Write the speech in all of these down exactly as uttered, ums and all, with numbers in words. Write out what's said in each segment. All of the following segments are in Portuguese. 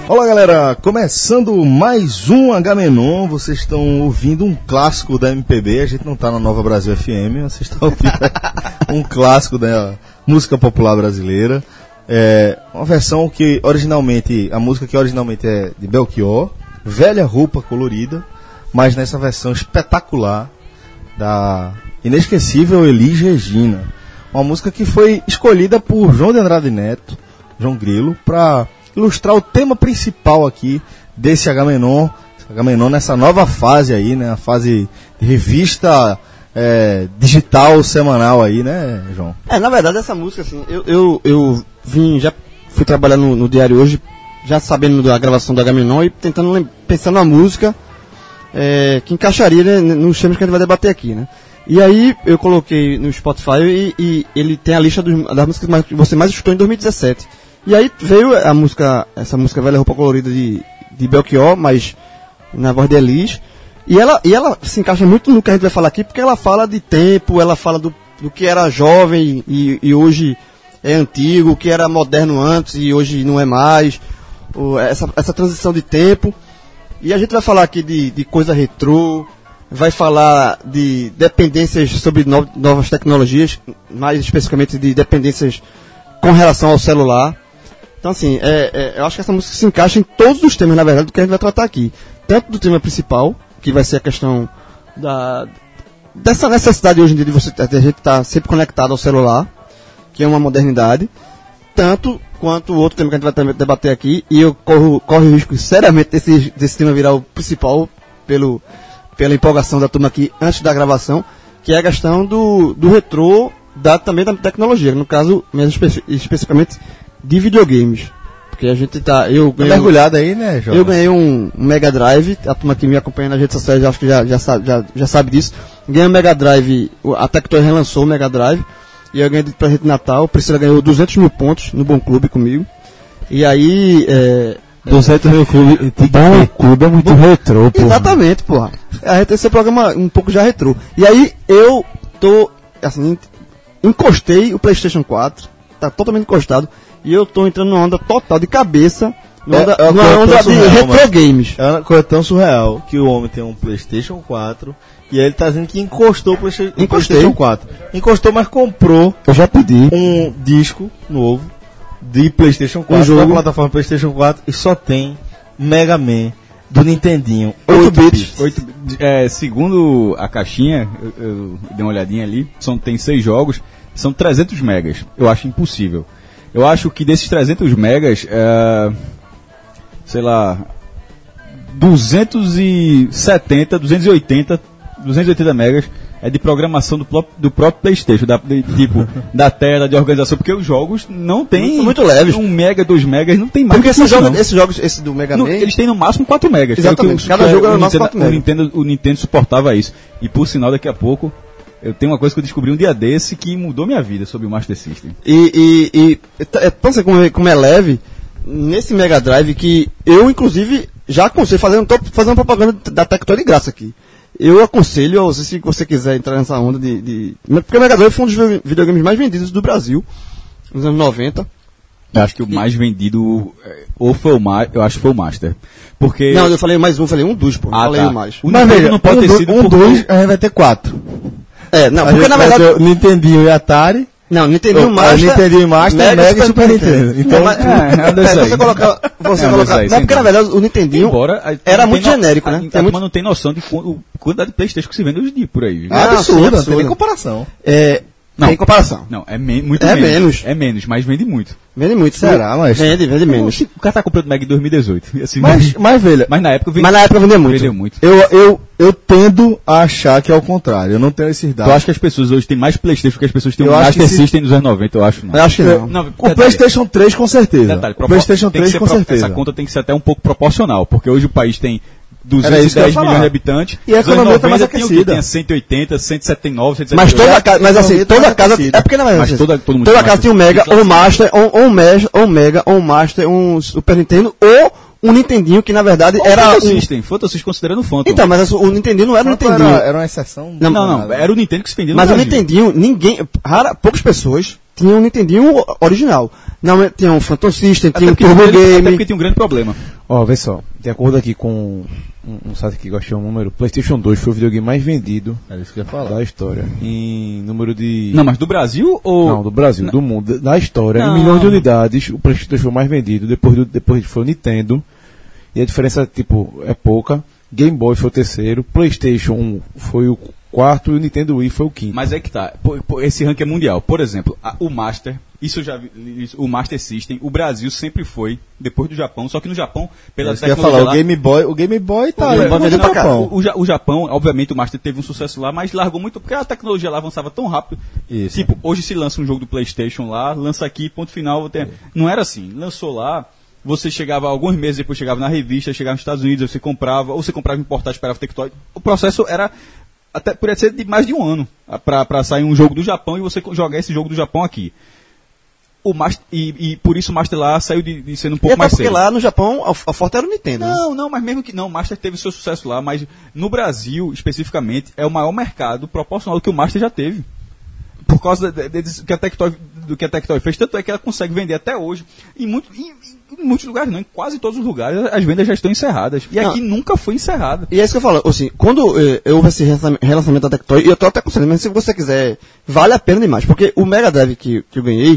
Olá galera, começando mais um Agamenon, vocês estão ouvindo um clássico da M P B, a gente não tá na Nova Brasil F M, vocês estão ouvindo um clássico da música popular brasileira, é uma versão que originalmente, a música que originalmente é de Belchior, Velha Roupa Colorida, mas nessa versão espetacular da inesquecível Elis Regina, uma música que foi escolhida por João de Andrade Neto, João Grilo, para ilustrar o tema principal aqui desse Agamenon, Agamenon nessa nova fase aí, né, a fase de revista é, digital semanal aí, né, João? É, na verdade essa música, assim, eu, eu, eu vim, já fui trabalhar no, no Diário Hoje, já sabendo da gravação do Agamenon e tentando, pensando na música é, que encaixaria, né, nos temas que a gente vai debater aqui, né. E aí eu coloquei no Spotify e, e ele tem a lista dos, das músicas que você mais escutou em dois mil e dezessete. E aí veio a música, essa música Velha Roupa Colorida de, de Belchior, mas na voz de Elis. E ela, e ela se encaixa muito no que a gente vai falar aqui, porque ela fala de tempo, ela fala do, do que era jovem e, e hoje é antigo, o que era moderno antes e hoje não é mais. O, essa, essa transição de tempo. E a gente vai falar aqui de, de coisa retrô, vai falar de dependências sobre no, novas tecnologias, mais especificamente de dependências com relação ao celular. Então, assim, é, é, eu acho que essa música se encaixa em todos os temas, na verdade, do que a gente vai tratar aqui. Tanto do tema principal, que vai ser a questão da, dessa necessidade hoje em dia de, você, de a gente estar tá sempre conectado ao celular, que é uma modernidade, tanto quanto o outro tema que a gente vai debater aqui, e eu corro, corro o risco, seriamente, desse, desse tema virar o principal, pelo, pela empolgação da turma aqui antes da gravação, que é a questão do, do retrô, da, também da tecnologia, no caso, mesmo espe- especificamente de videogames. Porque a gente tá. Eu ganhei. Tá mergulhado aí, né, João? Eu ganhei um, um Mega Drive, a turma que me acompanha nas redes sociais acho que já, já, sabe, já, já sabe disso. Ganhei um Mega Drive, a Tectoy relançou o Mega Drive, e eu ganhei de presente de Natal. Priscila ganhou duzentos mil pontos no Bom Clube comigo. E aí. É, duzentos mil clube. Bom Clube é muito bom, retrô, pô. Exatamente, porra. A gente tem esse programa um pouco já retrô. E aí eu tô. Assim, encostei o PlayStation quatro, tá totalmente encostado. E eu tô entrando numa onda total de cabeça, numa onda, é, é numa onda de retro games. É uma coisa tão surreal que o homem tem um PlayStation quatro e aí ele tá dizendo que encostou o PlayStation, PlayStation quatro. Encostou, mas comprou. Eu já pedi um disco novo de PlayStation quatro, um jogo da plataforma PlayStation quatro e só tem Mega Man do Nintendinho. oito bits. É, segundo a caixinha, eu, eu dei uma olhadinha ali, são, tem seis jogos, são trezentos megas. Eu acho impossível. Eu acho que desses trezentos megas, é, sei lá, duzentos e setenta, duzentos e oitenta, duzentos e oitenta megas é de programação do, pró- do próprio PlayStation, da, de, tipo, da tela, de organização, porque os jogos não tem muito leves. Um mega, dois megas, não tem mais. Porque esses jogos, esses jogos, esse do Mega Man, eles têm no máximo quatro megas. Exatamente, que, cada que jogo é, era o, no máximo Nintendo, quatro megas. o, Nintendo, o Nintendo suportava isso. E por sinal, daqui a pouco, eu tenho uma coisa que eu descobri um dia desse que mudou minha vida sobre o Master System. E, e, e é, pensa como é, como é leve nesse Mega Drive que eu, inclusive, já aconselho, fazendo, tô fazendo propaganda da Tectoy de graça aqui. Eu aconselho, se você quiser entrar nessa onda de, de... Porque o Mega Drive foi um dos videogames mais vendidos do Brasil, nos anos noventa. Eu acho que o mais vendido, ou foi o mais, eu acho que foi o Master. Porque... Não, eu falei mais um, falei um dos, pô. Não ah, falei tá. o mais. O Mas veja, não pode um ter do, sido um porque... dois, a gente vai ter quatro. É, não, A porque na verdade... o Nintendinho e Atari. Não, Nintendo Master, Nintendo e Master, Mega e Super Nintendo. Então, não, mas, é, é, você colocar, você é, colocar, aí, não, porque na verdade o Nintendinho Embora, a, era muito no, genérico, né? A, a, a muito... não tem noção de qu- quantidade de PlayStation que se vende hoje em dia por aí. É absurdo, absurdo. não tem nem comparação. É, não, tem comparação. Não, é me, muito é menos. menos. É menos, mas vende muito. Vende muito. Será, mas... Vende, vende menos. O cara tá comprando Mega em dois mil e dezoito. Assim, Mas, mas, velho... mas na época vendeu, mas na época vendeu muito. Vendeu muito. Eu, eu, eu tendo a achar que é o contrário. Eu não tenho esses dados. Eu acho que as pessoas hoje têm mais PlayStation que as pessoas têm eu um Master se... System nos anos noventa, eu acho. Não. Eu acho que não. não o detalhe, PlayStation três com certeza. Detalhe, o PlayStation três com pro... certeza. Essa conta tem que ser até um pouco proporcional, porque hoje o país tem duzentos e dez milhões de habitantes. E a economia está mais tem aquecida. O que? Tem cento e oitenta, cento e setenta e nove, cento e setenta e Mas oito. toda casa, mas assim, toda casa, é porque na verdade, mas toda, todo mundo toda casa tem um Mega, ou um Master, ou um Mega, ou um Mega, ou um Master, um Super Nintendo, ou um Nintendinho que na verdade Ou era o um... System, Phantom System considerando o Phantom. Então, mas o Nintendinho não era o Nintendinho. Era, era uma exceção. Não, não, não, era o Nintendo que se vendia no Mas Brasil. o Nintendinho, ninguém, rara, poucas pessoas tinham um Nintendinho original. Não, tinha um Phantom System, tinha um Turbo ele, Game. até porque tinha um grande problema. Ó, vê só, de acordo aqui com um, um site que gostei um número, PlayStation dois foi o videogame mais vendido Era isso que eu ia falar. da história. Em número de... Não, mas do Brasil ou... Não, do Brasil, Não. do mundo, da história. Não. Em milhões de unidades, o PlayStation dois foi o mais vendido, depois, do, depois foi o Nintendo, e a diferença, tipo, é pouca. Game Boy foi o terceiro, PlayStation um foi o quarto e o Nintendo Wii foi o quinto. Mas é que tá, pô, pô, esse ranking é mundial. Por exemplo, a- o Master, isso eu já vi, isso, o Master System, o Brasil sempre foi, depois do Japão, só que no Japão, pela Era isso que eu ia tecnologia falar, lá, o Game Boy, o Game Boy tá o, aí, Game Boy no vendeu pra cá. Japão. O, o Ja- o Japão, obviamente, o Master teve um sucesso lá, mas largou muito, porque a tecnologia lá avançava tão rápido. Isso. Tipo, hoje se lança um jogo do PlayStation lá, lança aqui, ponto final. Tem... Não era assim, lançou lá, você chegava alguns meses depois, chegava na revista, chegava nos Estados Unidos, você comprava, ou você comprava importado, esperava Tectoy. O processo era, até poderia ser de mais de um ano, pra, pra sair um jogo do Japão e você co- jogar esse jogo do Japão aqui. O Master, e, e por isso o Master lá saiu de, de sendo um E pouco até mais porque cedo. lá no Japão, a, a forte era o Nintendo. né? Não, não, mas mesmo que. Não, o Master teve seu sucesso lá, mas no Brasil, especificamente, é o maior mercado proporcional que o Master já teve. Por causa de, de, de, que a Tectoy, do que a Tectoy fez, tanto é que ela consegue vender até hoje. Em, muito, em, em muitos lugares, não, em quase todos os lugares, as vendas já estão encerradas. E Não. aqui nunca foi encerrada. E é isso que eu falo, assim, quando eh, eu houve esse relançam- relançamento da Tectoy, e eu tô até aconselhando, mas se você quiser, vale a pena demais, porque o Mega Drive que, que eu ganhei,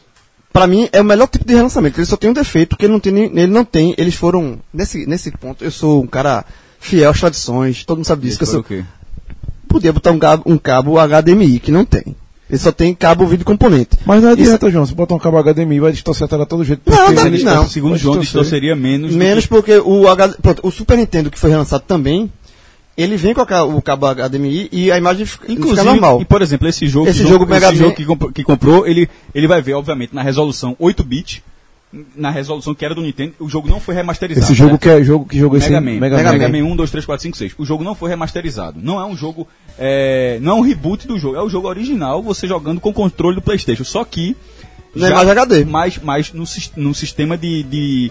pra mim, é o melhor tipo de relançamento. Ele só tem um defeito que ele não tem, nem- ele não tem, eles foram, nesse, nesse ponto, eu sou um cara fiel às tradições, todo mundo sabe disso, que eu sou, o quê? podia botar um cabo, um cabo H D M I, que não tem. Ele só tem cabo vídeo componente. Mas não Isso- adianta, João, se botar um cabo H D M I vai distorcer a tela todo jeito. Não, porque não, ele- não. Segundo Vai João, distorcer. distorceria menos. do Menos que- porque o, H, pronto, o Super Nintendo que foi relançado também, ele vem com a ca- o cabo H D M I e a imagem fica, Inclusive, fica normal. e por exemplo, esse jogo, Esse que, jogo esse Mega Man- jogo que, comprou, que comprou, ele, ele vai ver, obviamente, na resolução oito bits, na resolução que era do Nintendo, o jogo não foi remasterizado. Esse jogo né? que é jogo que jogo esse Mega Man. Mega, Mega, Man. Man um, dois, três, quatro, cinco, seis. O jogo não foi remasterizado. Não é um jogo. É, não é um reboot do jogo. É o jogo original, você jogando com o controle do PlayStation. Só que. Não é mais H D. Mas, mas no, sis- no sistema de, de,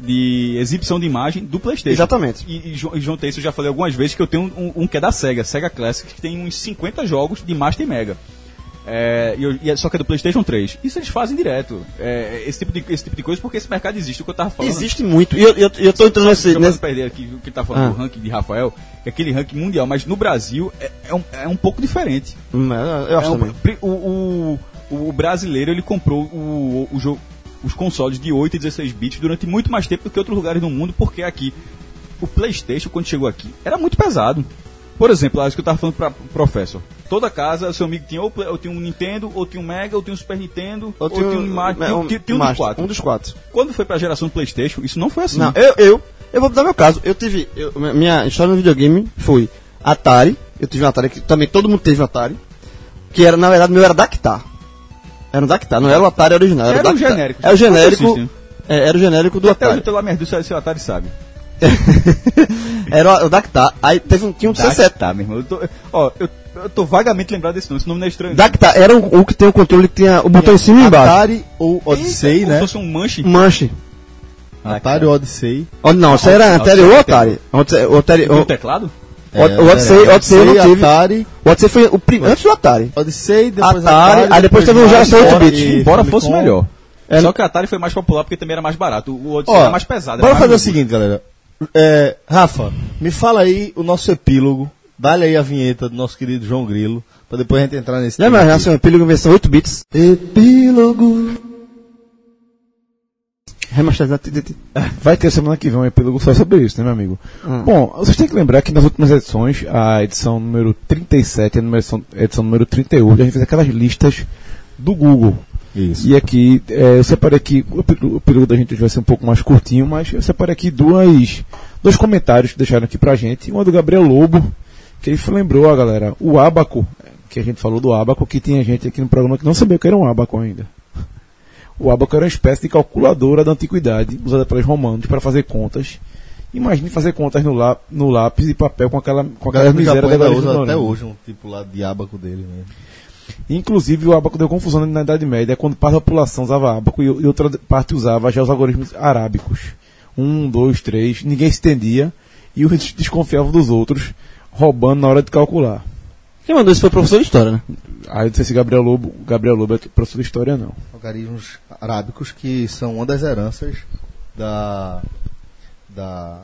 de exibição de imagem do PlayStation. Exatamente. E, e, Ju- e João Teixeira, eu já falei algumas vezes que eu tenho um, um que é da Sega, Sega Classic, que tem uns cinquenta jogos de Master e Mega. É, e eu- e é- só que é do PlayStation três. Isso eles fazem direto. É, esse, tipo de, esse tipo de coisa, porque esse mercado existe, o que eu tava falando. Existe muito. E eu, eu, eu tô entrando nesse. Deixa eu nesse perder aqui o que ele tá falando Ah. do ranking de Rafael, que é aquele ranking mundial, mas no Brasil é, é, um, é um pouco diferente. Hum, eu acho É um- também. pri- o, o, o brasileiro ele comprou o, o jogo, os consoles de oito e dezesseis bits durante muito mais tempo do que outros lugares no mundo, porque aqui o PlayStation, quando chegou aqui, era muito pesado. Por exemplo, acho que eu tava falando para o professor. Toda casa, seu amigo tinha ou, play- ou tinha um Nintendo, ou tinha um Mega, ou tinha um Super Nintendo, ou, tinha um, Ima- tinha, um, tinha, tinha um dos Master, quatro. Um dos quatro. Quando foi pra geração do PlayStation, isso não foi assim. Não, eu, eu, eu vou dar meu caso. Eu tive. eu- minha história no videogame foi Atari. Eu tive um Atari que também todo mundo teve um Atari. Que era, na verdade, o meu era Dactar. Era um Dactar, não era o Atari original. Era, Era o o Dactar. genérico. Era o genérico. Master System. É, era o genérico do Até hoje Atari. o teu lá merda, seu seu Atari sabe. Era o Dactar. Aí teve um, tinha um C sete. Tá, meu irmão. Eu tô, ó, eu, eu tô vagamente lembrado desse nome, esse nome não é estranho. Dactar era um, o que tem o controle que tinha o botão em cima e embaixo. Atari ou Odyssey, Como né? se fosse um manche. Manche. Atari ou Odyssey. Oh, não, isso era anterior ao Atari. Odyssey- O Atari. O O, teclado? o, o Odyssey, o Odyssey eu não tive. Atari, O Odyssey foi o prim, antes do Atari. Odyssey, depois Atari, aí depois teve um Mario, geração oito Embora- bits. e Embora Famicom. fosse melhor. É, Só que o Atari foi mais popular porque também era mais barato. O Odyssey Ó, era mais pesado. era bora mais fazer o robusto. seguinte, galera. É, Rafa, me fala aí o nosso epílogo. Dá-lhe aí a vinheta do nosso querido João Grilo, pra depois a gente entrar nesse Já tema aqui. imagina, epílogo versão oito bits. Epílogo. Remasterizado. ti, ti, ti. Vai ter semana que vem um epílogo só sobre isso, né, meu amigo? Hum. Bom, vocês têm que lembrar que nas últimas edições, a edição número trinta e sete e a numeração- a edição número trinta e oito, a gente fez aquelas listas do Google. Isso. E aqui, é, eu separei aqui, o epí- o período da gente hoje vai ser um pouco mais curtinho, mas eu separei aqui duas, dois comentários que deixaram aqui pra gente. Um é do Gabriel Lobo, que ele lembrou, ó, galera, o Abaco, que a gente falou do Abaco, que tinha gente aqui no programa que não sabia que era um Abaco ainda. O Abaco era uma espécie de calculadora da antiguidade, usada pelos romanos para fazer contas. Imagine fazer contas no, lá, no lápis e papel com aquela, com O aquela cara do miséria Japão da ainda galinha usa até ignorante. hoje um tipo lá de abaco dele mesmo. Inclusive, o ábaco deu confusão na Idade Média, quando parte da população usava ábaco e e outra parte usava já os algoritmos arábicos. Um, dois, três, ninguém se entendia e uns desconfiavam dos outros, roubando na hora de calcular. Quem mandou isso foi o professor de história, né? Aí eu disse esse Gabriel Lobo, Gabriel Lobo é professor de história, não. Algarismos arábicos que são uma das heranças da, da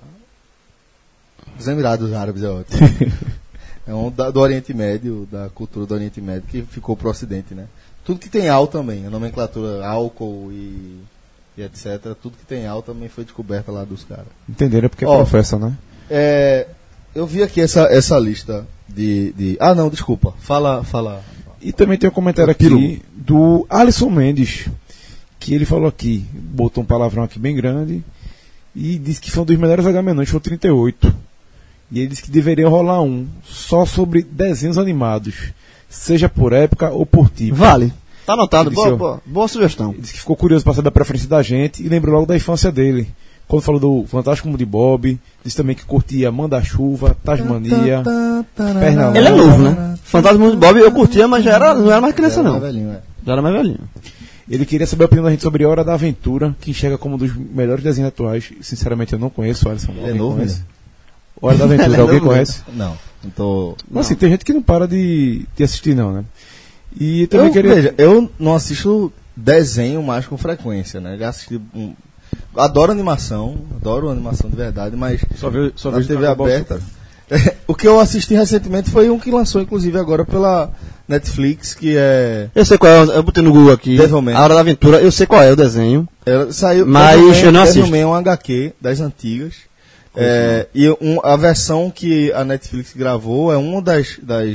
dos Emirados Árabes, é ótimo. É um da, do Oriente Médio, da cultura do Oriente Médio, que ficou pro Ocidente, né? Tudo que tem al também, a nomenclatura álcool e, e etcétera. Tudo que tem al também foi descoberta lá dos caras. Entenderam? É porque é Ó, professa, né? É, eu vi aqui essa, essa lista de, de... Ah, não, desculpa. Fala, fala. E também tem um comentário aqui do Alisson Mendes, que ele falou aqui, botou um palavrão aqui bem grande, e disse que foi um dos melhores Agamenões, foi o trinta e oito. E ele disse que deveria rolar um só sobre desenhos animados, seja por época ou por tipo. Vale. Tá anotado. Ele Boa, disse, ó, boa, boa sugestão. Ele disse que ficou curioso para saber a preferência da gente e lembrou logo da infância dele. Quando falou do Fantástico Mundo de Bob, disse também que curtia Manda-Chuva, Tasmania, Pernalonga. Ele é novo, né? Fantasma do Bob eu curtia, mas já era, não era mais criança, não. Já era mais velhinho, é. Já era mais velhinho. Ele queria saber a opinião da gente sobre Hora da Aventura, que enxerga como um dos melhores desenhos atuais. Sinceramente, eu não conheço, Alisson. É novo, conhece? né? Hora da Aventura, Ele é alguém novo, conhece? Não, não tô... Mas assim, tem gente que não para de, de assistir, não, né? E também Eu, queria... veja, eu não assisto desenho mais com frequência, né? Já assisti... Um... Adoro animação, adoro animação de verdade, mas Só vejo, só na vejo T V Dragon Ball aberta... Super. O que eu assisti recentemente foi um que lançou, inclusive, agora pela Netflix, que é... Eu sei qual é, eu botei no Google aqui. Devilman. A Hora da Aventura, eu sei qual é o desenho. Ela saiu, Mas Devilman- eu não assisto. Devilman é um agá quê das antigas. É, e um, a versão que a Netflix gravou é uma das, das,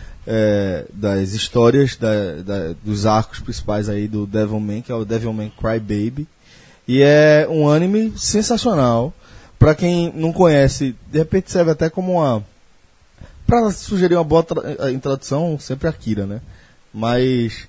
é, das histórias da, da, dos arcos principais aí do Devilman, que é o Devilman Crybaby. E é um anime sensacional. Pra quem não conhece, de repente serve até como uma... Pra sugerir uma boa tra- introdução, sempre Akira, né? Mas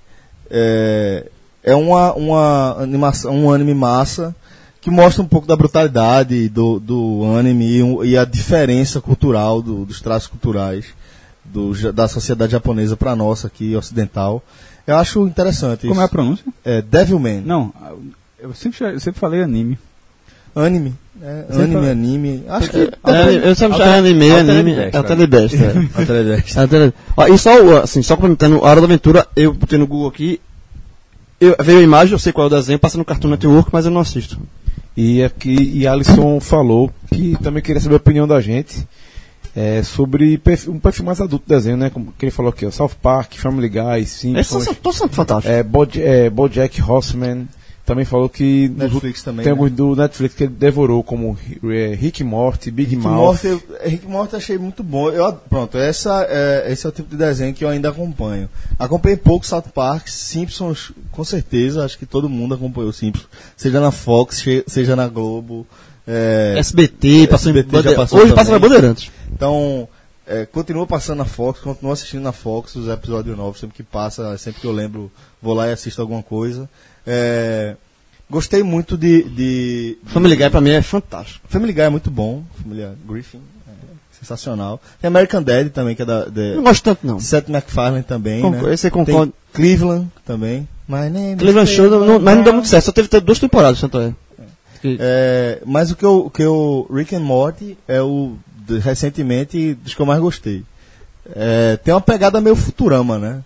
é, é uma, uma animação, um anime massa que mostra um pouco da brutalidade do, do anime e, um- e a diferença cultural, do- dos traços culturais do, ja- da sociedade japonesa pra nossa aqui, ocidental. Eu acho interessante Como é a isso. pronúncia? É Devilman. Não, eu sempre, eu sempre falei anime. Anime. É, Você anime, fala- anime. Acho que... É, eu sempre Alter- chamava anime, Alter anime. Best, É o Telebest, é. Alteredeste. É o Tele- Ó, e só, o- assim, só complementando, a Hora da Aventura, eu botei no Google aqui, eu, veio a imagem, eu sei qual é o desenho, passa no Cartoon Network, mas eu não assisto. E aqui, e Alisson falou que também queria saber a opinião da gente é, sobre perfil, um perfil mais adulto do desenho, né? Como que ele falou aqui, ó, South Park, Family Guy, Esses Simpsons, são todos são fantásticos. é, Boj, é, BoJack Horseman. Também falou que nos Netflix também, tem né? alguns do Netflix que ele devorou, como é, Rick e Morty, Big Rick Mouth. Morty, eu- Rick Morty eu achei muito bom. Eu, pronto, essa é, esse é o tipo de desenho que eu ainda acompanho. Acompanhei pouco South Park, Simpsons, com certeza, acho que todo mundo acompanhou Simpsons, seja na Fox, che- seja na Globo. é, S B T, passou em S B T já Bandeira- passou hoje também. passa na Bandeirantes. Então, é, continua passando na Fox, continuo assistindo na Fox os episódios novos, sempre que passa, sempre que eu lembro, vou lá e assisto alguma coisa. É, gostei muito de, de, Family Guy pra mim é fantástico. Family Guy é muito bom, Família Griffin, é sensacional. Tem American Dad também, que é da... de- Não gosto tanto, não. Seth MacFarlane também, Concordo, né? esse aí Tem concordo. Cleveland também. My name is Cleveland Show, não- não- mas não deu muito certo, só teve ter duas temporadas, tanto é. Que- É, mas o que eu, o que eu... Rick and Morty é o, de- recentemente, dos que eu mais gostei. É, tem uma pegada meio Futurama, né?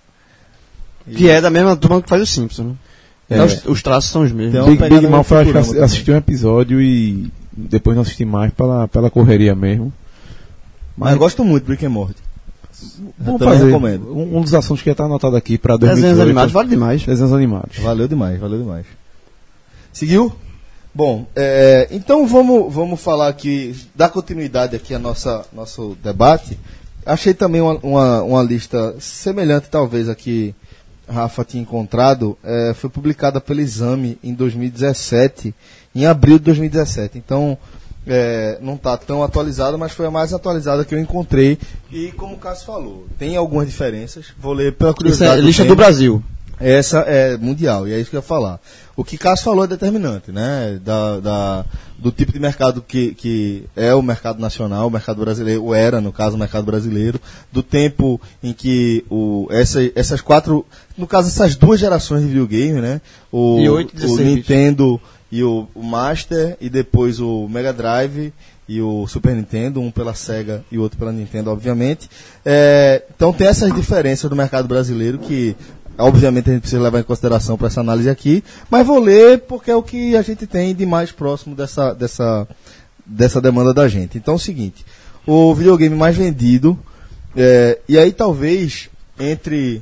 Que é da mesma turma que faz o Simpsons, né? É. Os, os traços são os mesmos. Tem uma Big, pegada Big Mouth, meio eu acho que Futurama assi- assisti um episódio e depois não assisti mais pela, pela correria mesmo. Mas eu gosto muito de Rick and Morty. Vamos também fazer. recomendo. Um, um dos assuntos que já está anotado aqui para dois mil e dezoito. Desenhos animados, vale demais. Desenhos animados. Valeu demais, valeu demais. Seguiu? Bom, é, então vamos, vamos falar aqui, dar continuidade aqui ao nossa, nosso debate. Achei também uma, uma, uma lista semelhante, talvez, a que Rafa tinha encontrado. É, foi publicada pelo Exame em dois mil e dezessete, em abril de dois mil e dezessete. Então, é, não está tão atualizada, mas foi a mais atualizada que eu encontrei. E como o Cássio falou, tem algumas diferenças. Vou ler pela Isso curiosidade. é lista tema. do Brasil. Essa é mundial, e é isso que eu ia falar. O que Cássio falou é determinante, né? Da, da- do tipo de mercado que, que é o mercado nacional, o mercado brasileiro, ou era, no caso, o mercado brasileiro, do tempo em que o, essa, essas quatro, no caso, essas duas gerações de videogame, né? O, E oito, o dezesseis. Nintendo e o, o Master, e depois o Mega Drive e o Super Nintendo, um pela Sega e o outro pela Nintendo, obviamente. É, então tem essas diferenças do mercado brasileiro que obviamente a gente precisa levar em consideração para essa análise aqui, mas vou ler porque é o que a gente tem de mais próximo dessa, dessa, dessa demanda da gente. Então é o seguinte, o videogame mais vendido, é, e aí talvez entre...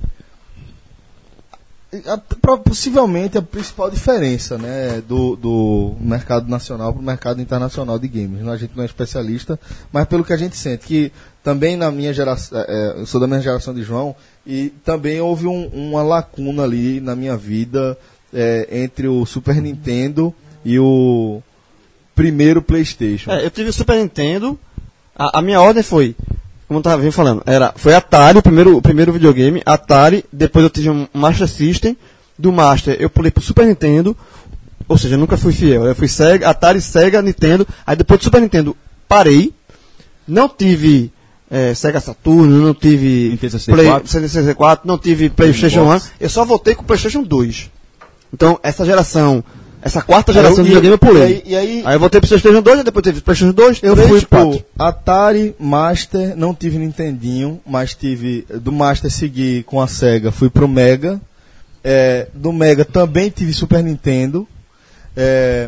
A, a, possivelmente a principal diferença, né, do, do mercado nacional para o mercado internacional de games. A gente não é especialista, mas pelo que a gente sente, que também na minha geração, é, eu sou da minha geração de João, e também houve um, uma lacuna ali na minha vida é, entre o Super Nintendo e o primeiro PlayStation. É, eu tive o Super Nintendo, a, a minha ordem foi... Como eu tava vindo falando, era, foi Atari, o primeiro, o primeiro videogame, Atari, depois eu tive um Master System, do Master eu pulei pro Super Nintendo, ou seja, eu nunca fui fiel, eu fui Sega, Atari, Sega, Nintendo, aí depois do Super Nintendo parei, não tive é, Sega Saturn, não tive Nintendo sessenta e quatro. Play, sessenta e quatro, não tive PlayStation um, eu só voltei com o PlayStation dois. Então, essa geração... Essa quarta geração de videogame eu pulei. E aí, e aí, aí eu voltei pro PlayStation dois, depois teve PlayStation dois, eu três, fui quatro. pro Atari, Master, não tive Nintendinho, mas tive, do Master segui com a Sega, fui pro Mega, é, do Mega também tive Super Nintendo, é,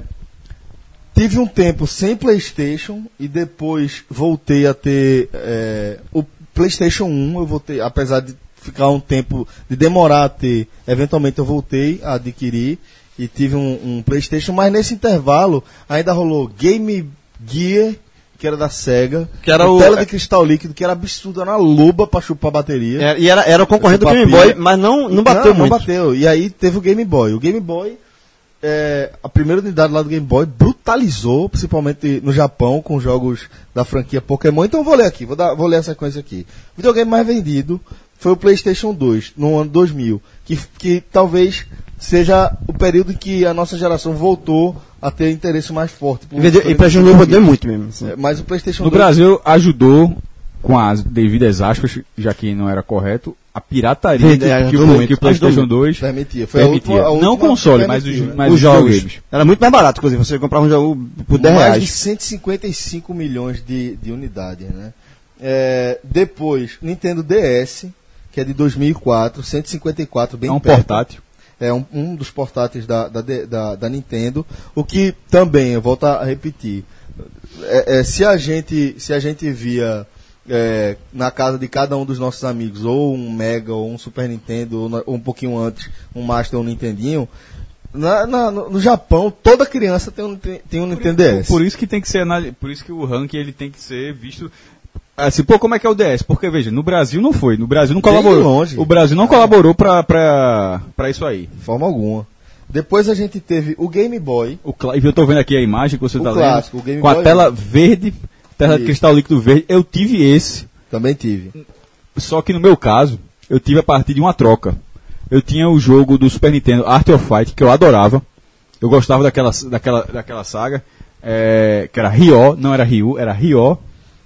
tive um tempo sem PlayStation e depois voltei a ter é, o PlayStation um, eu voltei, apesar de ficar um tempo, de demorar a ter, eventualmente eu voltei a adquirir, e tive um, um PlayStation, mas nesse intervalo ainda rolou Game Gear, que era da Sega, que era o tela de cristal líquido, que era absurdo, era uma loba pra chupar a bateria. É, e era, era o concorrente do Game Boy, mas não, não bateu não, muito. Não bateu, e aí teve o Game Boy. O Game Boy, é, a primeira unidade lá do Game Boy brutalizou, principalmente no Japão, com jogos da franquia Pokémon. Então eu vou ler aqui, vou, dar, vou ler a sequência aqui. O videogame mais vendido foi o PlayStation dois, no ano dois mil, que, que talvez... seja o período em que a nossa geração voltou a ter interesse mais forte. Por e o PlayStation dois vendeu muito mesmo. Assim. É, mas o PlayStation no dois... Brasil ajudou, com as devidas aspas, já que não era correto, a pirataria Vende, que, que, muito, o, que o PlayStation dois permitia. Foi permitia. A última, a não última console, mas os, mas os jogos. Games. Era muito mais barato, inclusive. Você comprava um jogo por dez mais reais. de cento e cinquenta e cinco milhões de, de unidades, né? É, depois, Nintendo D S, que é de dois mil e quatro, cento e cinquenta e quatro, bem É um perto. portátil. É um, um dos portáteis da, da, da, da Nintendo, o que também, eu volto a repetir, é, é, se, a gente, se a gente via é, na casa de cada um dos nossos amigos, ou um Mega, ou um Super Nintendo, ou, ou um pouquinho antes, um Master ou um Nintendinho, na, na, no, no Japão, toda criança tem um, tem, tem um Nintendo D S. Por isso que tem que ser anali- por isso que o ranking ele tem que ser visto assim, pô, como é que é o D S? Porque, veja, no Brasil não foi. No Brasil não Bem colaborou. longe. O Brasil não É. colaborou pra, pra, pra isso aí. De forma alguma. Depois a gente teve o Game Boy. O cla- eu tô vendo aqui a imagem que você O tá clássico, lendo. o Game com a Boy. tela verde, tela de Isso. cristal líquido verde. Eu tive esse. Também tive. Só que no meu caso, eu tive a partir de uma troca. Eu tinha o jogo do Super Nintendo, Art of Fight, que eu adorava. Eu gostava daquela, daquela, daquela saga, é, que era Ryo, não era Ryu, era Ryo.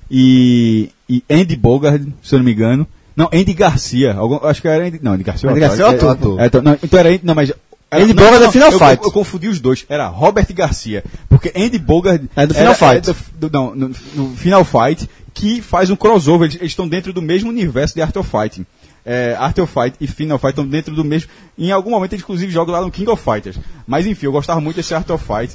E, e Andy Bogard, se eu não me engano. Não, Andy Garcia. Algum, acho que era Andy. Não, Andy Garcia. Andy Garcia é o ator. ator. É, então, não, então era Andy. Não, mas. Era, Andy não, Bogard não, é Final eu, Fight. Eu, eu confundi os dois. Era Robert Garcia. Porque Andy Bogard. É do Final era, Fight. É do, do, não, no, no Final Fight, que faz um crossover. Eles, eles estão dentro do mesmo universo de Art of Fighting. É, Art of Fight e Final Fight estão dentro do mesmo. Em algum momento eles inclusive jogam lá no King of Fighters. Mas enfim, eu gostava muito desse Art of Fight.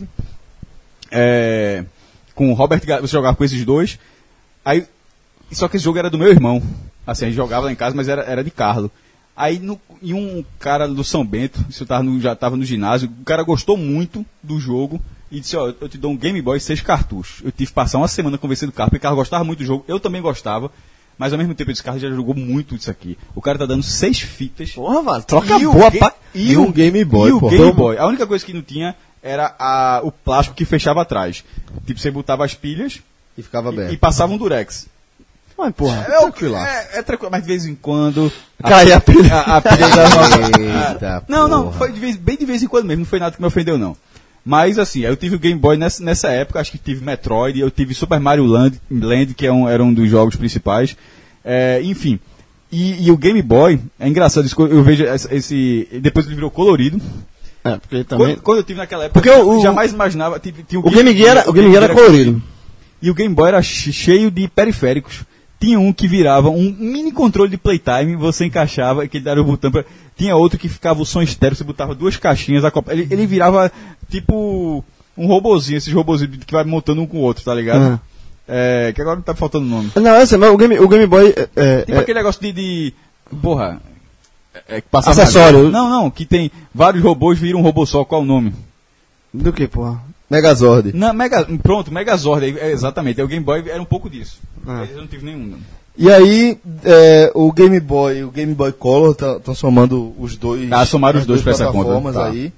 É, com o Robert Garcia, você jogava com esses dois. Aí. Só que esse jogo era do meu irmão. Assim, a gente jogava lá em casa, mas era, era de Carlo. Aí, no, e um cara do São Bento, isso eu tava no, já estava no ginásio, o cara gostou muito do jogo e disse, ó, eu te dou um Game Boy seis cartuchos. Eu tive que passar uma semana conversando com o Carlo, porque o Carlo gostava muito do jogo, eu também gostava, mas ao mesmo tempo esse Carlo já jogou muito disso aqui. O cara tá dando seis fitas. Porra, mano, troca E o boa ga- pra... E, E o um Game Boy, E o pô. Game Boy. A única coisa que não tinha era a, o plástico que fechava atrás. Tipo, você botava as pilhas E ficava e, aberto. e passava um durex. Mas, porra... É tranquilo. É, é tranquilo, mas de vez em quando. Caía a pilha. A, a pilha dava. Eita, Não, não, porra. foi de vez, bem de vez em quando mesmo, não foi nada que me ofendeu, não. Mas assim, eu tive o Game Boy nessa, nessa época, acho que tive Metroid, eu tive Super Mario Land, Land que é um, era um dos jogos principais. É, enfim. E, e o Game Boy, é engraçado, isso, eu vejo esse, esse. Depois ele virou colorido. É, porque também... Quando, quando eu tive naquela época, Porque eu o- jamais imaginava. Tive, tinha O Game Gear era, o Game Gear era colorido. E o Game Boy era che- cheio de periféricos. Tinha um que virava um mini controle de Playtime, você encaixava, que ele dava o botão pra... Tinha outro que ficava o som estéreo, você botava duas caixinhas, a copa... ele, ele virava tipo um robozinho, esses robozinhos que vai montando um com o outro, tá ligado? Uhum. É, que agora não tá faltando nome. Não, é assim, mas o Game, o Game Boy... É, é, Tipo é, aquele negócio de... de porra... É, que passa Acessório. Não, não, que tem vários robôs viram um robô só, qual o nome? do que, porra? Megazord. Não, Mega, pronto, Megazord, é, exatamente. O Game Boy era um pouco disso. Ah. Mas eu não tive nenhum. Não. E aí, é, o Game Boy e o Game Boy Color estão somando os dois. Ah, somaram os as dois pra duas essa conta. plataformas Tá. aí.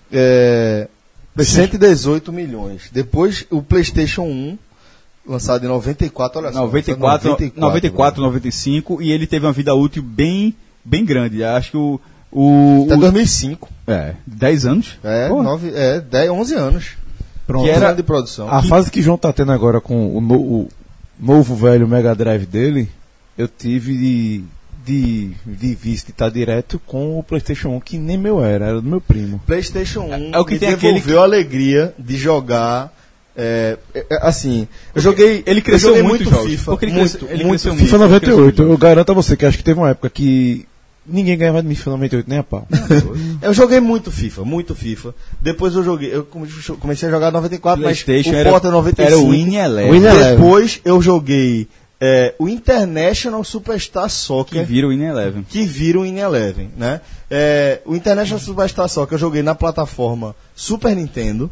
É, cento e dezoito milhões. Depois, o PlayStation um, lançado em noventa e quatro, olha só. noventa e quatro, noventa e quatro, noventa e quatro, noventa e cinco, e ele teve uma vida útil bem, bem grande. Acho que o. o, Até o dois mil e cinco. é, dez anos? É, Porra. nove, é dez, onze anos. Pronto. Que era- era de produção. A fase que João tá tendo agora com o, no- o novo velho Mega Drive dele, eu tive de, de, de vice de estar direto com o PlayStation um, que nem meu era, era do meu primo. PlayStation um É o que me tem aquele devolveu a alegria de jogar. É, é, é, assim, eu joguei. Ele eu cresceu joguei muito muito jogos. FIFA. Porque ele muito, cresceu- ele muito cresceu FIFA. FIFA noventa e oito, cresceu eu garanto a você que acho que teve uma época que ninguém ganhava de mim FIFA noventa e oito, nem a pau. Eu joguei muito FIFA, muito FIFA. Depois eu joguei, eu come- comecei a jogar noventa e quatro, mas PlayStation o era, Forte é noventa e cinco. era o Win Eleven. Win Eleven. Depois eu joguei é, o International Superstar Que Soccer, vira o Win Eleven. que vira o In Eleven, né? É, o International Superstar Soccer eu joguei na plataforma Super Nintendo.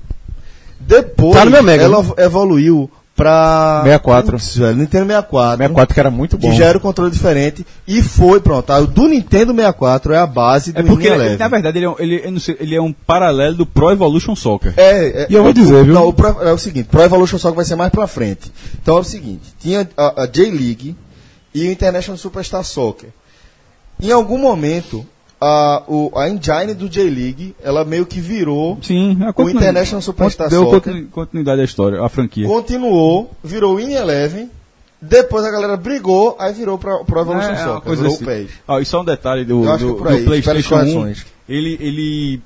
Depois Tá no meu Mega, ela evoluiu pra sessenta e quatro. Putz, velho, Nintendo sessenta e quatro. sessenta e quatro que era muito bom. Que já era um controle diferente e foi, pronto, tá? O do Nintendo sessenta e quatro é a base do É porque, In ele, Eleven. na verdade, ele é, um, ele, eu não sei, ele é um paralelo do Pro Evolution Soccer. É, é, E eu vou dizer, viu? Não, o Pro, é o seguinte, Pro Evolution Soccer vai ser mais pra frente. Então é o seguinte, tinha a, a J-League e o International Superstar Soccer. Em algum momento, a, o, a engine do J-League, ela meio que virou, Sim, a o International Superstar deu Soccer, continu- continuidade à história, à franquia. continuou, virou o In Eleven, depois a galera brigou, aí virou pro, Pro Evolution É, é uma Soccer, coisa virou assim. o PES. Ó, e só um detalhe do, Eu acho do, que por aí, do PlayStation espero um, correções. ele, ele,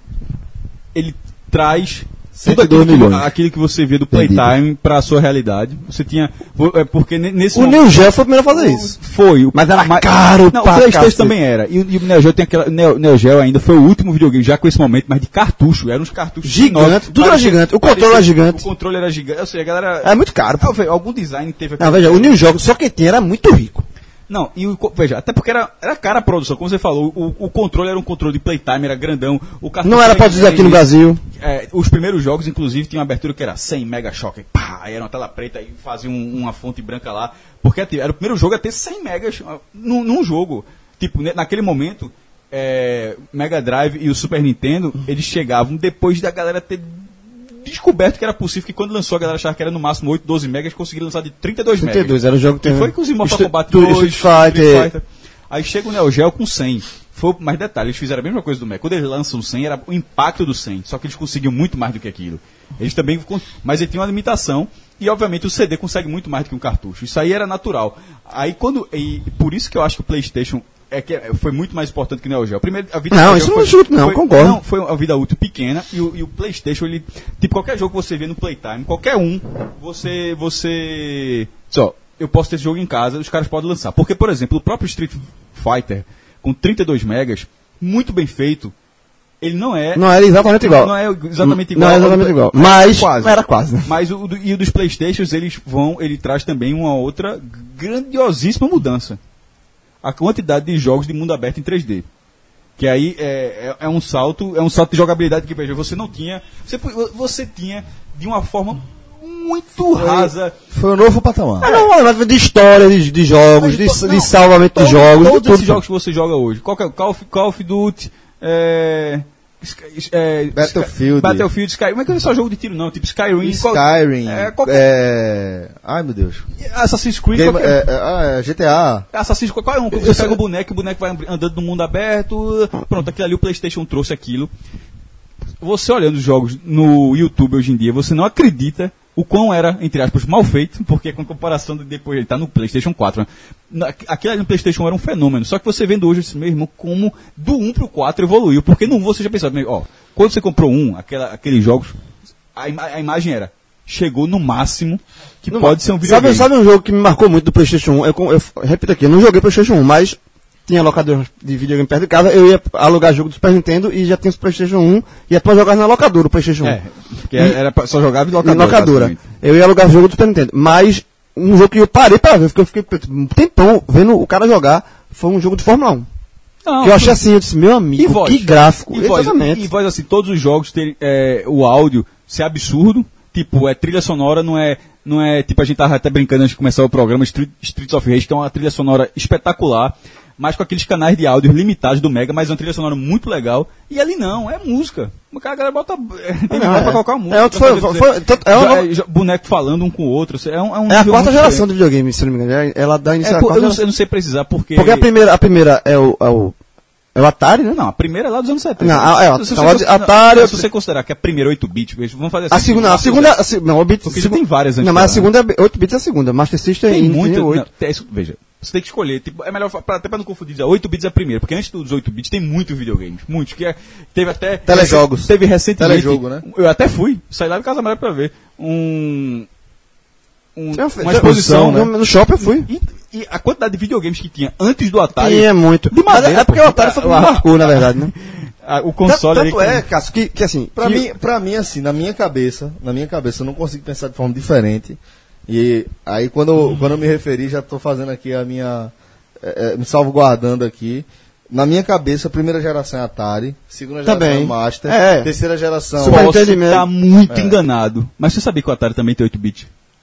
ele traz cento tudo e dois aquilo que, milhões. aquilo que você via do Playtime para a sua realidade. Você tinha, é porque ne- nesse O momento- Neo Geo foi o primeiro a fazer isso. Foi, o- Mas era caro Não, pra o PlayStation cacete. também era. E, o- e o Neo Geo tem aquela. Neo, Neo Geo ainda foi o último videogame, já com esse momento, mas de cartucho. Eram uns cartuchos Gigante, enormes. tudo era Parecia- gigante, o controle parecia- era gigante. O controle era gigante. Ou seja, a galera. É muito caro. Ah, velho, algum design teve aqui. Não, veja, o Neo Geo, só quem tinha era muito rico. Não, e o, co- veja, até porque era, era cara a produção, como você falou, o, o controle era um controle de Playtime, era grandão. O cartucho Não era pra dizer aqui no Brasil. É, os primeiros jogos, inclusive, tinham uma abertura que era cem mega choque, pá, aí era uma tela preta e fazia um- uma fonte branca lá. Porque assim, era o primeiro jogo a ter cem megas ah, num, num jogo. Tipo, ne- naquele momento, é, Mega Drive e o Super Nintendo, eles chegavam depois da galera ter descoberto que era possível, que quando lançou a galera achava que era no máximo oito, doze megas, conseguiram lançar de trinta e dois megas. trinta e dois, era o jogo que Que teve- foi inclusive Mortal Street- Kombat tudo, dois, Street Fighter. Aí chega o Neo Geo com cem. Foi, mas detalhe, eles fizeram a mesma coisa do Mega. Quando eles lançam o cem, era o impacto do cem. Só que eles conseguiam muito mais do que aquilo. Eles também, con- mas ele tinha uma limitação. E obviamente o C D consegue muito mais do que um cartucho. Isso aí era natural. Aí quando. E por isso que eu acho que o PlayStation é que é- foi muito mais importante que o Neo Geo. Primeiro, a vida Não, do Neo isso Geo não foi- discuto, não, foi- concordo. Não, foi uma vida útil pequena. E o, e o PlayStation, ele. Tipo, qualquer jogo que você vê no Playtime, qualquer um, você. você só, eu posso ter esse jogo em casa, os caras podem lançar. Porque, por exemplo, o próprio Street Fighter, com trinta e dois megas, muito bem feito, ele não é. Não era exatamente igual. Não é exatamente igual. Não é ao do exatamente Play- igual. Mas quase. era quase, né? Mas o, do- e o dos Playstations, eles vão, ele traz também uma outra grandiosíssima mudança. A quantidade de jogos de mundo aberto em três D. Que aí é, é, é um salto, é um salto de jogabilidade que, veja, você não tinha. Você, po- você tinha de uma forma muito rasa. Foi o novo patamar. Ah, não, não, de história, de, de jogos, de, Mas, de não, salvamento de Todos- jogos, de Todos tudo. esses jogos que você joga hoje. Qual que é? Call of, Call of Duty, é, Sky- é, Battlefield. Sky- Battlefield, Sky. Mas não é só jogo de tiro, não. Tipo Skyrim. qual- Skyrim. É, qualquer- é... Ai, meu Deus. Assassin's Creed. Game, qualquer- é, é, ah, é, G T A. Assassin's Creed, qual é um? Você pega o boneco, o boneco vai andando no mundo aberto. Pronto, aquilo ali o PlayStation trouxe aquilo. Você olhando os jogos no YouTube hoje em dia, você não acredita o quão era, entre aspas, mal feito, porque com comparação de depois ele tá no PlayStation quatro. Né? Na- Aquilo ali no PlayStation era um fenômeno. Só que você vendo hoje esse mesmo como do um pro quatro evoluiu. Porque não você já pensou, ó, quando você comprou um, aquela, aqueles jogos, a, ima- a imagem era, chegou no máximo que pode ser um videogame. Sabe, sabe um jogo que me marcou muito do PlayStation um? Eu, eu, eu repito aqui, eu não joguei PlayStation um, mas tinha locador de videogame perto de casa, eu ia alugar jogo do Super Nintendo e já tinha os PlayStation um, e depois jogar na locadora o PlayStation um. É, porque e, era pra, só jogava em locadora. Em locadora. Eu ia alugar jogo do Super Nintendo. Mas um jogo que eu parei pra ver, porque eu fiquei um tempão vendo o cara jogar, foi um jogo de Fórmula um. Não, que eu achei assim, eu disse, meu amigo, e voz, que gráfico. E voz, e voz assim, todos os jogos terem é, o áudio ser absurdo, tipo, é trilha sonora, não é, não é, tipo, a gente tava até brincando antes de começar o programa, Street, Streets of Rage, que é uma trilha sonora espetacular, mas com aqueles canais de áudio limitados do Mega, mas é uma trilha sonora muito legal, e ali não, é música. O cara, a galera bota, tem lugar é, pra colocar música. É, outro foi, foi, foi, é, uma... é, boneco falando um com o outro, é um, é um é a quarta geração de videogame, se não me engano, ela dá início é, à eu, quarta não, eu não sei precisar, porque... Porque a primeira, a primeira é o... É o É o Atari, né? Não, a primeira é lá dos anos setenta. Não, é, se, você você, Atari... Não, se você considerar que a primeira é oito bits, vamos fazer assim. A segunda, a segunda... A se, não, o bit, porque já tem várias antes. Não, mas a segunda, é, oito bits é a segunda. Master System tem e muito, oito. Não, veja, você tem que escolher. Tipo, é melhor, pra, até pra não confundir, dizer, oito bits é a primeira. Porque antes dos oito bits tem muitos videogames. Muitos. Que é, teve até... Telejogos. Teve recentemente... Telejogo, né? Eu até fui. Saí lá do Casa Amarela pra ver. Um... Um, uma uma exposição, né? No, no shopping eu fui. E, e a quantidade de videogames que tinha antes do Atari... Tinha muito. De madeira, é porque o Atari foi o que me marcou, na verdade, né? O console... Tanto é, Cássio, que, que assim... Pra, que... mim, pra mim, assim, na minha cabeça, na minha cabeça, eu não consigo pensar de forma diferente. E aí, quando eu, quando eu me referi, já tô fazendo aqui a minha... É, é, me salvaguardando aqui. Na minha cabeça, a primeira geração é Atari, segunda geração Também. é Master, é. terceira geração... Super Posso Entendimento. tá muito É. enganado. Mas você sabia que o Atari também tem oito bits?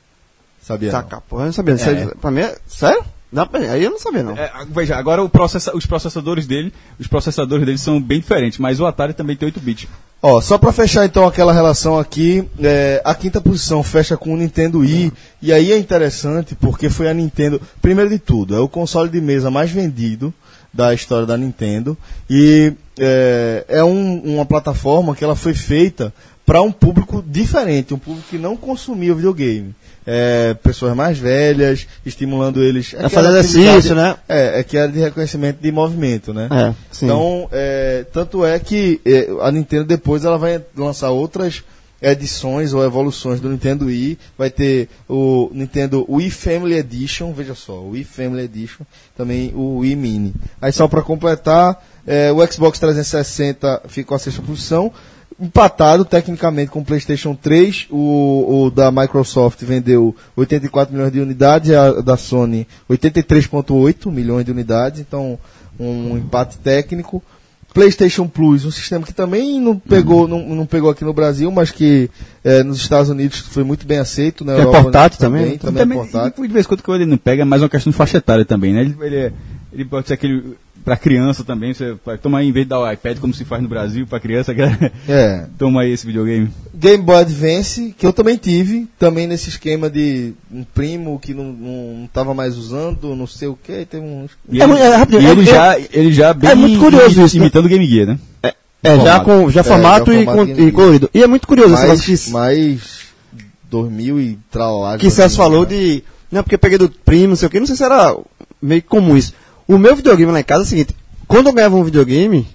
Sabia Tá, não. cá, porra, eu não sabia. É. É. Pra mim, é... Sério? Não, aí eu não sabia, não. É, veja, agora o processa, os processadores dele, os processadores dele são bem diferentes, mas o Atari também tem oito bits. Ó, só pra fechar então aquela relação aqui, é, a quinta posição fecha com o Nintendo Wii, e aí é interessante porque foi a Nintendo, primeiro de tudo, é o console de mesa mais vendido da história da Nintendo, e é, é um, uma plataforma que ela foi feita para um público diferente, um público que não consumia o videogame. É, pessoas mais velhas, estimulando eles a fazer exercício, né? É, é que era de reconhecimento de movimento, né? É, sim. Então, é, tanto é que é, a Nintendo depois ela vai lançar outras edições ou evoluções do Nintendo Wii. Vai ter o Nintendo Wii Family Edition, veja só, o Wii Family Edition, também o Wii Mini. Aí só para completar, é, o Xbox trezentos e sessenta ficou a sexta posição, empatado tecnicamente com o PlayStation três, o, o da Microsoft vendeu oitenta e quatro milhões de unidades, a da Sony oitenta e três vírgula oito milhões de unidades, então um empate técnico. PlayStation Plus, um sistema que também não pegou, uhum. não, não pegou aqui no Brasil, mas que é, nos Estados Unidos foi muito bem aceito. Na é Europa, portátil também? Também, também, também é portátil. E, de vez em quando que ele não pega, é mais uma questão de faixa etária também, né? Ele, ele, é, ele pode ser aquele... Pra criança também, você toma aí, em vez de dar o iPad como se faz no Brasil, pra criança, é. Toma aí esse videogame. Game Boy Advance, que eu também tive, também nesse esquema de um primo que não, não tava mais usando, não sei o que, tem um... E ele, é, é, e ele, é, já, ele já bem é muito curioso isso, imitando o Game Gear, né? É, é já, com, já formato, é, já formato e, com, e colorido. E é muito curioso mais, essa que... mais dois mil e tralá. Que Celso falou de... Não, porque eu peguei do primo, não sei o que, não sei se era meio comum isso. O meu videogame lá em casa é o seguinte... Quando eu ganhava um videogame,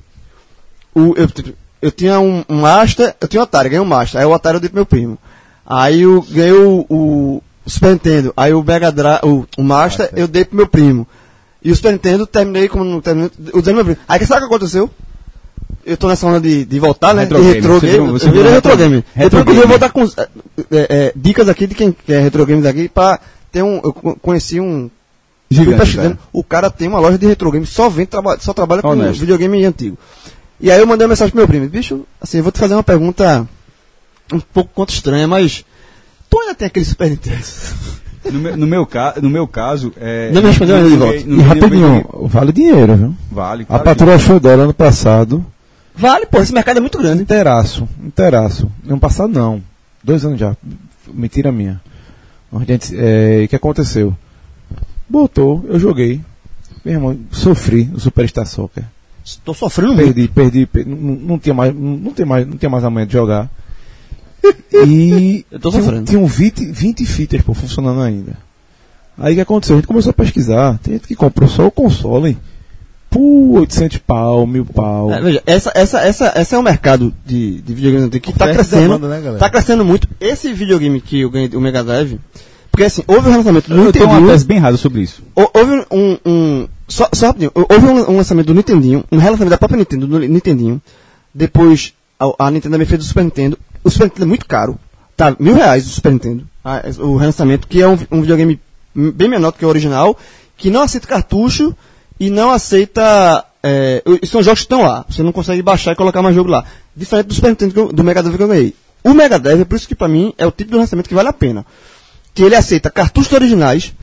o, eu, eu tinha um, um Master, eu tinha um Atari, ganhei um Master, aí o Atari eu dei pro meu primo. Aí eu ganhei o, o Super Nintendo, aí o Mega Drive, o, o Master, Master eu dei pro meu primo. E o Super Nintendo terminei como não terminei, eu dei pro meu primo. Aí que sabe o que aconteceu? Eu tô nessa onda de, de voltar, né? Retro de game. retro Você game. virou- você eu virei virou retro retro- game. retro Depois eu game. vou dar com é, é, dicas aqui de quem quer retro games aqui pra ter um. Eu co- conheci um. Fui Gigante, pesquisando, velho. o cara tem uma loja de retro game, só vem traba só trabalha com Honesto. videogame antigo. E aí eu mandei uma mensagem pro meu primo, bicho, assim, eu vou te fazer uma pergunta um pouco quanto estranha, mas tu ainda tem aquele Super Nintendo? No meu, no meu, ca no meu caso... É, Não me respondeu ainda de volta. no- E no- rapidinho, vale dinheiro, viu? Vale, A claro patroa achou dela ano passado, Vale, pô, esse mercado é muito grande. inteiraço, inteiraço. Ano passado não, dois anos já, mentira minha. A gente, é, o que aconteceu? Botou, eu joguei. Meu irmão, sofri no Superstar Soccer. Tô sofrendo muito. Perdi, perdi, perdi não, não tinha mais, não, não tem mais, não tinha mais amanhã de jogar. E Eu tô tinha, sofrendo. tinham vinte, vinte fitas pô, funcionando ainda. Aí o que aconteceu? A gente começou a pesquisar. Tem gente que comprou só o console por oitocentos pau, mil pau. É, veja, essa, essa, essa, essa é um mercado de, de videogame antigo que tá Oferta e crescendo. demanda, né, galera? Tá crescendo muito. Esse videogame que eu ganhei, o Mega Drive, porque assim, houve um lançamento do Eu tenho uma Nintendo, tese bem rasa sobre isso. hou- houve um, um, Só, só rapidinho, houve um, um lançamento do Nintendinho, um relançamento da própria Nintendo, do Nintendinho. Depois, a, a Nintendo também fez do Super Nintendo. O Super Nintendo é muito caro. Tá, mil reais o Super Nintendo. Ah, o relançamento, que é um, um videogame bem menor do que o original, que não aceita cartucho e não aceita... É, são jogos que estão lá. Você não consegue baixar e colocar mais jogo lá. Diferente do Super Nintendo, que eu, do Mega Drive que eu ganhei. O Mega Drive, é por isso que pra mim, é o tipo de lançamento que vale a pena. Que ele aceita cartuchos originais,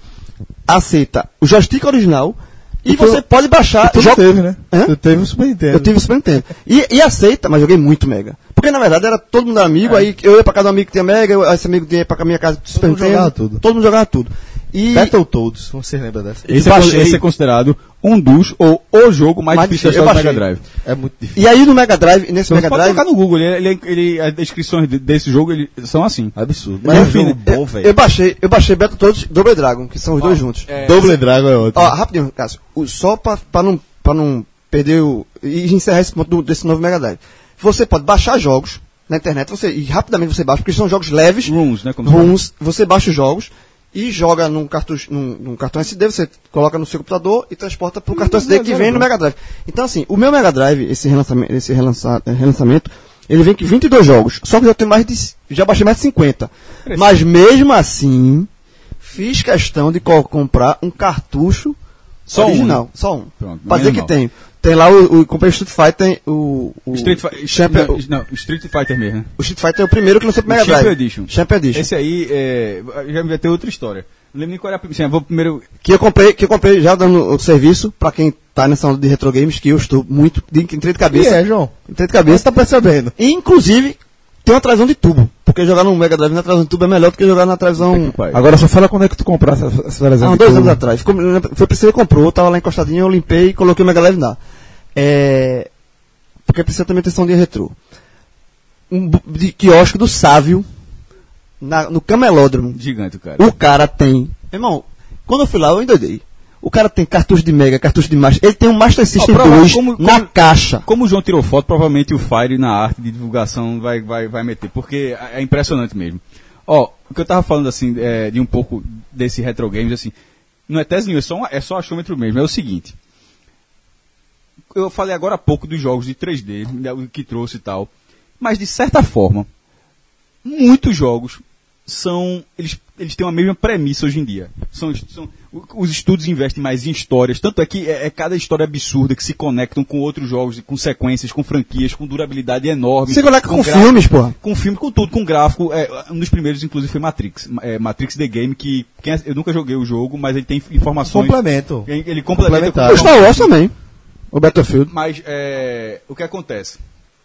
aceita o joystick original, e, e você tu, pode baixar... Tu jogo... teve, né? Hã? Tu teve o Super Nintendo. Eu tive o Super Nintendo. E, e aceita, mas joguei muito Mega. Porque, na verdade, era todo mundo amigo, é. Aí eu ia pra casa do amigo que tinha Mega, eu, esse amigo ia pra minha casa do Super Nintendo. Todo mundo jogava tudo. Todo mundo jogava tudo. E... Battletoads, você lembra dessa? Esse, baixei... é, esse é considerado um dos, ou o jogo mais, mais difícil do Mega Drive. É muito difícil. E aí no Mega Drive, nesse você Mega pode Drive... colocar no Google, ele, ele, ele, as descrições desse jogo ele, são assim. Absurdo. Mas, mas enfim, bom, eu, eu baixei, eu baixei Battletoads e Double Dragon, que são os oh, dois juntos. É, Double Dragon é outro. Ó, rapidinho, Cássio. Só pra, pra, não, pra não perder o... E encerrar esse ponto do, desse novo Mega Drive. Você pode baixar jogos na internet, você, e rapidamente você baixa, porque são jogos leves. Rooms, né? Como Rooms, você baixa os jogos e joga num, cartucho, num, num cartão S D, você coloca no seu computador e transporta para o cartão S D que vem no Mega Drive. Então, assim, o meu Mega Drive, esse relançamento, esse relança, relançamento, ele vem com vinte e dois jogos, só que eu já tenho mais de, já baixei mais de cinquenta. Mas mesmo assim, fiz questão de co- comprar um cartucho só original. Um. Só um. Pronto, pra dizer que tem. Tem lá o, o comprei o Street Fighter, o, o Street, Fi- Champion, não, não, Street Fighter mesmo. O Street Fighter é o primeiro que lançou pro Mega Drive. Champion Edition. Champion Edition. Esse aí é, já vai ter outra história. Não lembro nem qual era a primeira. Eu vou primeiro. Que eu comprei, que eu comprei já dando o serviço pra quem tá nessa onda de retro games, que eu estou muito de, entrei de cabeça. E é, João. Entrei de cabeça. Você tá percebendo. E, inclusive, tem uma televisão de tubo. Porque jogar no Mega Drive na televisão de tubo é melhor do que jogar na televisão. Agora só fala quando é que tu compraste essa, essa televisão. Há dois anos atrás. Ficou, foi a Priscila comprou, tava lá encostadinho, eu limpei e coloquei o Mega Drive lá. É, porque precisa também ter som de retrô. Um de quiosque do Sávio, na, no Camelódromo. Gigante, cara. O cara tem. Irmão, quando eu fui lá, eu endoidei. O cara tem cartucho de Mega, cartucho de Master. Ele tem um Master System oh, dois como, na como, caixa. Como o João tirou foto, provavelmente o Fire na arte de divulgação vai, vai, vai meter. Porque é impressionante mesmo. Ó, oh, o que eu tava falando assim, é, de um pouco desse retro games, assim, não é tese nenhuma, é só, uma, é só achômetro mesmo. É o seguinte. Eu falei agora há pouco dos jogos de três D, que trouxe e tal. Mas, de certa forma, muitos jogos são... Eles, eles têm a mesma premissa hoje em dia. São, são, os estudos investem mais em histórias. Tanto é que é, é cada história absurda que se conectam com outros jogos, com sequências, com franquias, com durabilidade enorme. Se conecta com, com gráfico, filmes, porra. Com filme, com tudo, com gráfico. É, um dos primeiros, inclusive, foi Matrix. É, Matrix The Game, que... Quem, eu nunca joguei o jogo, mas ele tem informações... Complemento. Ele, ele complementa com... O Star Wars também. O Battlefield. Mas é, o que acontece?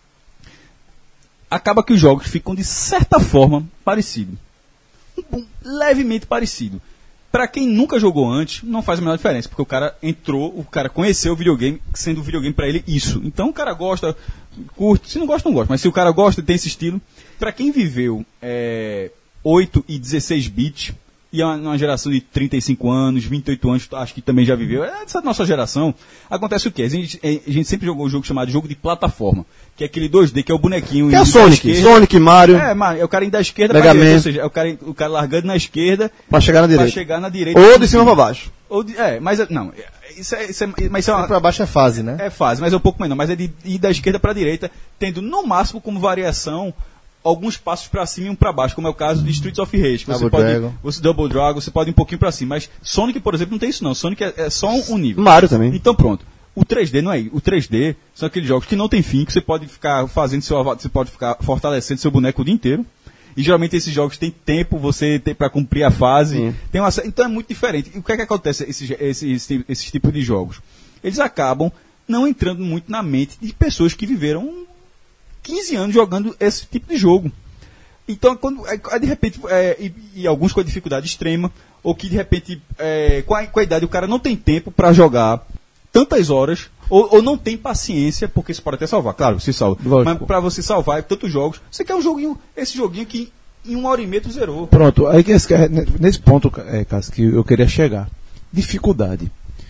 Acaba que os jogos ficam de certa forma parecidos. Um, um, levemente parecido. Pra quem nunca jogou antes, não faz a menor diferença, porque o cara entrou, o cara conheceu o videogame, sendo o videogame pra ele isso. Então o cara gosta, curte, se não gosta, não gosta, mas se o cara gosta, tem esse estilo. Pra quem viveu é, oito e dezesseis bits, e é uma, uma geração de trinta e cinco anos, vinte e oito anos, acho que também já viveu. Essa nossa geração, acontece o quê? A gente, a gente sempre jogou um jogo chamado jogo de plataforma, que é aquele dois D, que é o bonequinho... Que é o Sonic, esquerda. Sonic, Mario... É, é o cara indo da esquerda Mega pra direita, Man. ou seja, é o cara, o cara largando na esquerda... Pra chegar na direita. Pra chegar na direita. Ou de cima pra baixo. Ou de, é, mas não, isso é, isso é, mas isso é uma, pra baixo é fase, né? É fase, mas é um pouco menor, mas é de ir da esquerda pra direita, tendo no máximo como variação alguns passos pra cima e um pra baixo, como é o caso de Streets of Rage. Você Double pode, Dragon. você Double Dragon, você pode ir um pouquinho pra cima, mas Sonic, por exemplo, não tem isso não. Sonic é, é só um, um nível. Mario também. Então pronto. O três D não é. O três D são aqueles jogos que não tem fim, que você pode ficar fazendo seu avatar, você pode ficar fortalecendo seu boneco o dia inteiro. E geralmente esses jogos têm tempo, você tem para cumprir a fase. Sim. Tem uma, então é muito diferente. E o que é que acontece esses esse, esse, esses tipos de jogos? Eles acabam não entrando muito na mente de pessoas que viveram quinze anos jogando esse tipo de jogo. Então, quando, é, de repente, é, e, e alguns com a dificuldade extrema, ou que de repente, é, com, a, com a idade, o cara não tem tempo para jogar tantas horas, ou, ou não tem paciência, porque isso pode até salvar, claro, você salva. Lógico. Mas para você salvar tantos jogos, você quer um joguinho, esse joguinho que em uma hora e meia tu zerou. Pronto, aí que nesse ponto, é, Cássio, que eu queria chegar. Dificuldade.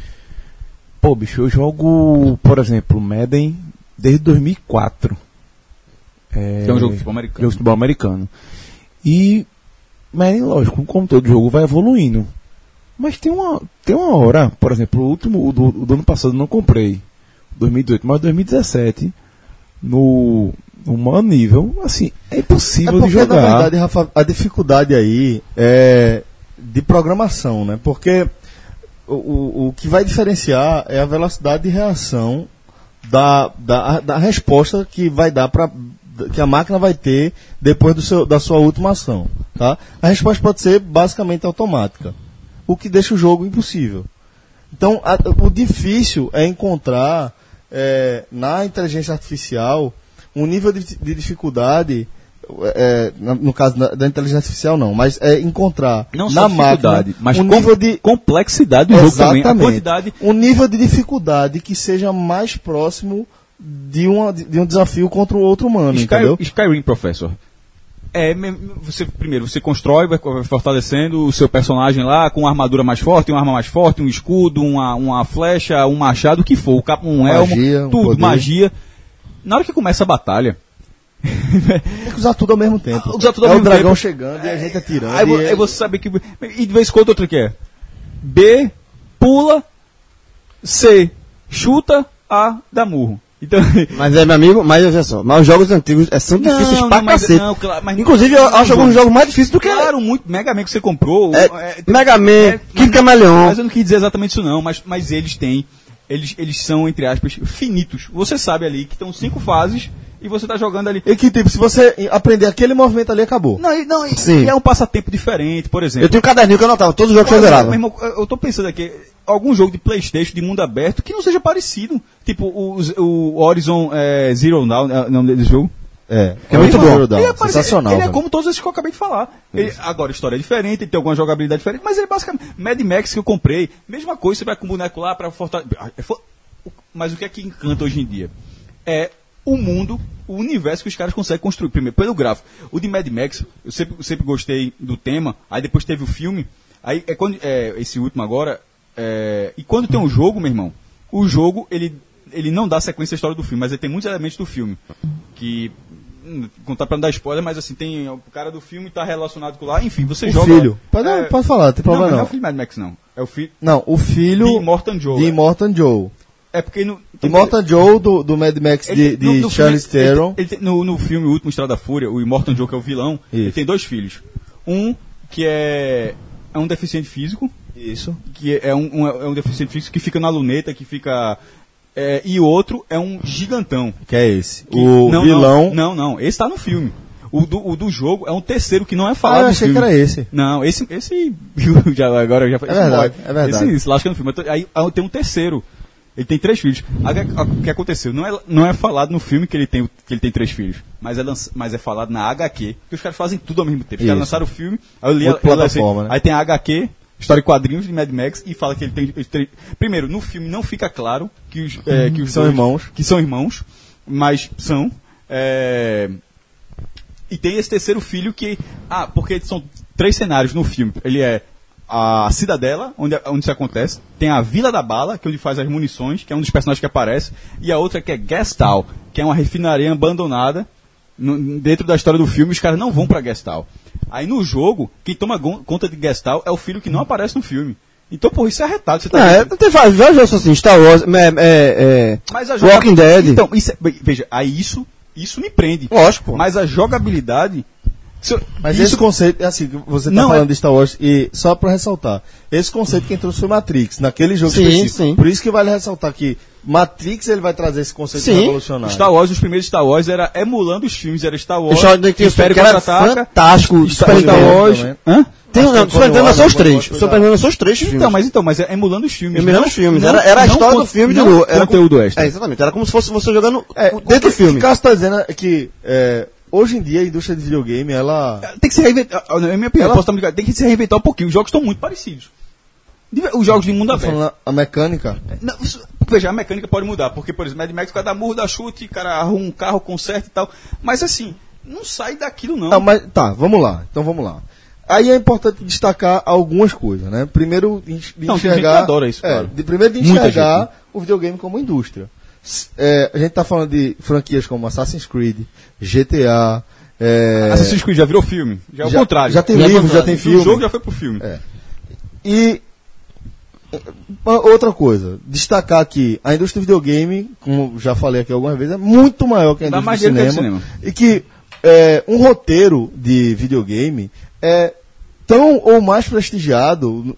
Pô, bicho, eu jogo, por exemplo, Madden desde dois mil e quatro. É, é um jogo de futebol americano. Jogo de futebol americano. E, mas lógico, como todo jogo vai evoluindo. Mas tem uma, tem uma hora, por exemplo, o último, o do, o do ano passado eu não comprei, dois mil e dezoito, mas dois mil e dezessete, no, no maior nível, assim, é impossível É porque, de jogar. na verdade, Rafa, a dificuldade aí é de programação, né? Porque o, o, o que vai diferenciar é a velocidade de reação da, da, da resposta que vai dar para que a máquina vai ter depois do seu, da sua última ação, tá? A resposta pode ser basicamente automática, o que deixa o jogo impossível. Então, a, o difícil é encontrar é, na inteligência artificial um nível de, de dificuldade, é, no caso da, da inteligência artificial não, mas é encontrar Não na só máquina dificuldade, mas um com- nível de complexidade do jogo também. A exatamente, quantidade. um nível de dificuldade que seja mais próximo de, uma, de um desafio contra o outro humano, Sky- entendeu? Skyrim, professor. É, me- você, primeiro, você constrói, vai vai fortalecendo o seu personagem lá com uma armadura mais forte, uma arma mais forte, um escudo, uma, uma flecha, um machado, o que for, o capa- um elmo, Magia, um tudo, poder. magia. Na hora que começa a batalha, Tem que usar tudo ao mesmo tempo. Ah, usar tudo ao é mesmo o dragão tempo. chegando e a gente atirando. aí, vo- e é- aí você sabe que. E de vez em quando outra que é B, pula, C, chuta, A, dá murro. Então. Mas é, meu amigo, mas olha só, mas os jogos antigos é, são difíceis Não, pra não, mas- cacete. não, claro, mas- Inclusive, eu não, acho não, alguns não. jogos mais difíceis do que Claro, muito Mega Man que você comprou. É, é, Mega Man, é, Kid mas- Camaleão. Mas eu não quis dizer exatamente isso não, mas, mas eles têm, eles, eles são, entre aspas, finitos. Você sabe ali que estão cinco fases e você tá jogando ali. E que tipo, se você aprender aquele movimento ali, acabou. Não, e- não, e- Sim. e é um passatempo diferente, por exemplo. Eu tenho um caderninho que eu anotava, todos os jogos que eu Por exemplo, zerava. meu irmão, eu tô pensando aqui, algum jogo de PlayStation de mundo aberto que não seja parecido. Tipo o, o Horizon é, Zero Dawn, é o nome desse jogo. É, Que é muito bom. Zero Dawn, Ele é parecido- sensacional. Ele é velho. como todos esses que eu acabei de falar. Ele- agora, a história é diferente, ele tem alguma jogabilidade diferente, mas ele é basicamente. Mad Max que eu comprei, mesma coisa, você vai com o boneco lá pra fortalecer. Mas o que é que encanta hoje em dia? É o mundo, o universo que os caras conseguem construir. Primeiro, pelo gráfico. O de Mad Max, eu sempre, eu sempre gostei do tema, aí depois teve o filme, aí é quando. É, esse último agora. é, e quando tem um jogo, meu irmão, o jogo, ele, ele não dá sequência à história do filme, mas ele tem muitos elementos do filme. Que. Hum, contar pra não dar spoiler, mas assim, tem o cara do filme tá relacionado com lá, enfim, você O joga. filho. Pode, é, pode falar, não tem não, problema mas não é não. o filho de Mad Max, não. É o filho. Não, o filho De Immortan Joe, de é. Immortan Joe. É porque no. Immortan Joe do, do Mad Max de, Ele- de no- no Charlize filme, ele- Theron. ele tem- no, no filme O Último Estrada da Fúria, o Immortan Joe, que é o vilão, ele Isso. tem dois filhos. Um que é, é um deficiente físico, Isso. que é um, um- é um deficiente físico que fica na luneta, que fica. é, e o outro é um gigantão. Que é esse. que- o não, vilão. Não, não, não, esse tá no filme. O do, o do jogo é um terceiro que não é Ah, falado eu no achei filme. que era esse. Não, esse. esse já, agora já É verdade, é verdade. Esse se lasca no filme. Então, aí aí tem um terceiro. Ele tem três filhos. Aí, a- a- o que aconteceu? Não é, não é falado no filme que ele tem, o- que ele tem três filhos. Mas é, lanç- mas é falado na H Q. Porque os caras fazem tudo ao mesmo tempo. Os caras Isso. lançaram o filme. Aí eu li, Outra eu li assim, plataforma, né? Aí tem a H Q, história e quadrinhos de Mad Max, e fala que ele tem. ele tem- primeiro, no filme não fica claro que os, é, que os São dois- irmãos. Que são irmãos. Mas são. É, e tem esse terceiro filho que. Ah, porque são três cenários no filme. Ele é a Cidadela, onde, onde isso acontece. Tem a Vila da Bala, que é onde faz as munições, que é um dos personagens que aparece. E a outra que é Gestal, que é uma refinaria abandonada. No- dentro da história do filme, os caras não vão pra Gestal. Aí no jogo, quem toma gon- conta de Gestal é o filho que não aparece no filme. Então, porra, isso é arretado. Você tá Não, é, vendo? tem vários vários jogos assim, Star Wars, é, é, é, Mas a Walking Dead. Então, isso é- veja, aí isso, isso me prende. Lógico, pô. Mas a jogabilidade. se eu- Mas isso- esse conceito, é assim, você tá Não, falando é- de Star Wars, e só pra ressaltar, esse conceito quem trouxe foi Matrix, naquele jogo Sim, específico. sim. Por isso que vale ressaltar que Matrix ele vai trazer esse conceito Sim. revolucionário. Star Wars, os primeiros Star Wars era emulando os filmes, era Star Wars, Deixa eu dizer que Império que era Contra-Ataca, fantástico. Star, Super Star Nintendo Wars. também. Hã? Tem, Acho não, que Super Nintendo quando são os eu- três. quando eu- Super Nintendo são os três filmes. Então, mas então, mas é emulando os filmes. Emulando não- os filmes. não- Era, era a não história con- do filme de não novo. Era conteúdo como- extra. É, exatamente. Era como se fosse você jogando É, o- dentro do O filme. que Cássio tá dizendo é que é, hoje em dia a indústria de videogame, ela... Tem que se reinventar. Na minha opinião, Ela- posso estar muito ligado, tem que se reinventar um pouquinho. Os jogos estão muito parecidos. De- Os jogos de mundo Tá aberto. falando a mecânica. Não, isso- porque, veja, a mecânica pode mudar, porque, por exemplo, Mad Max, o cara dá murro, dá chute, o cara arruma um carro, conserta e tal. Mas assim, não sai daquilo não. Não, mas tá, vamos lá. Então vamos lá. Aí é importante destacar algumas coisas, né? Primeiro, de de Não, tem gente enxergar. que adora isso, é, claro. de, primeiro, de Muita enxergar gente, né? o videogame como indústria. S- é, a gente tá falando de franquias como Assassin's Creed, G T A. É, Assassin's Creed já virou filme. Já é o já- contrário. já tem Já é o livro, já contrário. tem O filme. jogo já foi pro filme. É. E Outra coisa, destacar aqui, a indústria de videogame, como já falei aqui algumas vezes, é muito maior que a Dá indústria mais do dinheiro cinema, que o cinema. e que é, um roteiro de videogame é tão ou mais prestigiado.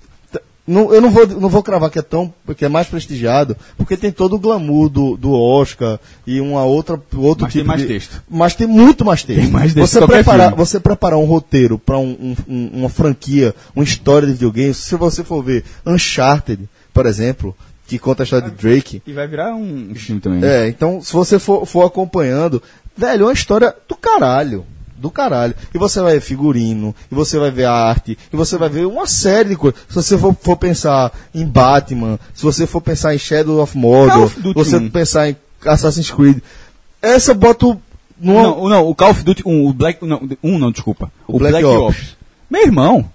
Não, eu não vou, não vou cravar que é tão, que é mais prestigiado, porque tem todo o glamour do, do Oscar e uma outra, outro Mas tipo tem mais de, texto. Mas tem muito mais texto. Tem mais texto você que qualquer preparar, filme. você preparar um roteiro para um, um, um, uma franquia, uma história de videogame, se você for ver Uncharted, por exemplo, que conta a história de Drake. E vai virar um filme também. né? É, então se você for, for acompanhando, velho, é uma história do caralho. Do caralho. E você vai ver figurino, e você vai ver a arte, e você vai ver uma série de coisas. Se você for, for pensar em Batman, se você for pensar em Shadow of Call Mordor, of Duty você um. pensar em Assassin's Creed, essa bota numa... Não, não, o Call of Duty um, o Black, não, um não, desculpa. O O, Black Black, Ops. Ops. Meu irmão,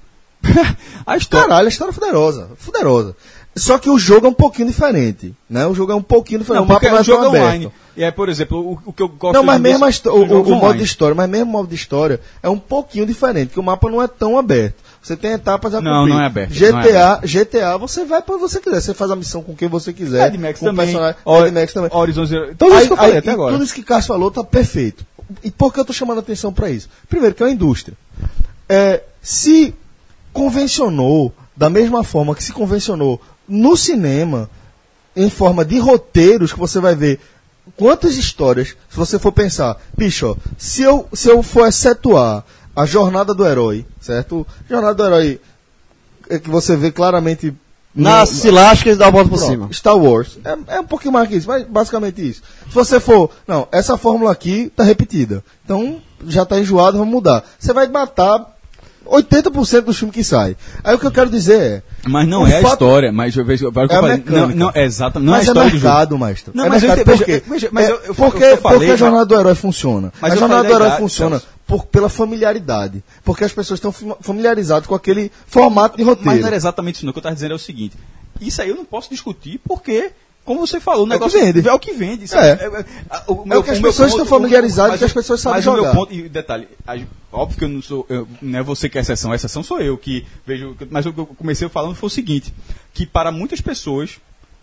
a história... Caralho, a história é fuderosa. Fuderosa. Só que o jogo é um pouquinho diferente, né? O jogo é um pouquinho diferente. Não, o mapa porque não é o jogo tão é aberto. online. E aí, por exemplo, o, o que eu gosto... Não, mas de mesmo a desse- histó- o, dos jogos o- o modo online. de história, mas mesmo o modo de história é um pouquinho diferente, porque o mapa não é tão aberto. Você tem etapas a Não, cumprir. não é aberto, G T A, não é aberto. G T A você vai pra onde você quiser, você faz a missão com quem você quiser. Mad Max com o também. personagem- Or- Mad Max também. Horizon Zero... Tudo Aí- isso que eu falei aí, até e agora. Tudo isso que o Cássio falou tá perfeito. E por que eu tô chamando a atenção para isso? Primeiro, que é uma indústria. É, se convencionou da mesma forma que se convencionou no cinema, em forma de roteiros, que você vai ver quantas histórias, se você for pensar, bicho, ó, se eu, se eu for excetuar a jornada do herói, certo? Jornada do herói é que você vê claramente Na se lasca e dá a volta por Pronto, cima. Star Wars. É, é um pouquinho mais que isso, mas basicamente isso. Se você for, não, essa fórmula aqui tá repetida. Então, já tá enjoado, vamos mudar. Você vai matar oitenta por cento do filme que sai. Aí o que eu quero dizer é... Mas não o é a fato- história, mas eu vejo... vai o que É eu a falei. mecânica. Não, não, é exato, não mas é a é história do jogo. mercado, maestro. Não, é mas eu mercado. entendo- Por quê? veja, veja, mas É, eu- eu- porque, eu- eu falei, porque a mas- jornada do herói funciona. Mas a eu jornada do falei da herói idade, funciona Celso. por, pela familiaridade. Porque as pessoas estão fam- familiarizadas com aquele formato de roteiro. Mas não era exatamente isso, não. O que eu estava dizendo é o seguinte: isso aí eu não posso discutir porque, como você falou, o o negócio que vende. é o que vende. sabe? É. É, a- o É o que as meu pessoas estão familiarizadas, mas que as o- pessoas sabem mas o jogar. meu ponto, e detalhe, a- óbvio que eu não sou, eu- não é você que é a exceção, a exceção sou eu que vejo, mas o que eu comecei falando foi o seguinte, que para muitas pessoas,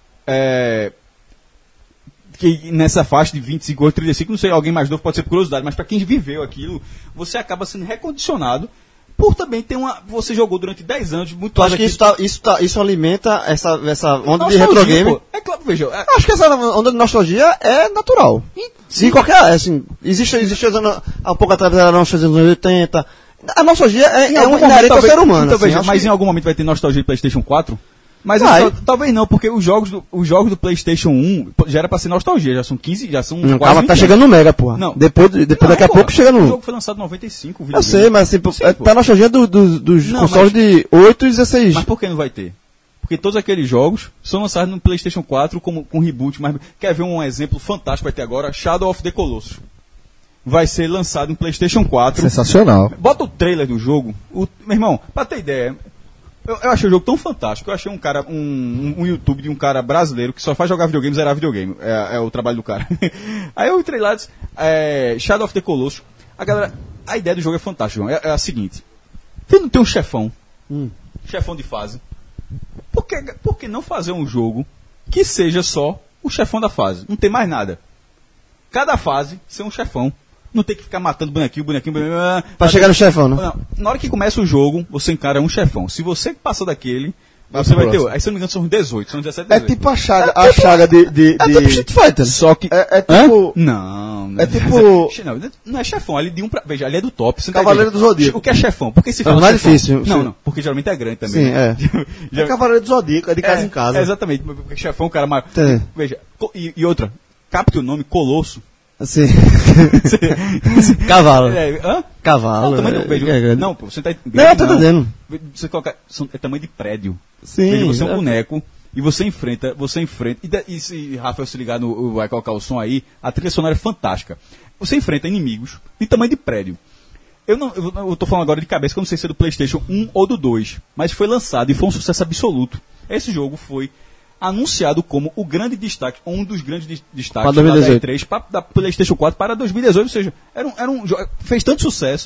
é, que nessa faixa de vinte e cinco anos, trinta e cinco, não sei, alguém mais novo pode ser por curiosidade, mas para quem viveu aquilo, você acaba sendo recondicionado por também ter uma, você jogou durante dez anos, muito Tu acha mais que aqui- isso, tá, isso, tá, isso alimenta essa, essa onda de Nostalgia, retrogame? pô. É claro, veja, é- Acho que essa onda de nostalgia é natural. Sim, qualquer. Assim, existe, existe há um pouco atrás da nostalgia dos anos oitenta. A nostalgia é, Em é algum um momento, inerente ao talvez- ser humano. então, assim, veja, acho mas que- em algum momento vai ter nostalgia de PlayStation quatro? Mas Vai. isso, talvez não, porque os jogos do, os jogos do PlayStation um pô, já era pra ser nostalgia, já são quinze, já são Não, quase calma, vinte tá anos. chegando no Mega, porra. Não. Depois, depois Não, daqui a porra, pouco chega O no. jogo foi lançado em noventa e cinco, o Eu videogame. sei, mas assim, Sim, é, pô. tá na nostalgia do, do, dos Não, consoles mas- de oito e dezesseis. Mas por que não vai ter? Porque todos aqueles jogos são lançados no PlayStation quatro como, com reboot, mas quer ver um exemplo fantástico vai ter agora? Shadow of the Colossus. Vai ser lançado no PlayStation quatro. Sensacional. Bota o trailer do jogo. O, meu irmão, pra ter ideia, eu, eu achei o jogo tão fantástico. Eu achei um cara, um, um, um YouTube de um cara brasileiro que só faz jogar videogame, zerar videogame. É, é o trabalho do cara. Aí eu entrei lá e disse, é, Shadow of the Colossus. A galera, a ideia do jogo é fantástica, João. É, é a seguinte: tem, não tem um chefão, chefão de fase. Por que, por que não fazer um jogo que seja só o chefão da fase? Não tem mais nada. Cada fase ser um chefão. Não tem que ficar matando bonequinho, bonequinho, bonequinho. Pra chegar no chefão, né? Não, na hora que começa o jogo, você encara um chefão. Se você passar daquele, Vai você pro vai ter. próximo. Aí se eu não me engano são dezoito, são dezessete, É dezoito. tipo a chaga, a chaga de... de, É de- tipo Street Fighter. Só que. É, é Hã? tipo... Não, não. É tipo- Não, não é chefão, ali de um pra. Veja, ali é do top. Você não tá Cavaleiro entendendo. do Zodíaco. O que é chefão? Porque se É fala mais chefão- difícil, Não, sim. não, porque geralmente é grande também. Sim, né? É Já- Cavaleiro do Zodíaco, é de casa é, em casa. é, exatamente, porque chefão, o cara mais. Tem. Veja, co- e, e outra, capte o nome Colosso. Assim. Cavalo. É, hã? Cavalo. Não, tamanho do, é- veja, é grande. não, pô, você tá Não, eu tô entendendo. Você coloca, são- é tamanho de prédio. Sim. Veja, você é um é- boneco e você enfrenta, você enfrenta. E, da- e se Rafael se ligar no, vai colocar o som aí, a trilha sonora é fantástica. Você enfrenta inimigos de tamanho de prédio. Eu não, eu, eu tô falando agora de cabeça, que eu não sei se é do PlayStation um ou do dois, mas foi lançado e foi um sucesso absoluto. Esse jogo foi anunciado como o grande destaque, ou um dos grandes des- destaques Pra dois mil e da dezoito. E três pra, da PlayStation quatro para dois mil e dezoito, ou seja, era um, era um jogo, fez tanto sucesso.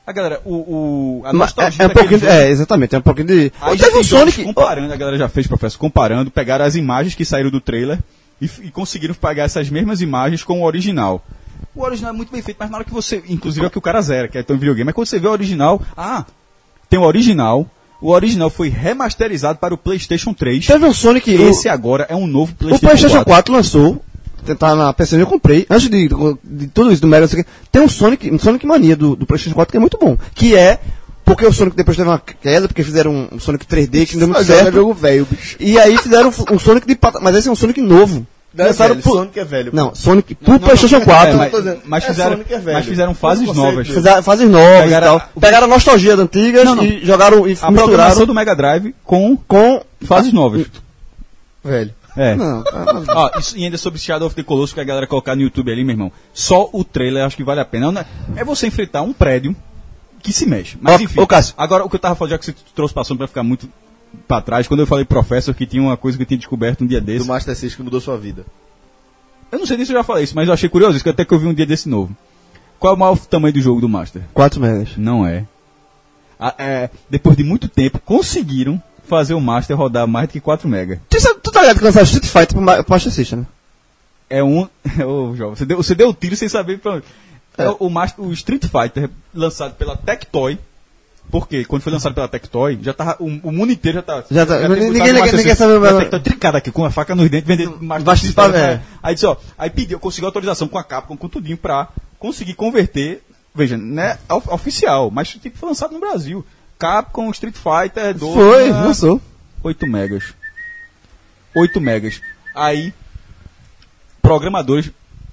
A galera, o, o, a Mas nostalgia é, é um daquele pouquinho, jogo- é, exatamente, é um pouquinho de... Aí Teve já um tem jogos Sonic... comparando, a galera já fez, professor, comparando, pegaram as imagens que saíram do trailer e, f- e conseguiram pegar essas mesmas imagens com o original. O original é muito bem feito, mas na hora que você, inclusive é o que o cara zera, que é tão videogame, mas quando você vê o original, ah, tem o original, o original foi remasterizado para o PlayStation três. Teve um Sonic... Esse agora é um novo O PlayStation, PlayStation quatro. quatro lançou, tá na P C eu comprei, antes de, de tudo isso do Mega, não sei o quê, tem um Sonic, um Sonic Mania do, do PlayStation quatro que é muito bom, que é, porque o Sonic depois teve uma queda, porque fizeram um, um Sonic três D que não deu muito Mas é certo, jogo velho, bicho. e aí fizeram um, um Sonic de pata, mas esse é um Sonic novo. Não é Lançaram velho, por- Sonic é velho. Não, Sonic pro Não, PlayStation não, quatro, é, mas, tô dizendo, mas é fizeram, Sonic é velho. mas fizeram fases Todo novas. conceito. fizeram fases novas Pegaram e a- tal. Pegaram a nostalgia das antigas Não, não. e jogaram e A misturaram programação do Mega Drive com com... fases novas. Velho. É. Não, ah, Ó, isso, e ainda sobre Shadow of the Colossus que a galera colocar no YouTube ali, meu irmão. Só o trailer acho que vale a pena. Não, é você enfrentar um prédio que se mexe. Mas Ó, enfim. ô, Cássio. Agora, o que eu tava falando, já que você trouxe passando pra ficar muito pra trás, quando eu falei Professor, que tinha uma coisa que eu tinha descoberto um dia Do desse. Master System que mudou sua vida. Eu não sei nem se eu já falei isso, mas eu achei curioso isso, que até que eu vi um dia desse novo. Qual é o maior tamanho do jogo do Master? quatro megas. Não é. Ah, é, depois de muito tempo, conseguiram fazer o Master rodar mais do que quatro mega. Tu, sabe- tu tá ligado que lançaram Street Fighter pro, Ma- pro Master System, né? É um. Ô, João, você deu, você deu o tiro sem saber pra onde. É. o, o, Master, o Street Fighter, lançado pela Tectoy. Porque quando foi lançado pela Tectoy, já tava. O, o mundo inteiro já tá. Já tá- tem ninguém- botado ninguém- Master ninguém System. sabe o- A Tectoy trincada aqui, com a faca nos dentes, vendendo Master Master System. System, é. Aí disse, ó. Aí pediu, conseguiu autorização com a Capcom, com tudinho, pra conseguir converter. Veja, né? of- Oficial, mas tipo, foi lançado no Brasil. Capcom, Street Fighter dois. Foi, né? lançou. oito megas. oito megas. Aí, programadores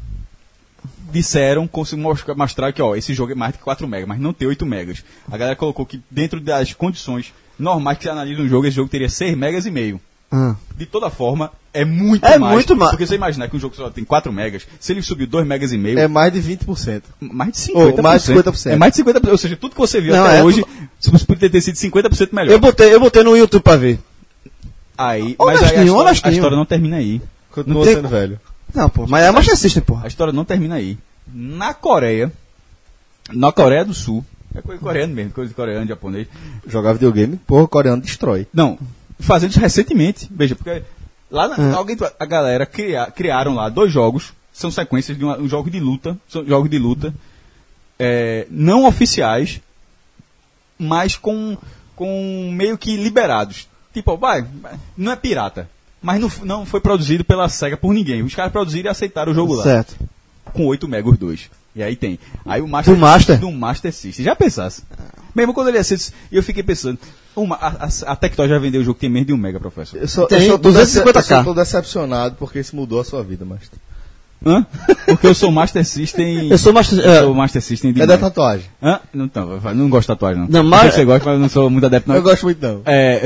disseram, conseguiram mostrar, mostrar que ó, esse jogo é mais de quatro megas, mas não tem oito megas. A galera colocou que dentro das condições normais que se analisa um jogo, esse jogo teria seis megas e meio. Ah. De toda forma, é muito É mais. muito mais. Porque você imaginar que um jogo só tem quatro megas, se ele subiu dois megas e meio, É mais de vinte por cento. mais de cinquenta por cento. Ou mais de cinquenta por cento. É mais de cinquenta por cento. Ou seja, tudo que você viu Não, até é hoje, poderia ter sido cinquenta por cento melhor. Eu botei, eu botei no YouTube pra ver. Aí, Honestinho, mas aí a história, a honestinho. história não termina aí. Continua Não tem- sendo velho. Não, pô, mas é Master System, porra. A história não termina aí. Na Coreia, na Coreia do Sul, é coisa de coreano mesmo, coisa de coreano, japonês. Jogar videogame, porra, o coreano destrói. Não, fazendo isso recentemente. Veja, porque lá na, alguém, a galera cria, criaram lá dois jogos, são sequências de uma- um jogo de luta, são jogos de luta é, não oficiais, mas com, com meio que liberados. Tipo, vai, vai, não é pirata, mas não, f- não foi produzido pela SEGA por ninguém. Os caras produziram e aceitaram o jogo lá. Certo. Com oito megas os dois. E aí tem. Aí o Master Do Master? Do Master System. Já pensasse? Mesmo quando ele ia ser. Eu fiquei pensando. Uma, a, a, a Tectoy já vendeu o jogo que tem menos de um mega, professor. Eu só, Tem eu só tô duzentos e cinquenta K. dece- eu só tô decepcionado porque isso mudou a sua vida, Master. Hã? Porque eu sou Master System. Eu sou Master... Eu é, sou Master System de. É da tatuagem. Hã? Não, não, não gosto de tatuagem, não. Não, Não mas- sei se você gosta, mas eu não sou muito adepto, não. Eu gosto muito não. É.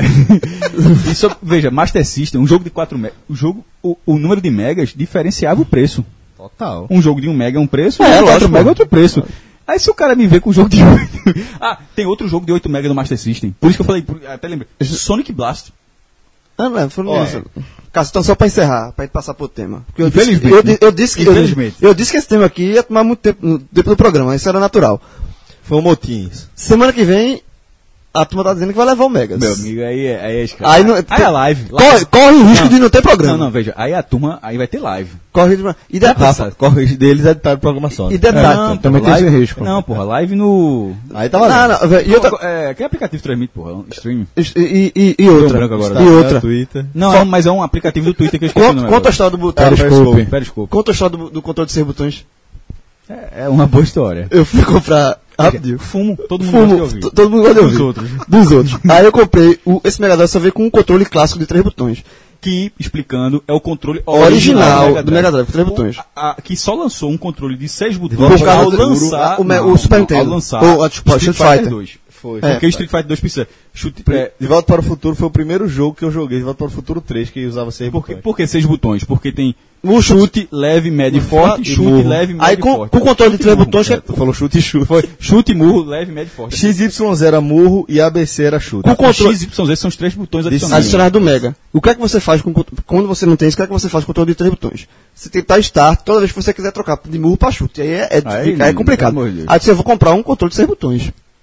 Isso, veja, Master System, um jogo de quatro megas. O jogo, o, o número de megas diferenciava o preço. Total. Um jogo de um mega é um preço, É, um de lógico, quatro mega é pô. outro preço. Aí se o cara me vê com um jogo de oito... Ah, tem outro jogo de oito mega no Master System. Por isso que eu falei, por- até lembrei. Sonic Blast. Ah, não, foi Ó, isso. Cássio, então só pra encerrar, pra gente passar pro tema. Porque eu disse, Infelizmente, eu, né? di- eu disse que, eu, Infelizmente. eu disse que esse tema aqui ia tomar muito tempo, no- tempo do programa, isso era natural. Foi um motim isso. Semana que vem, a turma tá dizendo que vai levar o Megas. Meu amigo, aí é, aí é escravo. Aí, não, aí é live. Corre, live. corre o risco Não. de não ter programa. Não, não, veja. Aí a turma, aí vai ter live. Corre o risco de... E, de, Rafa, corre deles é de programação. e detalhe... Não, também porra, tem esse live- risco. Não, porra, live no... Aí tá Não, valendo. não, velho, e outra... É, que aplicativo transmite, porra? Stream? E, e, e, e outra. branco agora. E Instagram, outra. Twitter. Não, é um- mas é um aplicativo do Twitter que eu esqueci o Conta, nome conta a agora. história do botão. Periscope. Periscope. Conta a história do, do controle de seis botões. É, é uma boa história. Eu fui comprar... Rapidinho. Fumo, todo mundo gosta de Fumo, ouvir. t- todo mundo gosta de Dos ouvir. outros. Dos outros. Aí eu comprei o, esse Mega Drive só veio com um controle clássico de três botões. Que, explicando, é o controle Original original do Mega Drive, com três botões. O- a- a- que só lançou um controle de seis botões Por causa ao do- lançar o, me- não, o Super não, Nintendo. ao lançar Ou, ah, desculpa, Street Street Fighter Fighter. dois. Foi. Porque Street Fighter dois precisa. Chute, é, De Volta para o Futuro foi o primeiro jogo que eu joguei. De Volta para o Futuro três, que usava seis por, que, botões. por que seis botões? Porque tem O chute, leve, médio e forte, e chute, murro. leve, médio Aí e com, forte. com o controle de Chute três e murro. botões, que é, Tu falou chute e chute. Foi chute, murro, leve, médio e forte. X Y Z era murro e A B C era chute. com o O controle X, Y, Z são os três botões Desse adicionais. adicionado do Mega. O que é que você faz com, quando você não tem isso? O que é que você faz com o controle de três botões? Você tem que estar start toda vez que você quiser trocar de murro para chute. Aí é, é, Aí fica- é não, complicado. pelo amor de Deus. Aí você eu vou comprar um controle de seis botões.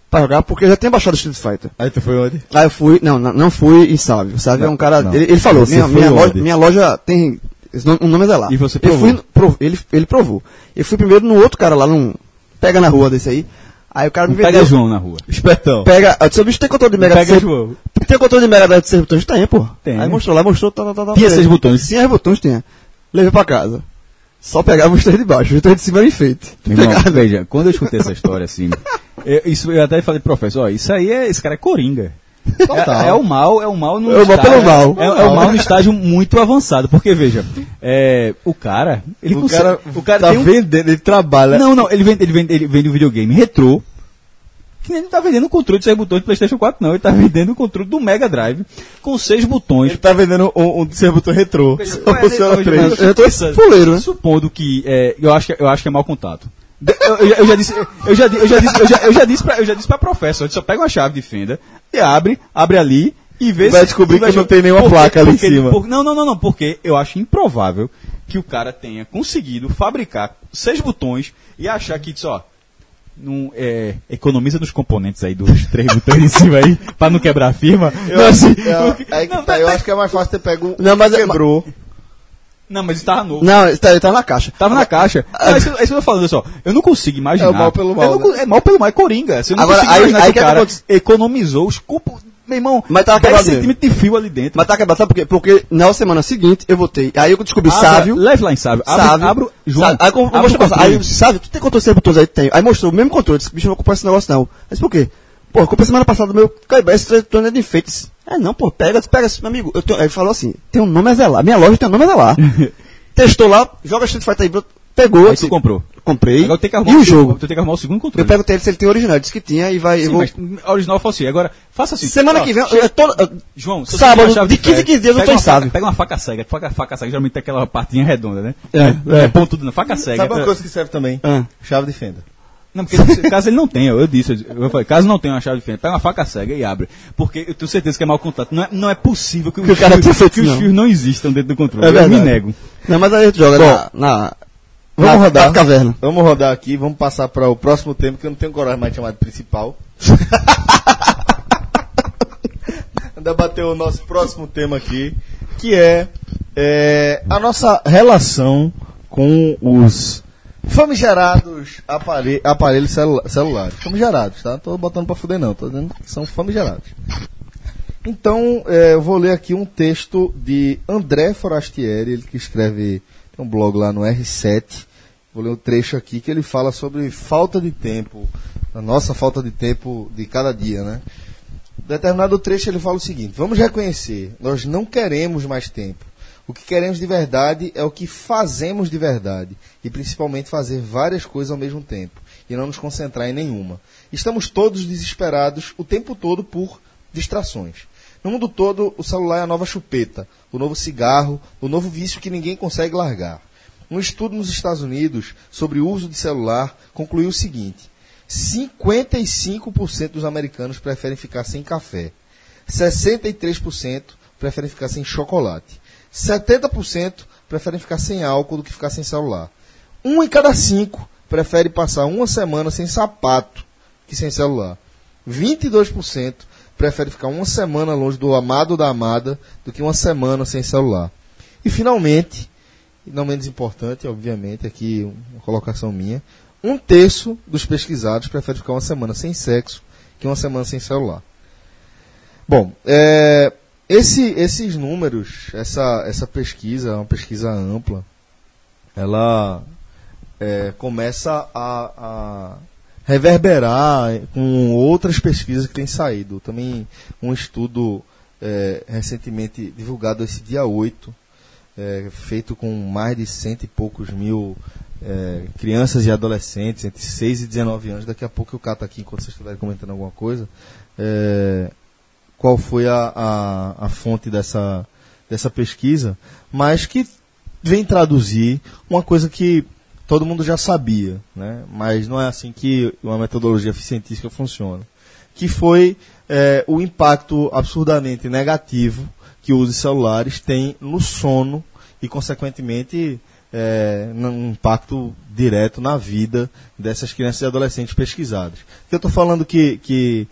pra jogar, porque eu já tinha baixado o Street Fighter. Aí tu foi onde? Aí eu fui, não, não, não fui em Sávio. O Sávio é um cara, não. ele, ele falou, Você minha, foi minha, onde? loja, minha loja tem, esse nome- o nome é lá. E você Eu provou? fui, prov- ele, ele provou. Eu fui primeiro no outro cara lá, num, pega na rua desse aí. Aí o cara me Pega vendeu. João na rua. Espertão. Pega, eu disse, bicho, tem controle de Mega Pega Drive? João. Tem controle de Mega Drive de seis botões? Tem, pô. Tem. Aí mostrou lá, mostrou, tá, tá, tá, tá, Tinha beleza. seis botões? Sim, seis botões tinha. Levei pra casa. Só pegava os três de baixo, os três de cima era enfeite. Meu irmão, veja, quando eu escutei essa história assim, eu, isso, eu até falei pro professor, ó, isso aí é, esse cara é coringa. Total. É, é o mal, é o mal no É o mal estágio- pelo mal. É, é o mal no estágio muito avançado, porque veja, é, o cara, ele O consegue- cara, o cara tá tem um- vendendo, ele trabalha. Não, não, ele vende, ele vende, ele vende um videogame retrô. Que ele não tá vendendo um controle de seis botões do PlayStation quatro, não. Ele tá vendendo um controle do Mega Drive com seis botões. Ele tá vendendo um, um servidor retrô. Só funciona Veja, três. veja, Eu tô pensando, fuleiro, né? Supondo que, é, eu acho que eu acho que é mau contato. De- Eu, eu, eu já disse, eu já, di- eu já disse, eu já, eu já disse pra, eu já disse pra professor, eu disse, só pega uma chave de fenda e abre, abre ali e vê Vai se- descobrir e vai que não jogar. tem nenhuma Porque- placa ali em porque- cima. por- não, não, não, não, porque eu acho improvável que o cara tenha conseguido fabricar seis botões e achar que só não, é, economiza nos componentes aí dos três botões em cima aí, pra não quebrar a firma. Eu, Não, assim, é, aí que não, tá, eu tá- acho que é mais fácil ter pego um Não, mas é- quebrou. não, mas estava novo. Não, ele tá, ele tá na caixa. Tava na caixa. Não, é isso, é isso que eu tô falando, olha só. Eu não consigo imaginar. É o mal pelo mal, Eu não né? co- É mal pelo mal, é coringa. Você não Agora, consigo aí- imaginar aí que que o cara acontece? economizou os cupos. Meu irmão, Mas tava dez quebrado centímetros de fio ali dentro. Mas tá quebrado, sabe por quê? Porque na semana seguinte eu voltei. Aí eu descobri Abra- Sávio. Leve lá em Sávio. Abre, Sávio. abro, João. Sávio. Aí eu abre mostrei o pra Sávio. Aí controle. eu disse, Sávio, tu tem controle de seis botões aí? Tenho. Aí mostrou o mesmo controle. Eu disse, bicho, eu não vou comprar esse negócio não. Eu disse, por quê? Pô, eu comprei semana passada o meu. Cara, esse três botões é de enfeites. É não, pô, pega, pega esse meu amigo. Eu tenho, aí ele falou assim: tem um nome a zelar. Minha loja tem um nome a zelar. Testou lá, joga Street Fighter aí, pegou. Aí disse, tu comprou. Comprei. Agora tem que arrumar E o segundo- jogo? Tu tem que arrumar o segundo Eu controle. perguntei ele se ele tem original. Ele disse que tinha e vai. Sim, eu vou... mas a original eu faço assim. Agora, faça assim. Semana Ó, que vem, chega- eu tô, eu- João, se você sábado, tem uma chave de quinze em ferro, quinze dias eu pega tô em uma faca- Sávio. Pega uma faca cega. Faca, faca cega geralmente tem aquela partinha redonda, né? É, Não é ponto tudo, não. Faca cega. Sabe uma coisa que serve também? Ah. Chave de fenda. Não, porque se- caso ele não tenha, eu disse, eu, eu falei, caso não tenha uma chave de fenda, pega uma faca cega e abre. Porque eu tenho certeza que é mau contato. Não é, não é possível que, Que o os cara fios- tenha feito que os não. fios não existam dentro do controle. É eu me verdade. nego. Não, mas aí a gente joga Bom, na, na. Vamos na, rodar. na caverna. Vamos rodar aqui, vamos passar para o próximo tema, que eu não tenho coragem mais de chamar de principal. Debater o nosso próximo tema aqui, que é, é a nossa relação com os famigerados apare aparelhos celu celulares. Famigerados, tá? Não tô botando pra fuder não, tô dizendo que são famigerados. Então, é, eu vou ler aqui um texto de André Forastieri, ele que escreve, tem um blog lá no R sete. Vou ler um trecho aqui que ele fala sobre falta de tempo, a nossa falta de tempo de cada dia, né? Determinado trecho ele fala o seguinte: vamos reconhecer, nós não queremos mais tempo. O que queremos de verdade é o que fazemos de verdade, e principalmente fazer várias coisas ao mesmo tempo, e não nos concentrar em nenhuma. Estamos todos desesperados o tempo todo por distrações. No mundo todo, o celular é a nova chupeta, o novo cigarro, o novo vício que ninguém consegue largar. Um estudo nos Estados Unidos sobre o uso de celular concluiu o seguinte: cinquenta e cinco por cento dos americanos preferem ficar sem café, sessenta e três por cento preferem ficar sem chocolate, setenta por cento preferem ficar sem álcool do que ficar sem celular. Um em cada cinco prefere passar uma semana sem sapato que sem celular. vinte e dois por cento prefere ficar uma semana longe do amado ou da amada do que uma semana sem celular. E finalmente, e não menos importante, obviamente, aqui uma colocação minha, um terço dos pesquisados prefere ficar uma semana sem sexo que uma semana sem celular. Bom, é, esse, esses números, essa, essa pesquisa, uma pesquisa ampla, ela é, começa a, a reverberar com outras pesquisas que têm saído. Também um estudo é, recentemente divulgado esse dia oito, é, feito com mais de cento e poucos mil é, crianças e adolescentes entre seis e dezenove anos. Daqui a pouco eu cato aqui, enquanto vocês estiverem comentando alguma coisa, é, qual foi a, a, a fonte dessa, dessa pesquisa, mas que vem traduzir uma coisa que todo mundo já sabia, né? Mas não é assim que uma metodologia científica funciona. Que foi é, o impacto absurdamente negativo que o uso de celulares tem no sono e, consequentemente, é, um impacto direto na vida dessas crianças e adolescentes pesquisadas. Eu estou falando que, que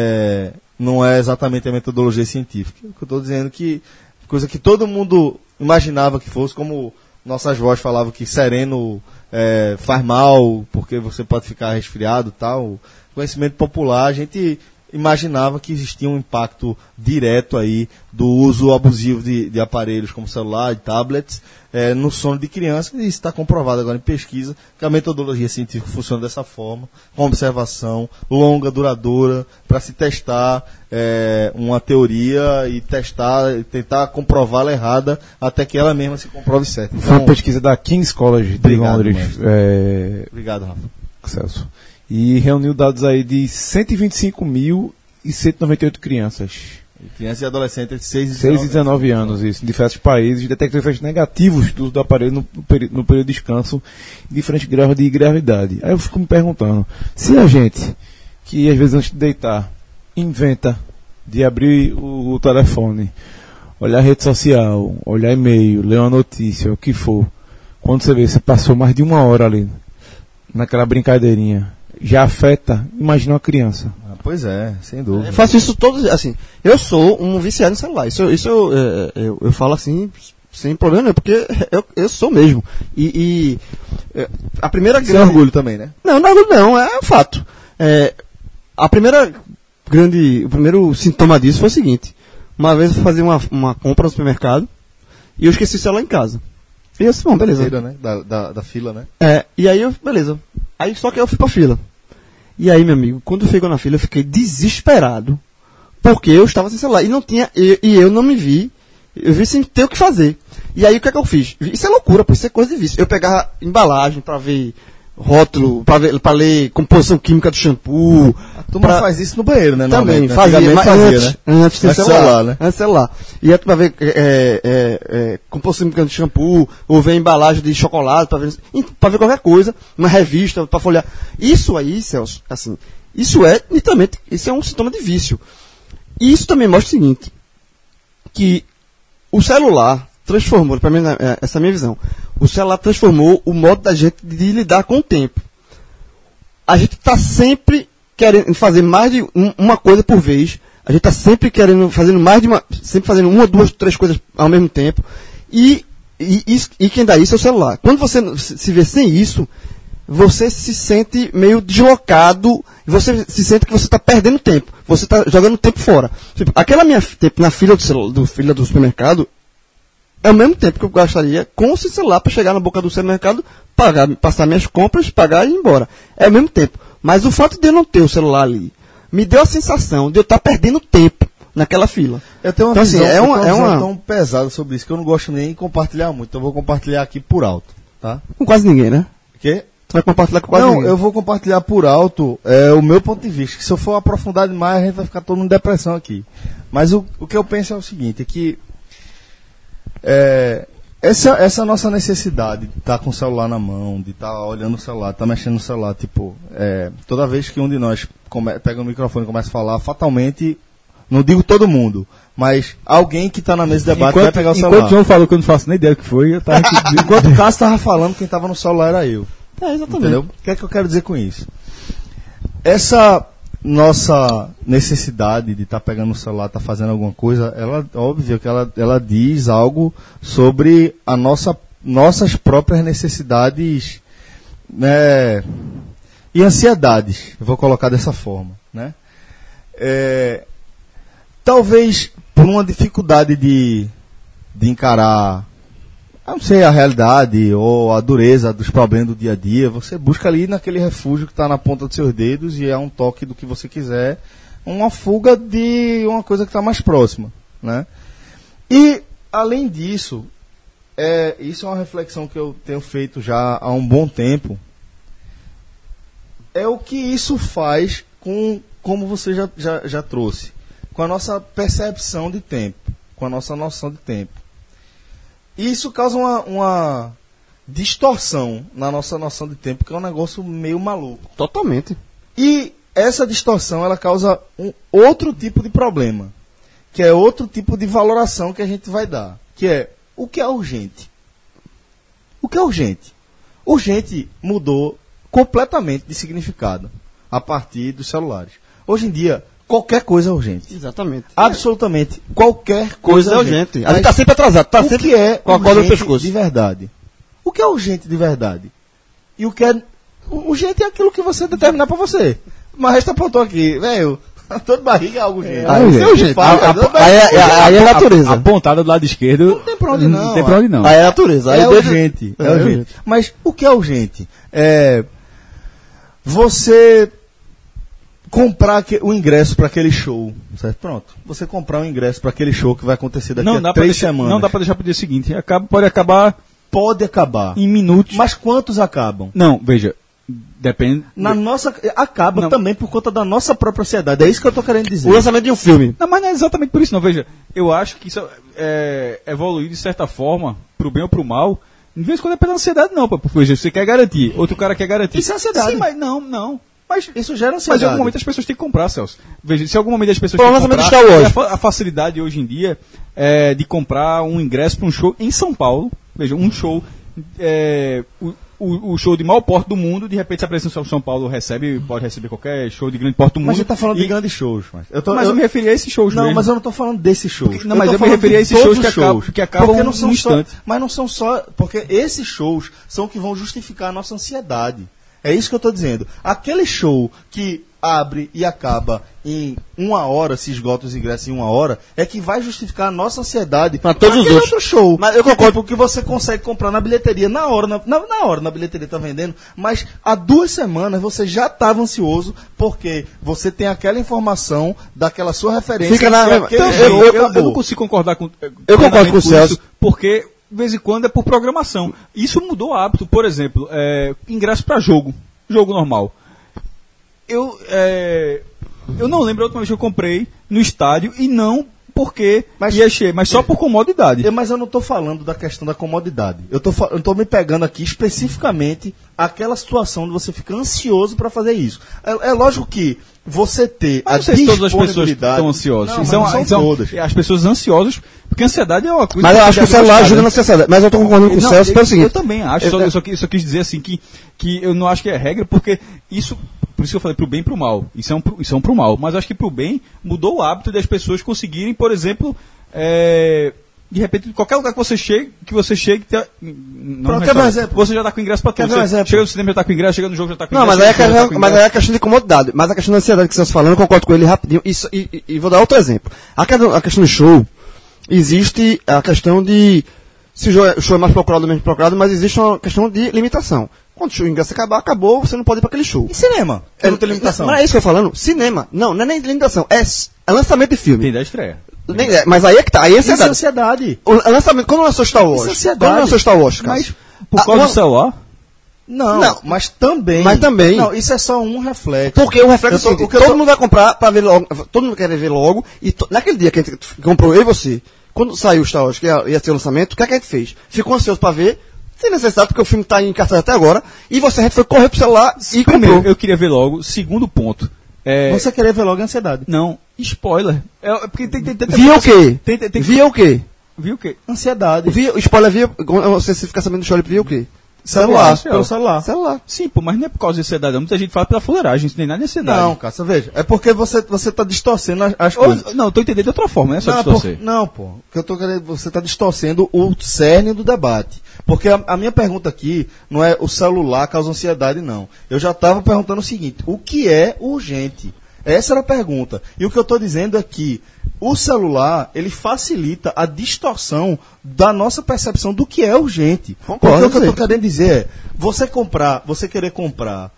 é, não é exatamente a metodologia científica. Eu estou dizendo que coisa que todo mundo imaginava que fosse, como nossas vozes falavam que sereno é, faz mal, porque você pode ficar resfriado e tal. Conhecimento popular, a gente imaginava que existia um impacto direto aí do uso abusivo de, de aparelhos como celular e tablets é, no sono de crianças, e isso está comprovado agora em pesquisa, que a metodologia científica funciona dessa forma, com observação longa, duradoura, para se testar é, uma teoria e testar, tentar comprová-la errada até que ela mesma se comprove certa. Então, foi uma pesquisa da King's College de obrigado, Londres. É... Obrigado, Rafa. Celso. E reuniu dados aí de cento e vinte e cinco mil e cento e noventa e oito crianças. Crianças e adolescentes de seis e dezenove anos, isso, em diversos países, detectou efeitos negativos do uso do aparelho no, no, período, no período de descanso, em diferentes graus de gravidade. Aí eu fico me perguntando, se a gente, que às vezes antes de deitar, inventa de abrir o, o telefone, olhar a rede social, olhar e-mail, ler uma notícia, o que for, quando você vê, você passou mais de uma hora ali, naquela brincadeirinha, já afeta, imagina uma criança. Ah, pois é, sem dúvida. Eu faço isso todos, assim, eu sou um viciado em celular, isso, isso eu, eu, eu, eu falo assim, sem problema nenhum, porque eu, eu sou mesmo. E, e a primeira Sem grande... orgulho também, né? Não, não é orgulho não, é um fato. É, a primeira grande, o primeiro sintoma disso foi o seguinte, uma vez eu fui fazer uma, uma compra no supermercado, e eu esqueci o celular em casa. E eu disse, bom, beleza. Feira, né? Da, da, da fila, né? É, e aí eu, beleza. Aí só que eu fui pra fila. E aí, meu amigo, quando chegou na fila, eu fiquei desesperado, porque eu estava sem celular, e não tinha, e, e eu não me vi, eu vi sem ter o que fazer. E aí, o que é que eu fiz? Isso é loucura, pô, isso é coisa de vício. Eu pegava embalagem pra ver rótulo, pra, ver, pra ler composição química do shampoo. A turma pra... faz isso no banheiro, né? Também, né? fazia, mas fazia, antes, né? antes de celular, celular, né? Antes celular. E aí tu vai ver é, é, é, composição química de shampoo, ou ver embalagem de chocolate, pra ver, pra ver qualquer coisa, uma revista, pra folhear. Isso aí, Celso, assim, isso é, literalmente, isso é um sintoma de vício. E isso também mostra o seguinte, que o celular transformou, pra mim, essa é a minha visão, o celular transformou o modo da gente de lidar com o tempo. A gente está sempre querendo fazer mais de um, uma coisa por vez. A gente está sempre querendo, fazendo mais de uma, sempre fazendo uma, duas, três coisas ao mesmo tempo. E, e, e, e quem dá isso é o celular. Quando você se vê sem isso, você se sente meio deslocado, você se sente que você está perdendo tempo. Você está jogando tempo fora. Tipo, aquela minha tempo na fila do, celular, do, fila do supermercado, é o mesmo tempo que eu gastaria com o celular para chegar na boca do supermercado, pagar, passar minhas compras, pagar e ir embora. É o mesmo tempo. Mas o fato de eu não ter o celular ali me deu a sensação de eu estar perdendo tempo naquela fila. Eu tenho uma então, visão, assim, é uma, eu tenho uma é visão uma... tão pesada sobre isso que eu não gosto nem de compartilhar muito. Então eu vou compartilhar aqui por alto, tá? Com quase ninguém, né? Quê? Tu vai compartilhar com quase não, ninguém. Não, eu vou compartilhar por alto é, o meu ponto de vista. Que se eu for aprofundar demais, a gente vai ficar todo mundo em depressão aqui. Mas o, o que eu penso é o seguinte, é que É, essa, essa nossa necessidade de estar com o celular na mão, de estar olhando o celular, de estar mexendo no celular, tipo, é, toda vez que um de nós come, pega o microfone e começa a falar, fatalmente, não digo todo mundo, mas alguém que está na mesa de debate enquanto, vai pegar o celular. Enquanto o João falou que eu não faço nem ideia do que foi, eu tava aqui. Enquanto o Cássio estava falando, quem estava no celular era eu. É, exatamente. Entendeu? O que é que eu quero dizer com isso? Essa nossa necessidade de estar tá pegando o celular, estar tá fazendo alguma coisa, ela, óbvio que ela, ela diz algo sobre a nossa, nossas próprias necessidades, né, e ansiedades, eu vou colocar dessa forma, né? É, talvez por uma dificuldade de, de encarar, não sei, a realidade ou a dureza dos problemas do dia a dia, você busca ali naquele refúgio que está na ponta dos seus dedos e é um toque do que você quiser, uma fuga de uma coisa que está mais próxima, né? E, além disso, é, isso é uma reflexão que eu tenho feito já há um bom tempo, é o que isso faz com, como você já, já, já trouxe, com a nossa percepção de tempo, com a nossa noção de tempo. E isso causa uma, uma distorção na nossa noção de tempo, que é um negócio meio maluco. Totalmente. E essa distorção, ela causa um outro tipo de problema, que é outro tipo de valoração que a gente vai dar, que é o que é urgente. O O que é urgente? Urgente mudou completamente de significado a partir dos celulares. Hoje em dia, qualquer coisa é urgente. Exatamente. Absolutamente qualquer coisa, Coisa é urgente. A gente Mas tá sempre atrasado, tá o sempre que é com a corda no urgente pescoço. de verdade? O que é urgente de verdade? E o que é... Urgente é aquilo que você determinar pra você. Mas resta apontou aqui, velho, dor de barriga é algo urgente. Ah, Isso é urgente. A- a- Dor de Aí barriga é- é- aí é A, natureza. a pontada do lado esquerdo. Não tem pra onde não, Não tem pra onde não. Aí é a natureza. Aí É desde- urgente, é É urgente. urgente. Mas o que é urgente? É você comprar que- o ingresso para aquele show, certo? Pronto. Você comprar o ingresso para aquele show que vai acontecer daqui Não a dá, pra três deixar, semanas. não dá pra deixar pro dia seguinte. Acaba, pode acabar Pode acabar. em minutos. Mas quantos acabam? Não, veja. Depende. Na nossa acaba Não. também por conta da nossa própria ansiedade. É isso que eu tô querendo dizer. O lançamento de um filme. Não, mas não é exatamente por isso, não. Veja, eu acho que isso é evoluir de certa forma, pro bem ou pro mal. De vez em quando é pela ansiedade, não, pô. Porque você quer garantir, outro cara quer garantir. Isso é ansiedade. Sim, mas não, não. Mas, Isso gera mas ansiedade. em algum momento as pessoas têm que comprar, Celso. Veja, se em algum momento as pessoas Pô, têm que lançamento comprar, de Star Wars. e a, fa- a facilidade hoje em dia é de comprar um ingresso para um show em São Paulo. Veja, um show, é, o, o, o show de maior porte do mundo, de repente se apresenta em São Paulo, recebe, pode receber qualquer show de grande porte do mundo. Mas a gente tá falando e- de grandes shows. Mas eu, tô, Mas eu, me referi a esses shows Não, mesmo. mas eu não tô falando desses shows. Porque- não, mas tô eu me falando referi a de esses todos shows que os acabam- que acabam Porque não num são só, instante. mas não são só... Porque esses shows são que vão justificar a nossa ansiedade. É isso que eu tô dizendo. Aquele show que abre e acaba em uma hora, se esgota os ingressos em uma hora, é que vai justificar a nossa ansiedade Pra todos os aquele outros. outro show. Mas eu que, concordo. tipo, que você consegue comprar na bilheteria na hora, na, na, na hora na bilheteria tá vendendo, mas há duas semanas você já estava ansioso porque você tem aquela informação daquela sua referência. Fica na que mesma- aquele eu- show eu, eu, eu acabou. não consigo concordar com. Eu concordo com o isso, Celso. Porque, de vez em quando, é por programação. Isso mudou o hábito. Por exemplo, é, ingresso para jogo. Jogo normal. Eu, é, eu não lembro a última vez que eu comprei no estádio e não porque Mas- ia cheio, mas só por comodidade. Eu- mas eu não estou falando da questão da comodidade. Eu estou me pegando aqui especificamente aquela situação de você ficar ansioso para fazer isso. É, é lógico que você ter Mas a não sei se todas as pessoas disponibilidade- estão ansiosas. Não, mas são, não são são- todas. As pessoas ansiosas, porque a ansiedade é uma coisa. Mas eu acho que o é celular diagnosticada. ajuda na ansiedade. Mas eu tô concordando com o Não, Celso eu, pelo seguinte. eu também acho, só, Eu- eu só, quis- só quis dizer assim que, que eu não acho que é regra, porque isso, por isso que eu falei pro bem e pro mal. Isso é um, pro- isso é um pro mal. Mas eu acho que pro bem mudou o hábito das pessoas conseguirem, por exemplo, é, de repente, qualquer lugar que você chegue, que você chegue, te- não Pronto, no quer ver um restaurante, exemplo? você já tá com ingresso pra Quer tudo. ver um Você exemplo? chega no cinema já tá com ingresso, chega no jogo já tá com Não, ingresso. mas aí, é chega no jogo já questão, tá com mas aí ingresso. é a questão de comodidade. Mas a questão da ansiedade que você está falando, eu concordo com ele rapidinho. Isso, e, e- e vou dar outro exemplo. A, questão- a questão do show, existe a questão de. Se o show, é, o show é mais procurado ou menos procurado, mas existe uma questão de limitação. Quando o show ingresso acabar, acabou, você não pode ir para aquele show. E cinema? Que não tem limitação. Mas é isso que eu tô falando. Cinema. Não, não é nem limitação. É, s- é lançamento de filme. Tem da estreia. Nem- é, mas aí é que tá. Aí é Isso é ansiedade. ansiedade. O lançamento, quando lançou Star Wars? Isso é ansiedade. Quando lançou Star Wars, cara? Mas, por Ah, causa uma- do celular, Não, Não. mas também. Mas também. Não, isso é só um reflexo. Porque o reflexo Eu tô- é o seguinte, o que eu todo tô- mundo vai comprar pra ver logo, todo mundo quer ver logo, e to- naquele dia que a gente comprou, eu e você, quando saiu o Star Wars, que ia, ia ser o lançamento, o que, é que a gente fez? Ficou ansioso pra ver, sem necessidade, porque o filme tá em cartaz até agora, e você, a gente foi correr pro celular e primeiro, comprou. eu queria ver logo. Segundo ponto. É, Você querer ver logo a ansiedade. Não, spoiler. É, é porque tem, tem, tem, Via o quê? Tem, tem, tem, Via o quê? Viu o quê? Ansiedade. Via, spoiler via, você se fica sabendo do spoiler, via o quê? Celular. Celular. Pelo celular. Celular. Sim, pô, mas não é por causa de ansiedade. não. Muita gente fala pela fuleiragem, isso nem nada de ansiedade. Não, Cássio, veja. É porque você, você tá distorcendo as, as Ou- coisas. não, eu tô entendendo de outra forma, não é só Não, distorcer. por- não, pô. O que eu tô querendo, você está distorcendo o cerne do debate. Porque a, a minha pergunta aqui não é o celular causa ansiedade, não. Eu já estava perguntando o seguinte: o que é urgente? Essa era a pergunta. E o que eu estou dizendo é que o celular, ele facilita a distorção da nossa percepção do que é urgente. Concordo, Porque o que eu Zé. estou querendo dizer é, você comprar, você querer comprar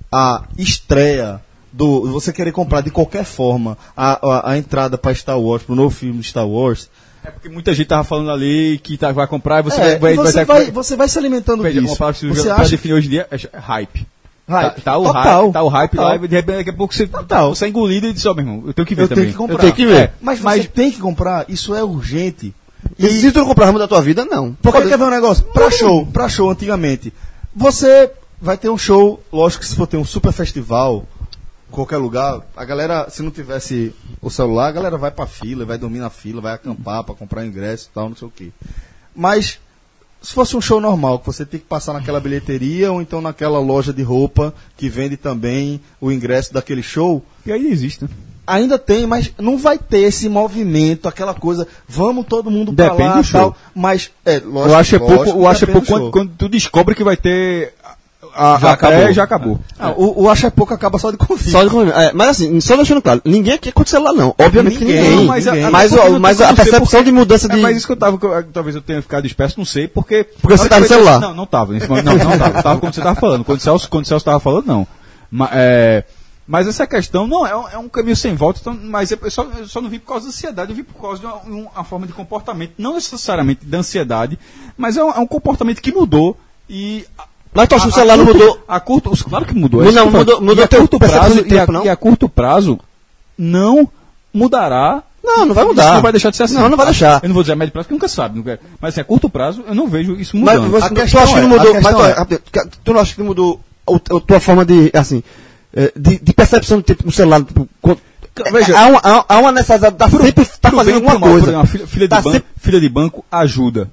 a estreia do, você querer comprar de qualquer forma a, a, a entrada para Star Wars, para o novo filme de Star Wars. É porque muita gente tava falando ali que tá, vai comprar e você É, vai, e vai, você, vai, vai, você vai se alimentando Veja, uma disso. palavra que se Você usa pra acha definir hoje em dia é hype. Hype. Tá, tá o Total. hype, tá o hype Total. lá, e de repente daqui a pouco você, Total. você é engolido e diz, ó, meu irmão, eu tenho que ver eu também. tenho que comprar. Eu tenho que ver. É, Mas, mas você tem que comprar, isso é urgente. E se tu não comprar ramo da tua vida, não. Porque quer ver um negócio? Pra show, pra show antigamente, você vai ter um show, lógico que se for ter um super festival, qualquer lugar, a galera, se não tivesse o celular, a galera vai pra fila, vai dormir na fila, vai acampar pra comprar ingresso e tal, não sei o quê. Mas se fosse um show normal, que você tem que passar naquela bilheteria ou então naquela loja de roupa que vende também o ingresso daquele show, E aí existe, né? ainda tem, mas não vai ter esse movimento, aquela coisa, vamos todo mundo pra Depende lá do show. tal, mas é, lógico, Eu acho é pouco, lógico, eu acho é depende pouco do quando, show. quando tu descobre que vai ter. A, Já a pré, acabou. já acabou. Ah, o, o acho é pouco acaba só de convite. Só de convívio. É, mas assim, só deixando claro, ninguém aqui é contra o celular, não. Obviamente que Ninguém, ninguém. não, mas ninguém. a, mas, Porque o- não mas tem a como ser, percepção porque- de mudança de. É, mas isso que eu tava, que eu- talvez eu tenha ficado disperso, não sei, porque. Porque você tá no celular. Não, não tava nesse momento. Não, não tava. Tava quando você tava falando. Quando o Celso, quando o Celso tava falando, não. Ma- é, mas essa questão, não, é um, é um caminho sem volta, então, mas eu só, eu só não vi por causa da ansiedade, eu vi por causa de uma, uma forma de comportamento, não necessariamente da ansiedade, mas é um, é um comportamento que mudou e. Mas tu acha que o a- celular a não curto- mudou? A curto, claro que mudou. Não, é isso que eu mudou- falo. mudou E a teu curto percepção prazo, de e a, tempo, não? e a curto prazo não mudará. Não, não vai Isso mudar. não vai deixar de ser assim. Não, não vai deixar. Eu não vou dizer a médio prazo, porque nunca sabe. Nunca, mas assim, a curto prazo, eu não vejo isso Mas mudando. você, A tu questão acha que é- não mudou? a Mas questão tu, é- rapidinho, tu não acha que não mudou a, a tua forma de, assim, eh, de, de percepção de tempo no celular? Tipo, quando- Veja, há, uma, há, há uma necessidade, tá sempre tá Pro fazendo bem, alguma pro mal, por coisa. exemplo, a filha, filha, Tá de banco, sempre- filha de banco ajuda.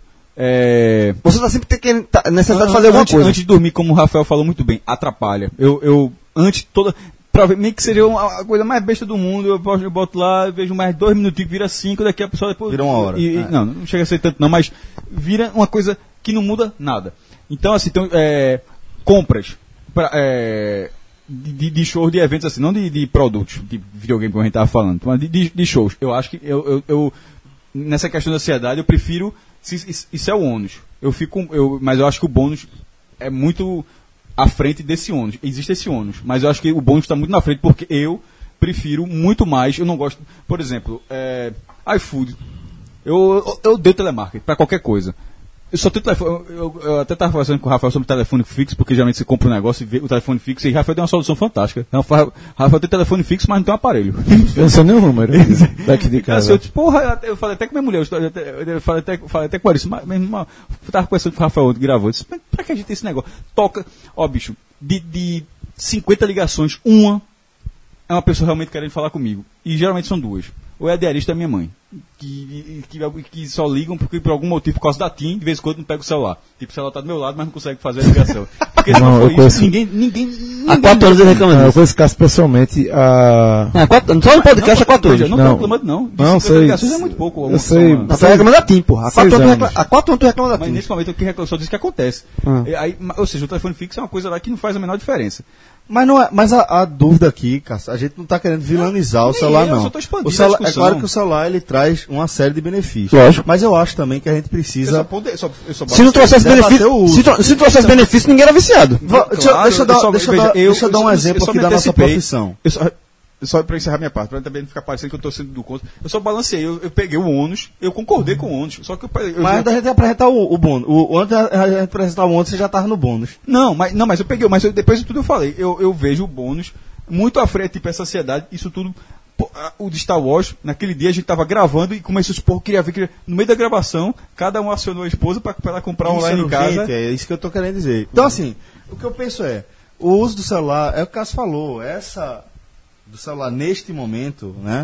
É, Você tá sempre tendo tá, necessidade de fazer alguma antes, coisa. antes de dormir, como o Rafael falou muito bem, atrapalha. Eu, eu antes, toda. Pra ver, nem que seja uma, a coisa mais besta do mundo, eu boto, eu boto lá, vejo mais dois minutinhos, vira cinco, daqui a pessoa depois. Vira uma hora. E, e- É. Não, não chega a ser tanto, não, mas vira uma coisa que não muda nada. Então, assim, então, é, compras pra, é, de, de, de shows, de eventos, assim, não de, de produtos, de videogame, como a gente tava falando, mas de, de, de shows. Eu acho que eu, eu, eu, nessa questão da ansiedade, eu prefiro. se- Isso, isso é o ônus. Eu fico. Eu, mas eu acho que o bônus é muito à frente desse ônus. Existe esse ônus, mas eu acho que o bônus está muito na frente porque eu prefiro muito mais. Eu não gosto. Por exemplo, é, iFood. Eu, eu, eu dei telemarketing para qualquer coisa. Eu só tenho telefone. Eu, eu, eu até estava conversando com o Rafael sobre telefone fixo, porque geralmente você compra um negócio e vê o telefone fixo. E o Rafael deu uma solução fantástica. Então, o Rafael tem telefone fixo, mas não tem um aparelho. Eu não sei nem o número daqui de Assim, casa. eu, disse, porra, eu falei até com minha mulher, eu, estou- eu, eu falei, até, falei até com a Larissa, mas meu irmão, eu tava conversando com o Rafael ontem, gravou, eu disse, mas pra que a gente tem esse negócio? Toca, ó bicho, de, de cinquenta ligações, uma é uma pessoa realmente querendo falar comigo, e geralmente são duas, ou é a diarista ou é a minha mãe, que, que, que só ligam porque por algum motivo, por causa da T I M, de vez em quando não pega o celular, tipo, o celular tá do meu lado, mas não consegue fazer a ligação, porque se Não, não eu for isso, conheço- ninguém, ninguém, ninguém... Há quatro anos ele reclama Não, eu disso. conheço esse caso pessoalmente. A... É, quatro, só no podcast é quatro Veja, anos. não, Não. tô reclamando não, de Não, cinquenta sei. ligações é muito pouco, Eu uma- sei. uma- Não, tu reclamando da TIM, porra. Há quatro Seis anos tu anos. reclama- há quatro anos tu reclama da Mas TIM. nesse momento eu que reclamo, só diz que acontece. Ah. E aí, ma- ou seja, o telefone fixo é uma coisa lá que não faz a menor diferença. Mas, não é, mas a, a dúvida aqui, Cássio, a gente não está querendo vilanizar o nem celular, eu, não. só tô expandindo O celular, a é discussão. claro que o celular ele traz uma série de benefícios. Lógico. Mas eu acho também que a gente Eu só, precisa. ponde- só, eu só Se não trouxesse Debater benefício, o uso. se, tro- se trouxesse benefício, ninguém era viciado. Va- deixa, Claro, deixa eu dar, eu só- deixa eu veja, dar, eu- deixa eu dar eu um só- exemplo eu só aqui me da nossa antecipei. profissão. Eu só, só para encerrar minha parte, para também não ficar parecendo que eu estou sendo do contra. Eu só balanceei, eu, eu peguei o ônus, eu concordei com o ônus. Só que eu, eu Mas já- antes da gente apresentar o, o bônus. O, o- antes da gente apresentar o bônus, você já estava no bônus. Não, mas, não, mas eu peguei, mas eu- depois de tudo eu falei. Eu, eu vejo o bônus muito à frente, tipo, essa ansiedade, isso tudo. Pô, a- o de Star Wars, naquele dia a gente tava gravando e começou a supor, queria ver, queria, no meio da gravação, cada um acionou a esposa para ela comprar Isso online é em casa. urgente, é isso que eu estou querendo dizer. Então, assim, o que eu penso é, o uso do celular, é o que o Cássio falou, essa do celular neste momento, né,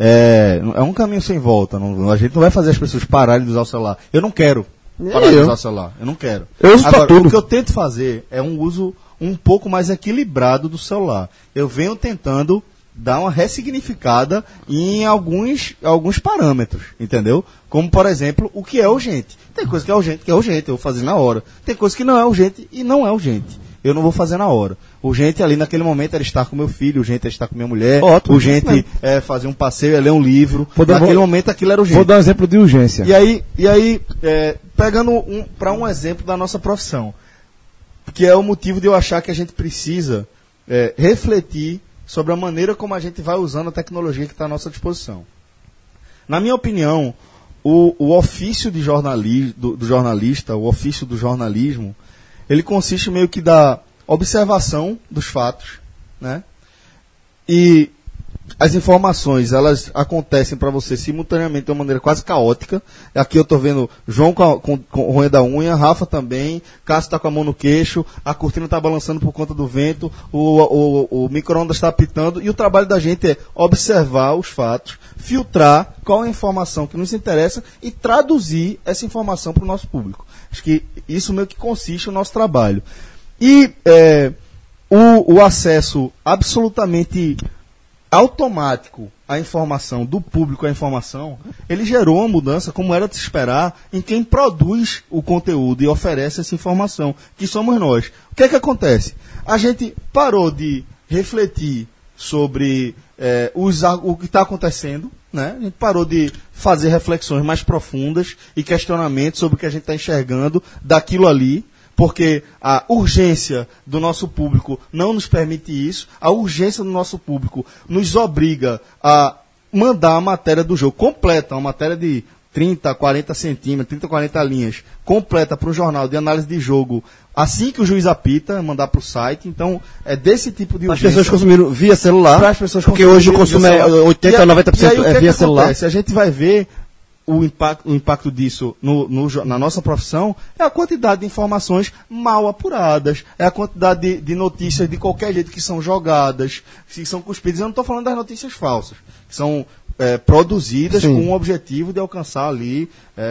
é, é um caminho sem volta. Não, a gente não vai fazer as pessoas pararem de usar o celular. Eu não quero parar de eu. usar o celular. Eu não quero. Eu uso pra Agora, tudo. o que eu tento fazer é um uso um pouco mais equilibrado do celular. Eu venho tentando dar uma ressignificada em alguns, alguns parâmetros, entendeu? Como, por exemplo, o que é urgente. Tem coisa que é urgente, que é urgente, eu vou fazer na hora. Tem coisa que não é urgente e não é urgente. Eu não vou fazer na hora. Urgente ali naquele momento era estar com meu filho, urgente era estar com minha mulher, Ótimo, urgente é fazer um passeio, é ler um livro. Vou dar- naquele vou- momento aquilo era urgente. Vou dar um exemplo de urgência. E aí, e aí é, pegando um, para um exemplo da nossa profissão, que é o motivo de eu achar que a gente precisa é, refletir sobre a maneira como a gente vai usando a tecnologia que está à nossa disposição. Na minha opinião, o, o ofício de jornali, do, do jornalista, o ofício do jornalismo, ele consiste meio que da observação dos fatos, né? E as informações, elas acontecem para você simultaneamente de uma maneira quase caótica. Aqui eu tô vendo João com, a, com, com roendo da unha, Rafa também, Cássio tá com a mão no queixo, a cortina tá balançando por conta do vento, o, o, o micro-ondas tá apitando, e o trabalho da gente é observar os fatos, filtrar qual é a informação que nos interessa e traduzir essa informação para o nosso público. Acho que isso meio que consiste no nosso trabalho. E é, o, o acesso absolutamente automático à informação, do público à informação, ele gerou uma mudança, como era de se esperar, em quem produz o conteúdo e oferece essa informação, que somos nós. O que é que acontece? A gente parou de refletir sobre é, os, o que está acontecendo, né? A gente parou de fazer reflexões mais profundas e questionamentos sobre o que a gente está enxergando daquilo ali, porque a urgência do nosso público não nos permite isso, a urgência do nosso público nos obriga a mandar a matéria do jogo completa, uma matéria de trinta, quarenta centímetros, trinta, quarenta linhas, completa para um jornal de análise de jogo, assim que o juiz apita, mandar para o site. Então, é desse tipo de urgência. As pessoas consumiram via celular, para as pessoas porque hoje o consumo é oitenta a noventa por cento é via celular. Acontece? A gente vai ver o impacto, o impacto disso no, no, na nossa profissão, é a quantidade de informações mal apuradas, é a quantidade de, de notícias de qualquer jeito que são jogadas, que são cuspidas. Eu não estou falando das notícias falsas, que são é, produzidas Sim. com o objetivo de alcançar ali,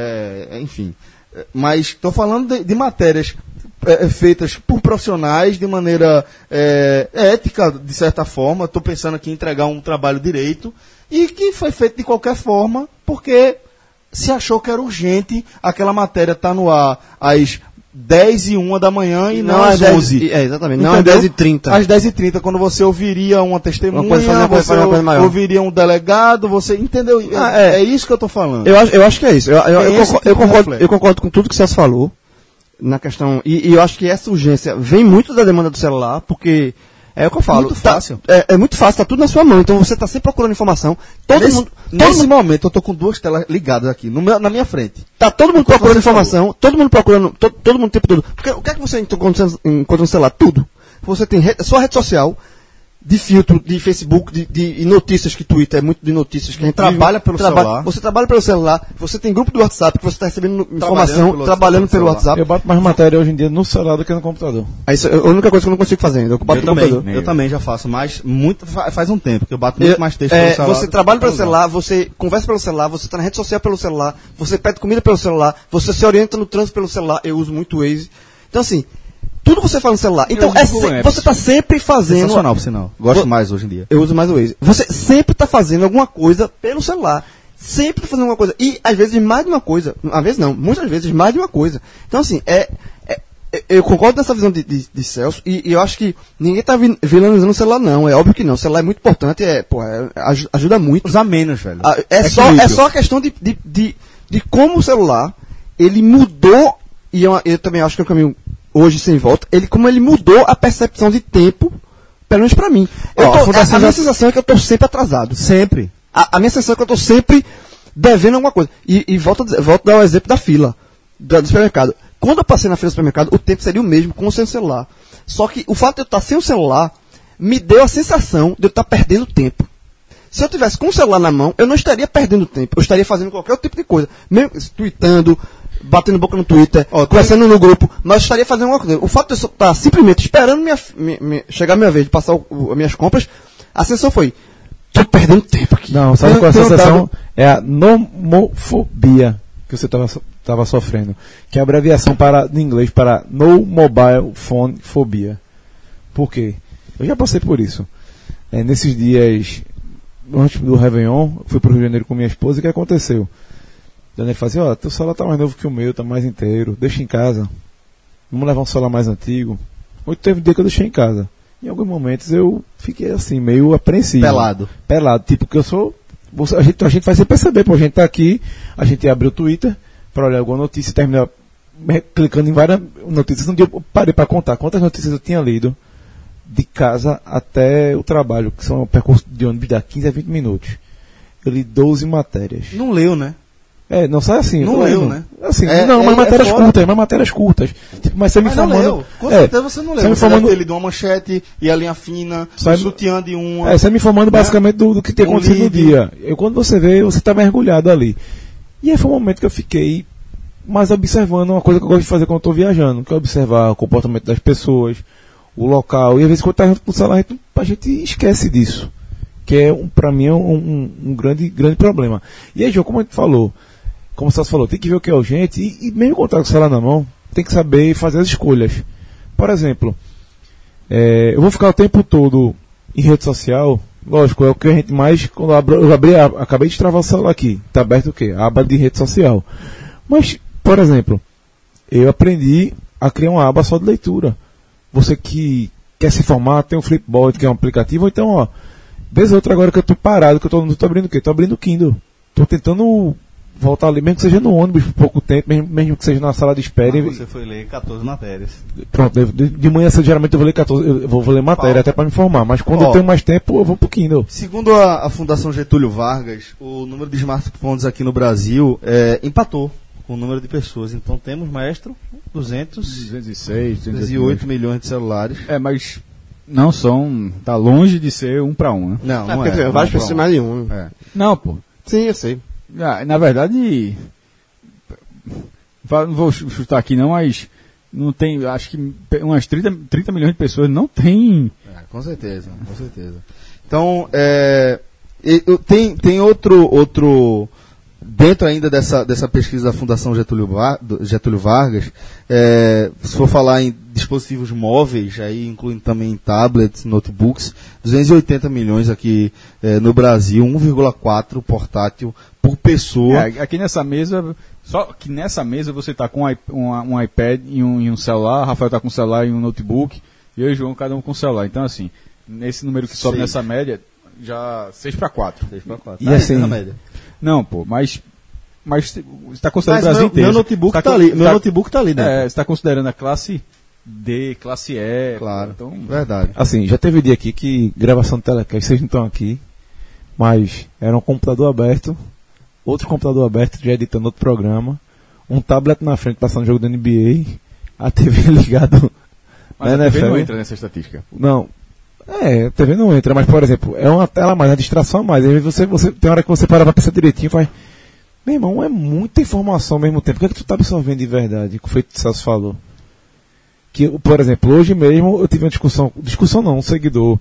é, enfim. Mas estou falando de, de matérias é, feitas por profissionais de maneira é, ética, de certa forma. Estou pensando aqui em entregar um trabalho direito, e que foi feito de qualquer forma, porque se achou que era urgente aquela matéria estar tá no ar às dez e uma da manhã e não, não às onze. É, exatamente. Não às dez e trinta. Às dez e trinta, quando você ouviria uma testemunha, uma coisa, você uma coisa maior. ouviria um delegado, você entendeu? Ah, é, é isso que eu estou falando. Eu acho, eu acho que é isso. Eu, eu, eu, concordo, eu, concordo, reflexo. eu concordo com tudo que o Celso falou na questão. E, e eu acho que essa urgência vem muito da demanda do celular, porque é o que eu falo. Muito fácil. Tá, é, é muito fácil, tá tudo na sua mão. Então você está sempre procurando informação. Todo nesse mundo. Todo nesse mundo, momento eu estou com duas telas ligadas aqui, no meu, na minha frente. Tá todo mundo procurando informação, falou. todo mundo procurando, to, todo mundo o tempo todo. Porque o que é que você encontra, encontra no celular? Tudo. Você tem re, sua rede social, de filtro, de Facebook, de, de, de notícias, que Twitter é muito de notícias, que a gente trabalha vive, pelo traba, celular. Você trabalha pelo celular, você tem grupo do WhatsApp que você está recebendo informação, Trabalhando pelo trabalhando pelo WhatsApp. Eu bato mais matéria hoje em dia no celular do que no computador. É isso, é a única coisa que eu não consigo fazer ainda. Eu, bato Eu no também, computador. eu também já faço, mas muito, faz um tempo que eu bato muito Eu, mais texto é, pelo celular. Você trabalha pelo celular, você conversa pelo celular, você está na rede social pelo celular, você pede comida pelo celular, você se orienta no trânsito pelo celular. Eu uso muito o Waze. Então assim, tudo você faz no celular. Então é se, você está sempre fazendo. Sensacional, por sinal. Gosto mais hoje em dia. Eu uso mais o Waze. Você sempre está fazendo alguma coisa pelo celular. Sempre fazendo alguma coisa. E às vezes mais de uma coisa. Às vezes não, muitas vezes mais de uma coisa. Então assim, é, é eu concordo nessa visão de, de, de Celso, e, e eu acho que ninguém está vilanizando o celular, não. É óbvio que não. O celular é muito importante, é, pô, é, ajuda muito. Usar menos, velho. É, é, só, é só a questão de, de, de, de como o celular ele mudou, e eu, eu também acho que é um caminho hoje sem volta, ele, como ele mudou a percepção de tempo, pelo menos pra mim. Eu Ó, tô, a, a minha sensação é que eu tô sempre atrasado. Sempre. A, a minha sensação é que eu tô sempre devendo alguma coisa. E, e volto, a dizer- volto a dar o exemplo da fila, do, do supermercado. Quando eu passei na fila do supermercado, o tempo seria o mesmo, com ou sem o celular. Só que o fato de eu estar sem o celular, me deu a sensação de eu estar perdendo tempo. Se eu tivesse com o celular na mão, eu não estaria perdendo tempo. Eu estaria fazendo qualquer outro tipo de coisa. Mesmo tweetando, batendo boca no Twitter, Ó, conversando no grupo, mas eu estaria fazendo alguma coisa. O fato de eu estar simplesmente esperando minha, minha, minha- chegar a minha vez de passar o, o, as minhas compras, a sensação foi, tô perdendo tempo aqui. Não, sabe Eu qual é a tenho sensação? dado- É a nomofobia que você estava sofrendo. Que é a abreviação para, em inglês para No Mobile Phone Phobia. Por quê? Eu já passei por isso. É, nesses dias, antes do Réveillon, eu fui para o Rio de Janeiro com minha esposa, e o que aconteceu? Daniel falou assim, ó, teu celular tá mais novo que o meu, tá mais inteiro, deixa em casa. Vamos levar um celular mais antigo. Hoje teve um dia que eu deixei em casa. Em alguns momentos eu fiquei assim, meio apreensivo. Pelado. Pelado, tipo, que eu sou... você- A gente, a gente vai sem perceber, pô, a gente tá aqui, a gente abriu o Twitter para olhar alguma notícia e terminar me- clicando em várias notícias. Um dia eu parei para contar quantas notícias eu tinha lido de casa até o trabalho, que são um percurso de ônibus de quinze a vinte minutos. Eu li doze matérias. Não leu, né? É, não sai assim. Não eu tô leu, lendo. né? Eu assim, É, não, é- mas é matérias foda. curtas, mas matérias curtas. Tipo, mas você me Mas não informando. leu. Com é, certeza você não leu. Você me Você deve informando, ter lido uma manchete e a linha fina, Sabe- o sutiã de uma. é, você me informando né? basicamente do, do que tem Um acontecido no lead. dia. Eu, quando você vê, você tá mergulhado ali. E aí foi um momento que eu fiquei mais observando uma coisa que eu gosto de fazer quando eu tô viajando, que é observar o comportamento das pessoas, o local. E às vezes quando tá junto com o celular, a gente, a gente esquece disso. Que é, um, pra mim, é um, um, um grande, grande problema. E aí, João, como a gente falou, como o Celso falou, tem que ver o que é urgente e, e mesmo quando tá com o celular na mão, tem que saber fazer as escolhas. Por exemplo, é, eu vou ficar o tempo todo em rede social, lógico, é o que a gente mais, quando eu, abro, eu abri, a- acabei de travar o celular aqui, tá aberto o quê? A aba de rede social. Mas, por exemplo, eu aprendi a criar uma aba só de leitura. Você que quer se informar, tem o Flipboard, que é um aplicativo, ou então, ó, vez ou outra agora que eu tô parado, que eu tô, tô abrindo o quê? Tô abrindo o Kindle. Tô tentando voltar ali, mesmo que seja no ônibus por pouco tempo, mesmo, mesmo que seja na sala de espera. Ah, e- você foi ler catorze matérias. Pronto, de, de manhã cedo, geralmente eu vou ler catorze, eu vou, vou ler matéria Paulo. até para me informar, mas quando Ó. eu tenho mais tempo, eu vou pro Kindle. Segundo a, a Fundação Getúlio Vargas, o número de smartphones aqui no Brasil é, empatou com o número de pessoas. Então temos, maestro, duzentos, duzentos e seis, duzentos e oito milhões de celulares. É, mas não são. Tá longe de ser um para um, né? Não, É, não porque é. várias não, pessoas têm mais de um. É. Não, pô. Sim, eu sei. Ah, na verdade, fa- não vou chu- chutar aqui não, mas não tem, acho que pe- umas trinta, trinta milhões de pessoas não tem. É, com certeza, com certeza. Então, é, e- eu- tem, tem outro, outro dentro ainda dessa, dessa pesquisa da Fundação Getúlio, Va- do- Getúlio Vargas, é, se for falar em dispositivos móveis, aí incluindo também tablets, notebooks, duzentos e oitenta milhões aqui é, no Brasil, um vírgula quatro portátil por pessoa. É, aqui nessa mesa, só que nessa mesa você tá com um, i- um, um iPad e um, e um celular, Rafael tá com um celular e um notebook, e eu e o João cada um com um celular. Então assim, nesse número que sobe Seis. nessa média, já seis para quatro. seis para quatro. E Tá aí, assim- na média. Não, pô, mas mas você está considerando Mas o Brasil meu, inteiro. meu notebook Você tá con- ali, meu tá- notebook tá ali, né? É, você está considerando a classe D, classe E. Claro. Então, Verdade. Assim, já teve dia aqui que gravação de telecast, vocês não estão aqui, mas era um computador aberto, outro computador aberto já editando outro programa, um tablet na frente passando jogo da N B A, a T V ligado mas na a T V N F L. não entra nessa estatística. Não. É, a T V não entra, mas por exemplo, é uma tela a mais, uma distração a mais. Aí você, você tem hora que você para pra pensar direitinho e faz. Meu irmão, é muita informação ao mesmo tempo. O que é que tu tá absorvendo de verdade? Que foi o que o Celso falou. Que, por exemplo, hoje mesmo eu tive uma discussão, discussão não, um seguidor,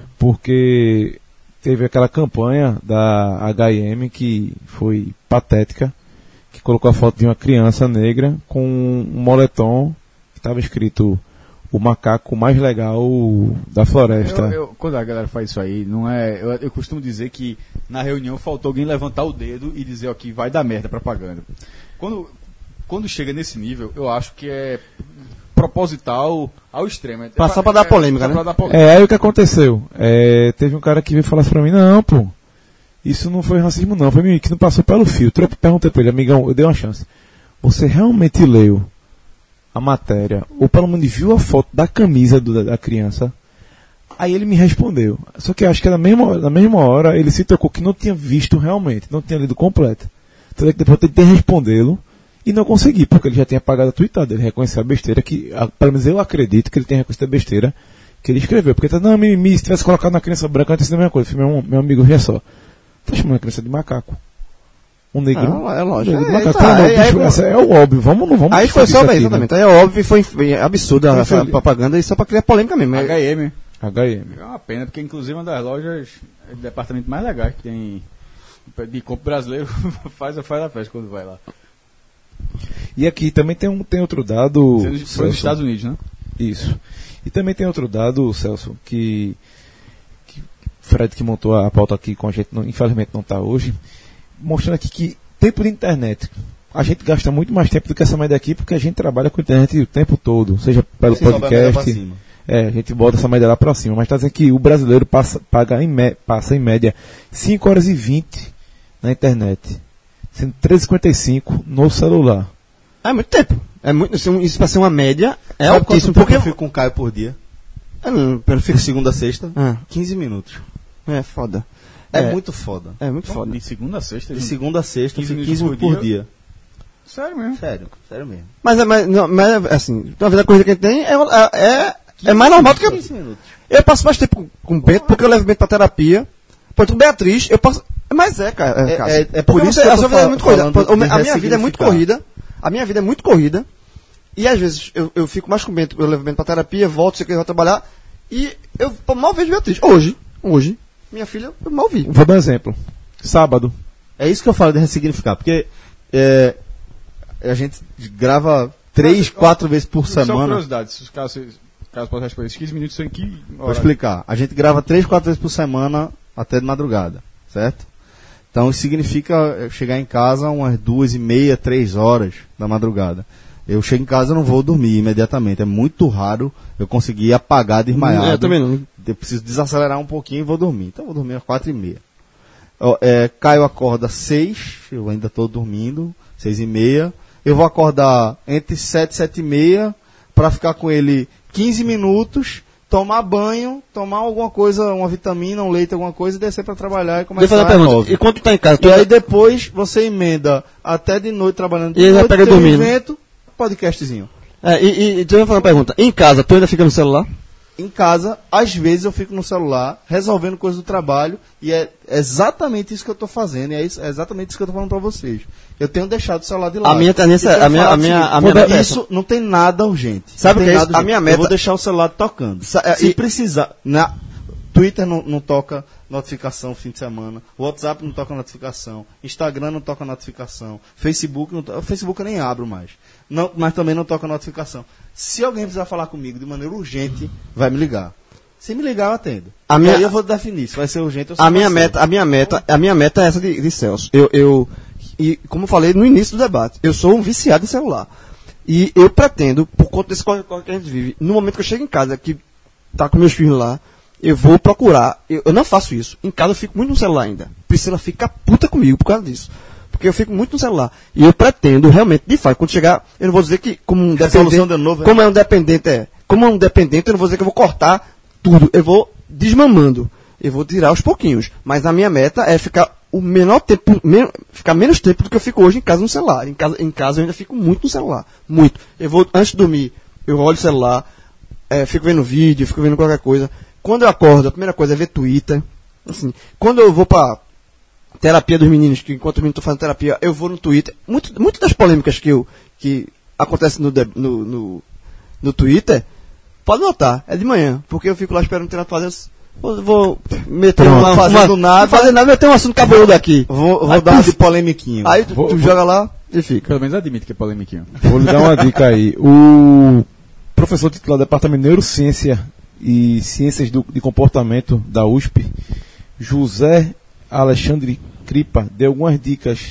porque teve aquela campanha da H e M que foi patética, que colocou a foto de uma criança negra com um moletom que estava escrito o macaco mais legal da floresta. Eu, eu- quando a galera faz isso aí, não é. Eu, eu costumo dizer que na reunião faltou alguém levantar o dedo e dizer, ó, que vai dar merda propaganda. Quando, quando chega nesse nível, eu acho que é proposital ao extremo. É Passar pra dar polêmica, é, né? pra dar polêmica. É, aí o que aconteceu? É, teve um cara que veio falar assim pra mim, não, pô, isso não foi racismo não, foi meio que não passou pelo filtro. Eu perguntei pra ele, amigão, eu dei uma chance. Você realmente leu a matéria, ou pelo menos viu a foto da camisa do- da, da criança? Aí ele me respondeu. Só que eu acho que na mesma, na mesma hora ele se tocou que não tinha visto realmente, não tinha lido completo. Então depois eu tentei respondê-lo e não consegui, porque ele já tinha apagado a tweetada. Ele reconheceu a besteira que, a- pelo menos eu acredito que ele tenha reconhecido a besteira que ele escreveu. Porque tá, não, mimimi, se tivesse colocado na criança branca, antes da mesma coisa. Eu falei, meu, meu amigo, veja só. Tá chamando a criança de macaco. Um negro. É, é lógico. um negro É, de macaco. tá, Não, aí- bicho, aí- essa é o óbvio. Vamos, não vamos Aí foi discutir só, isso aqui, exatamente. né? Aí é óbvio, foi foi absurda Foi a, a feliz. propaganda e só pra criar polêmica mesmo. É- H e M H e M. é uma pena, porque inclusive uma das lojas, é o departamento mais legais que tem de compra brasileiro, faz, faz a festa quando vai lá. E aqui também tem, um, tem outro dado. Sendo- Foi Celso. nos Estados Unidos, né? Isso. E também tem outro dado, Celso, que, que Fred que montou a pauta aqui com a gente, não, infelizmente não está hoje, mostrando aqui que tempo de internet. A gente gasta muito mais tempo do que essa média aqui, porque a gente trabalha com a internet o tempo todo, seja pelo Se souber melhor pra podcast. cima. É, a gente bota essa média lá pra cima, mas está dizendo que o brasileiro passa, paga em mé- passa em média cinco horas e vinte na internet, sendo três e cinquenta e cinco no celular. É muito tempo. É muito, isso, isso pra ser uma média é Sabe quanto altíssimo. tempo Porque eu fico com o Caio por dia? eu não, eu Fico fico, segunda a sexta, ah, quinze minutos. é foda. É, É. muito foda. É muito foda. De segunda a sexta. De gente. segunda a sexta, eu quinze fico quinze minutos minutos por por dia. Sério mesmo? Sério, sério mesmo. Mas é mais, não, mas é assim, na vida a corrida que a gente tem é, é, é, é mais normal do que eu. quinze minutos. Eu passo mais tempo com, com o Bento, porque eu levo o Bento pra terapia. Por exemplo, Beatriz, eu passo. Mas é, cara. É- Cássio. é- é por Porque isso você- que eu a tô sua vida é fal- muito corrida. falando Pô, A de minha vida é muito ressignificar. corrida. A minha vida é muito corrida. E às vezes eu, eu fico mais com o Bento, eu levo o Bento pra terapia, volto, sei que eu vou trabalhar. E eu pô, mal vejo Beatriz. Hoje, hoje, minha filha, eu mal vi. Vou dar um exemplo. Sábado. É isso que eu falo de ressignificar, porque é, a gente grava três, quatro vezes por Só semana. curiosidade, se os caso, caso possa responder, esses quinze minutos são em que Vou explicar. A gente grava três, quatro vezes por semana até de madrugada, certo? Então isso significa chegar em casa umas duas e meia, três horas da madrugada. Eu chego em casa e não vou dormir imediatamente. É muito raro eu conseguir apagar desmaiado. Eu também não. Eu preciso desacelerar um pouquinho e vou dormir. Então eu vou dormir às quatro e meia. Ó, é, Caio acorda às seis, eu ainda estou dormindo, seis e meia. Eu vou acordar entre sete e sete e meia para ficar com ele quinze minutos, tomar banho, tomar alguma coisa, uma vitamina, um leite, alguma coisa e descer para trabalhar e Deixa eu fazer começar uma às pergunta. nove. E quando tu tá em casa, tu E aí depois você emenda até de noite trabalhando de E aí já noite, pega tem um dormindo. evento, podcastzinho. É, e, e, e deixa eu fazer uma pergunta. Em casa, tu ainda fica no celular? Em casa, às vezes eu fico no celular, resolvendo coisas do trabalho, e é exatamente isso que eu estou fazendo, e é, isso- é exatamente isso que eu estou falando para vocês. Eu tenho deixado o celular de lado. A minha tendência- E tenho a minha- falado a minha- o seguinte, a minha vou meta dar- é isso não tem nada urgente. Sabe Não o que tem é nada isso? A urgente. minha Eu meta- vou deixar o celular tocando. Sa- é, Se e- precisar, na Twitter não, não toca notificação fim de semana, WhatsApp não toca notificação, Instagram não toca notificação, Facebook não toca, Facebook eu nem abro mais, não, mas também não toca notificação. Se alguém precisar falar comigo de maneira urgente, vai me ligar. Se me ligar, eu atendo. A A minha- minha... aí eu vou definir se vai ser urgente ou se A não minha vai ser. meta, a minha meta, a minha meta é essa de, de Celso. Eu, eu, e como eu falei no início do debate, eu sou um viciado em celular. E eu pretendo, por conta desse corre-corre que a gente vive, no momento que eu chego em casa, que tá com meus filhos lá, eu vou procurar. Eu, eu não faço isso. Em casa eu fico muito no celular ainda. Priscila fica puta comigo por causa disso. Porque eu fico muito no celular. E eu pretendo, realmente, de fato, quando chegar, eu não vou dizer que, como um Resolução dependente. de novo, é? Como é um dependente, é. Como é um dependente, eu não vou dizer que eu vou cortar tudo. Eu vou desmamando. Eu vou tirar aos pouquinhos. Mas a minha meta é ficar o menor tempo, men ficar menos tempo do que eu fico hoje em casa no celular. Em casa, em casa eu ainda fico muito no celular. Muito. Eu vou, antes de dormir, eu olho o celular, é, fico vendo vídeo, fico vendo qualquer coisa. Quando eu acordo, a primeira coisa é ver Twitter. Assim, quando eu vou pra terapia dos meninos, que enquanto os meninos estão fazendo terapia, eu vou no Twitter. Muito, muito das polêmicas que, eu, que acontecem no, de- no, no, no Twitter, pode notar, é de manhã, porque eu fico lá esperando ter nada pra fazer. Vou, vou meter Pronto, uma, fazendo uma, nada. não fazer nada, meter um assunto cabeludo aqui. Vou, vou Aí, dar uma puf, de polemiquinho. Aí tu, Vou- tu vou- joga lá e fica. Pelo menos admite que é polemiquinho. Vou lhe dar uma dica aí. O professor titular do Departamento de Neurociência e Ciências do, de Comportamento da U S P, José Alexandre Cripa, deu algumas dicas.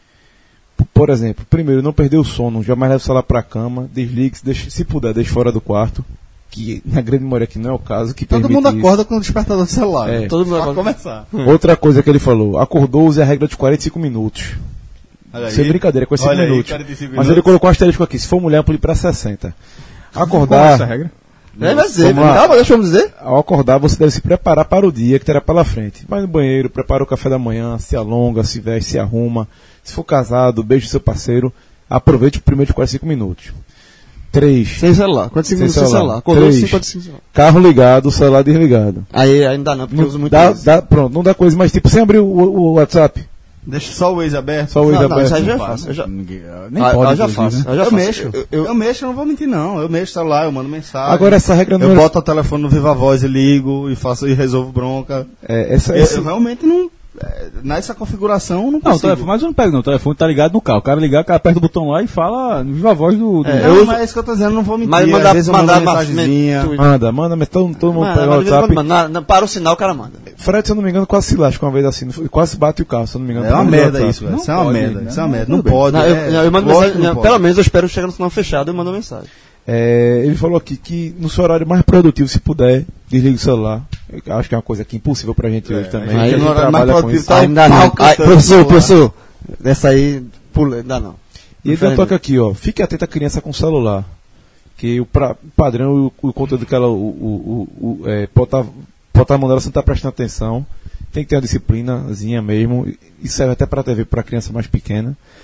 P- Por exemplo, primeiro, não perder o sono, jamais leve o celular para a cama, desligue, deixe, se puder, deixe fora do quarto, que na grande maioria aqui não é o caso. Que Todo permite mundo isso. acorda com o despertador do celular. É. né? Todo mundo Pra acorda. começar. Outra coisa que ele falou, acordou, use a regra de quarenta e cinco minutos. Olha aí. Sem brincadeira, com esses Olha aí, minutos. quarenta e cinco Mas ele minutos. colocou um asterisco aqui, se for mulher, pule para sessenta. Qual é Acordar, essa regra? É, vai dizer, Vamos lá. calma, deixa eu me dizer. ao acordar, você deve se preparar para o dia que terá pela frente. Vai no banheiro, prepara o café da manhã, se alonga, se veste, se arruma. Se for casado, beije seu parceiro. Aproveite o primeiro de quarenta e cinco minutos. três. Sem celular, quarenta e cinco Sem minutos sem celular. celular. Acordou Três. cinquenta e cinco celular. Carro ligado, celular desligado. Aí, aí não dá não, porque eu uso Não muito dá, isso. dá- pronto, não dá coisa, mas tipo, sem abrir o, o- o WhatsApp. Deixa só o Waze aberto. Só o Não, Waze não, aberto. isso aí já é Não fácil. Eu já, Ninguém- Nem ah, pode, eu já inclusive, faço. né? Eu já Eu faço. mexo. Eu- Eu, eu- mexo, eu não vou mentir, não. Eu mexo o celular, eu mando mensagem. Agora essa regra não Eu é- boto o telefone no Viva Voz e ligo e faço e resolvo bronca. É, essa, Eu, esse- eu realmente não. é, Nessa configuração eu não Não, o consigo. telefone, mas eu não pego não, o telefone tá ligado no carro. O cara ligar, o cara aperta o botão lá e fala no viva voz do... do- É, eu eu uso- mas é isso que eu tô dizendo, eu não vou mentir. Mas Às mandar, vezes eu mandar mando uma mensagenzinha. men- manda, manda, mas todo, todo mundo Mano, pega o mas de vez em WhatsApp. quando manda. Na- na- Para o sinal, o cara manda. Fred, se eu não me engano, quase se lasca uma vez assim, não foi- quase bate o carro, se eu não me engano. É uma Não merda WhatsApp. isso, velho. Não Isso é uma pode, merda. né? Isso é uma merda. Tudo Não bem. pode. Não, eu, é, não, eu mando lógico mensagem, que não não, pode. pelo menos eu espero chegar no sinal fechado e mando mensagem. É, ele falou aqui que no seu horário mais produtivo, se puder, desligue o celular. Eu acho que é uma coisa que é impossível pra gente hoje também. aí que a no gente horário mais trabalha com produtivo isso. tá Aí não dá pau não. Aí, cantando no professor, celular. professor, dessa aí, pula, não dá não. E ele ainda toca aqui, ó. Fique atento à criança com celular. Que o pra- padrão, o, o conteúdo que ela o, o, o, o, é, botar, botar a mão dela, você não tá prestando atenção. Tem que ter uma disciplinazinha mesmo. Isso serve até pra T V, pra criança mais pequena.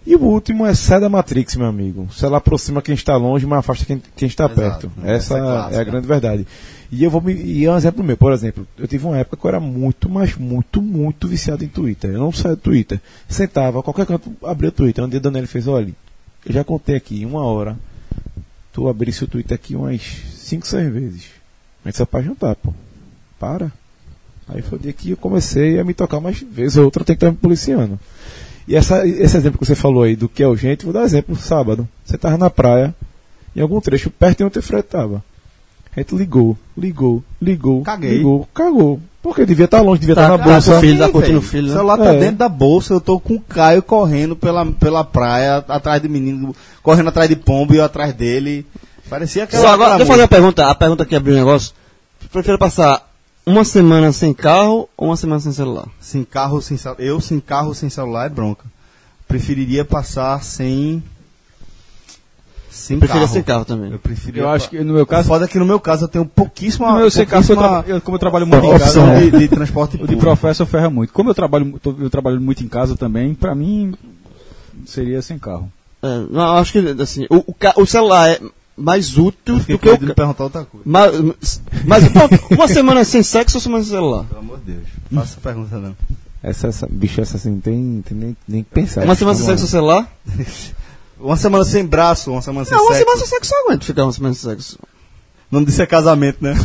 E o último é sai da Matrix, meu amigo. Se ela aproxima quem está longe, mas afasta quem, quem está Exato. perto. Essa Essa é clássica. é a grande verdade. E eu vou me, e é um exemplo meu, por exemplo, eu tive uma época que eu era muito, mas muito, muito viciado em Twitter. Eu não saía do Twitter. Sentava, qualquer canto, abria o Twitter. Um dia a Daniel fez, olha, eu já contei aqui, uma hora, tu abrisse o Twitter aqui umas cinco, seis vezes. A gente só pra jantar, pô. Para. Aí foi o dia que eu comecei a me tocar mais vezes, outra eu tenho que estar me policiando. E essa, esse exemplo que você falou aí do que é urgente, vou dar um exemplo, sábado. Você tava na praia, em algum trecho, perto de onde o Fred tava. A gente ligou, ligou, ligou, Caguei. ligou, cagou. Porque devia estar longe, devia Tá, estar na tá bolsa. com o filho, tá Sim, curtindo o velho. filho, O né? celular tá É. dentro da bolsa, eu tô com o Caio correndo pela, pela praia, atrás do menino, correndo atrás de pombo e eu atrás dele. Parecia aquela. Só agora, aquela deixa eu fazer uma música. pergunta. A pergunta que abriu o negócio. Prefere passar uma semana sem carro ou uma semana sem celular? Sem carro, sem celular. Eu sem carro, sem celular é bronca. Preferiria passar sem. Sem Preferia carro. sem carro também. Eu preferia. Eu acho que no meu caso. Foda é que no meu caso eu tenho pouquíssima. No meu sem carro, eu pouquíssima tra- eu- como eu trabalho muito em casa. opção né? de, de transporte O de público. professor ferra muito. Como eu trabalho, mu- tô- eu trabalho muito em casa também, pra mim seria sem carro. É, não, eu acho que assim, o, o, ca- o celular é mais útil Fiquei do que com o medo de ca- perguntar outra coisa. mas, mas pronto, uma semana sem sexo ou semana sem celular? Pelo amor de Deus. Faça essa pergunta não. Essa, essa, bicho, essa assim, tem, tem nem, nem que pensar. Uma semana sem Vamos sexo lá. ou celular? Uma semana sem braço, uma semana sem Não, uma sexo. semana sem sexo eu aguento ficar uma semana sem sexo. Não disse é casamento, né?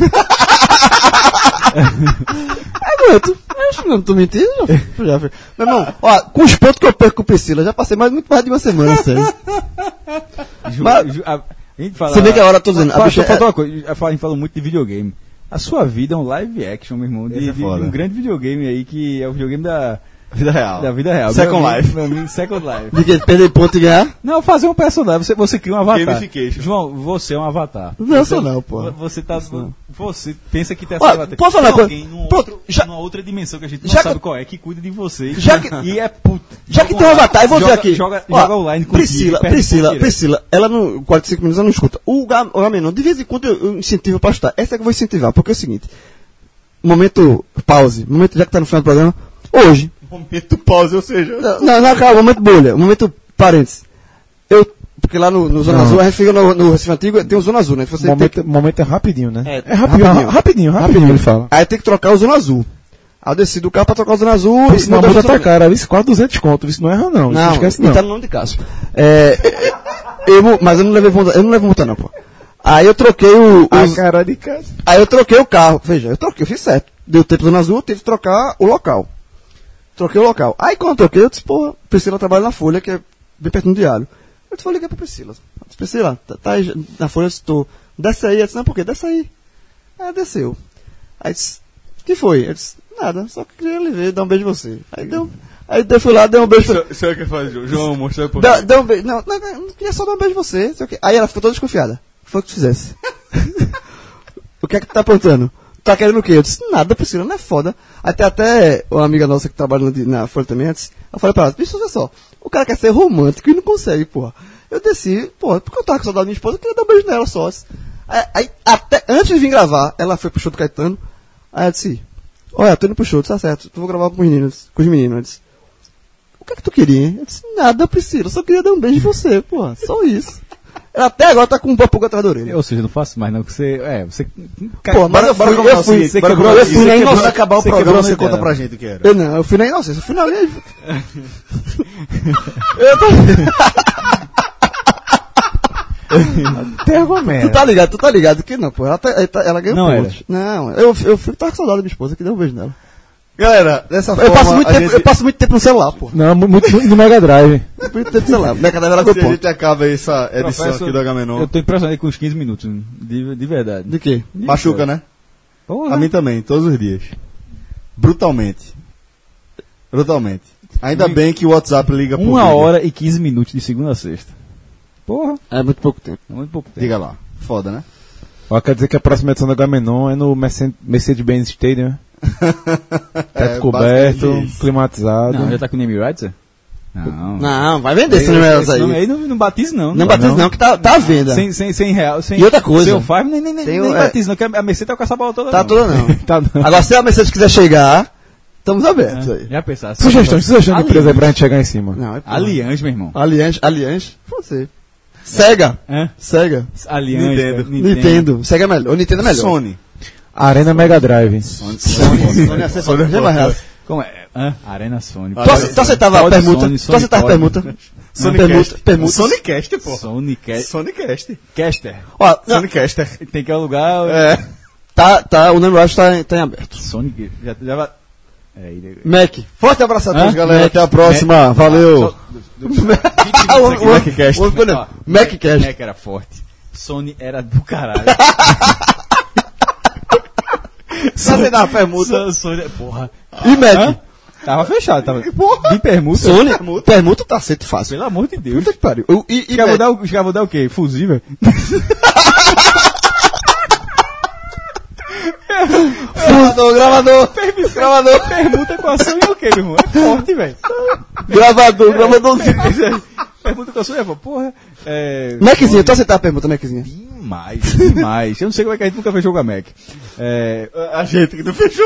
Aguento. Eu acho que não tô mentindo. Já, já, já. Meu irmão, ó, com os pontos que eu perco com Priscila, já passei mais, muito mais de uma semana, sério. Ju- Mas- ju- a, a gente fala, Você vê que a hora eu tô dizendo, a Fala, bicha só falta é- uma coisa, a fala- a gente fala muito de videogame. A sua vida é um live action, meu irmão, de, Esse é de- de foda. um grande videogame aí que é o videogame da, Vida real. da vida real. Second Meu amigo- Life. meu amigo, Second Life. De que perder ponto e ganhar? Não, fazer um personagem, você, você cria um avatar. Gamification. João, você é um avatar. Não, eu Você- sou não, pô. Você tá. Você pensa que tem Ó, avatar. posso falar Tem uma coisa? alguém num Pronto, outro- já- numa outra dimensão que a gente não já sabe que- qual é, que cuida de você. Já que- e é puto. Já que tem um avatar, eu vou dizer joga, aqui. Joga, Ó, joga online com Priscila, Priscila, Priscila, ela no quarenta e cinco minutos ela não escuta. O Gam- o Gamenon, de vez em quando eu, eu incentivo pra escutar. Essa é que eu vou incentivar, porque é o seguinte. Momento pause, momento já que tá no final do programa. Hoje. Momento pause, ou seja. Não, não, não, calma, momento bolha, momento parênteses. Eu, porque lá no, no Zona Não. Azul, a gente fica no, no Recife Antigo, tem o Zona Azul, né? Que você tem momento, que, momento é rapidinho, né? É, É, rapidinho, rapidinho. rapidinho, rapidinho, ele fala. aí tem que trocar o Zona Azul. Aí eu desci do carro pra trocar o Zona Azul. Por e sinal, a mandou multa o tá Zona- cara, isso quase duzentos conto, isso não erra não, isso Não, não esquece e não. tá no nome de Cássio. É, eu, mu- mas eu não levei multa, eu não levo multa não, pô. Aí eu troquei o, A os- cara de casa. aí eu troquei o carro. Veja, eu troquei, eu fiz certo. Deu tempo Zona Azul, eu tive que trocar o local. Troquei o local. Aí quando eu troquei, eu disse, porra, Priscila trabalha na Folha, que é bem perto do diário. Eu disse, vou ligar pra Priscila. Eu disse, Priscila, tá, tá aí na Folha, eu disse, tô. Desce aí. Ela disse, não, por quê? Desce aí. Aí ela desceu. Aí disse, o que foi? Eu disse, nada, só que queria lhe ver, dar um beijo em você. Aí deu, aí eu fui lá, dei um beijo pra O senhor quer fazer, João? Mostra por Dá, dá um beijo. Não, não, não, não queria só dar um beijo em você. sei o quê. Aí ela ficou toda desconfiada. O que foi que tu fizesse? O que é que tu tá apontando? Tá querendo o quê? Eu disse, nada, Priscila, não é foda. Até até uma amiga nossa que trabalha na, na Folha também antes, eu falei pra ela, bicho, olha só, o cara quer ser romântico e não consegue, porra. Eu desci, porra, porque eu tava com saudade da minha esposa, eu queria dar um beijo nela só. Aí, aí, até, antes de vir gravar, ela foi pro show do Caetano, aí eu disse, olha, tô indo pro show, tá certo, tu vou gravar com os meninos, com os meninos. Eu disse, o que é que tu queria, hein? Eu disse, nada, Priscila, eu só queria dar um beijo em você, porra, só isso. Ela até agora tá com um papo atrás da orelha. Ou seja, não faço mais não, que você. É, você. Pô, mas eu fui, Bora eu combinar o fui, seguinte, você bora quebrou, combinar eu o fui seguinte, na você quebrou- inocência. acabar o Você programa, quebrou você na conta ideia. pra gente o que era. Eu não, eu fui na inocência, eu fui na minha... Tem argumento. Tu tá ligado, tu tá ligado que não, pô, ela, tá, ela, tá- ela ganhou Não pontos. Não, eu, eu fui, tava com saudade da minha esposa, que deu um beijo nela. Galera, dessa Eu forma. passo, muito a tempo, gente, eu passo muito tempo no celular, pô. Não, muito, muito no Mega Drive. Muito tempo no celular. Minha cadeira ela ganhou assim, a ponto. gente acaba essa edição Professor, aqui do Agamenon. Eu tô impressionado com os quinze minutos, de, de verdade. De quê? Machuca, né? Porra. A mim também, todos os dias. Brutalmente. Brutalmente. Ainda Amigo, bem que o WhatsApp liga por Uma vídeo. hora e quinze minutos de segunda a sexta. Porra, É muito pouco tempo. é muito pouco tempo. Diga lá. Foda, né? Ó, quer dizer que a próxima edição do Agamenon é no Merce- Mercedes-Benz Stadium. Teto coberto, basicamente isso. climatizado. Não, já tá com o name rights? é? Não. Não, vai vender esse Esse número esse aí. nome aí não, não batiza não. Não batiza não, que tá, tá à venda. Sem, sem, sem real. Sem, E outra coisa. Sem o Five, nem, nem, nem, Tem nem o- é. batiza não, que a Mercedes tá com essa bola toda Tá não. toda não. Tá não. Agora, se a Mercedes quiser chegar, Estamos abertos aí. Já pensaram? Sugestões, sugestões de empresa aí Alianz. pra gente chegar em cima. Não, é Alianz, meu irmão. Alianz, Alianz, você. Sega. Hã? Sega. Alianz. Nintendo. cara, Nintendo. Sega é melhor. O Nintendo é melhor. Sony. Arena Mega Drive. Sony é acessório. Já vai reais. Como é? Hã? Arena Sony. Tu ace- tu aceitava a Pode permuta? Sony, Tu Sony aceitava a pode. permuta? Sonicast. Permuta, permuta. Sonicast, pô. Sony Ca- Sonicast. Caster. Ó, Sonicaster. Tem que alugar. É. tá, tá, o Nando Rush tá, em- tá em aberto. Sony. Já, já vai. É, ele- Mac. Forte abraço a todos, Hã? galera. Mac. Até a próxima. Mac. Valeu. Só- do- do- vinte minutos aqui, O- o- Maccast. o- o- Ó, Maccast. Mac era forte. Sony era do caralho. Só você dá uma permuta. So- Sony, porra. E Mac. Hã? Tava fechado, tava. De permuta. Sony, permuta tá sendo fácil. Pelo amor de Deus. Puta que pariu. Eu- E, e Quer Mac? mudar, o- quer mudar o quê? Fusível? Gravador, gravador. Gravador. Permuta com a Sony é o quê, meu irmão? É forte, velho. Gravador, gravadorzinho. Permuta com a Sony é forte. Porra. É. Maczinho, tu aceitava a permuta, Maczinho? Demais, demais. Eu não sei como é que a gente nunca fechou com a Mac. É. A gente que não fechou.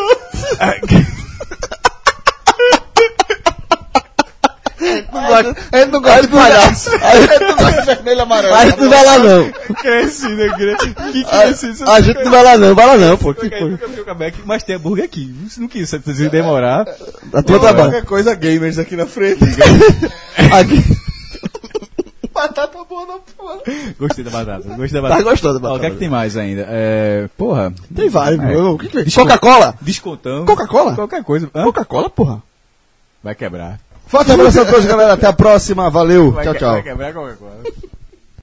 A gente não gosta de palhaço. A gente não gosta de vermelho e amarelo. A gente não vai lá, não. Cresci, né? Que A, a gente não vai lá, não. Vai lá, não, pô. Que Porque a gente foi? nunca fechou com a Mac, mas tem hambúrguer aqui. Se não quis, se demorar. A tua trabalho. Qualquer coisa, gamers aqui na frente. Aqui. Batata boa da porra. Gostei da batata. Gostei da Tá batata. gostando da Ó, o que é que batata. tem mais ainda? É. Porra. Tem vários, É. meu. O que que é? Desconto. Coca-Cola? Descontão. Coca-Cola? Qualquer coisa. Hã? Coca-Cola, porra. Vai quebrar. Forte abraço a todos, galera. Até a próxima. Valeu. Vai Tchau, que- tchau. Vai quebrar qualquer coisa.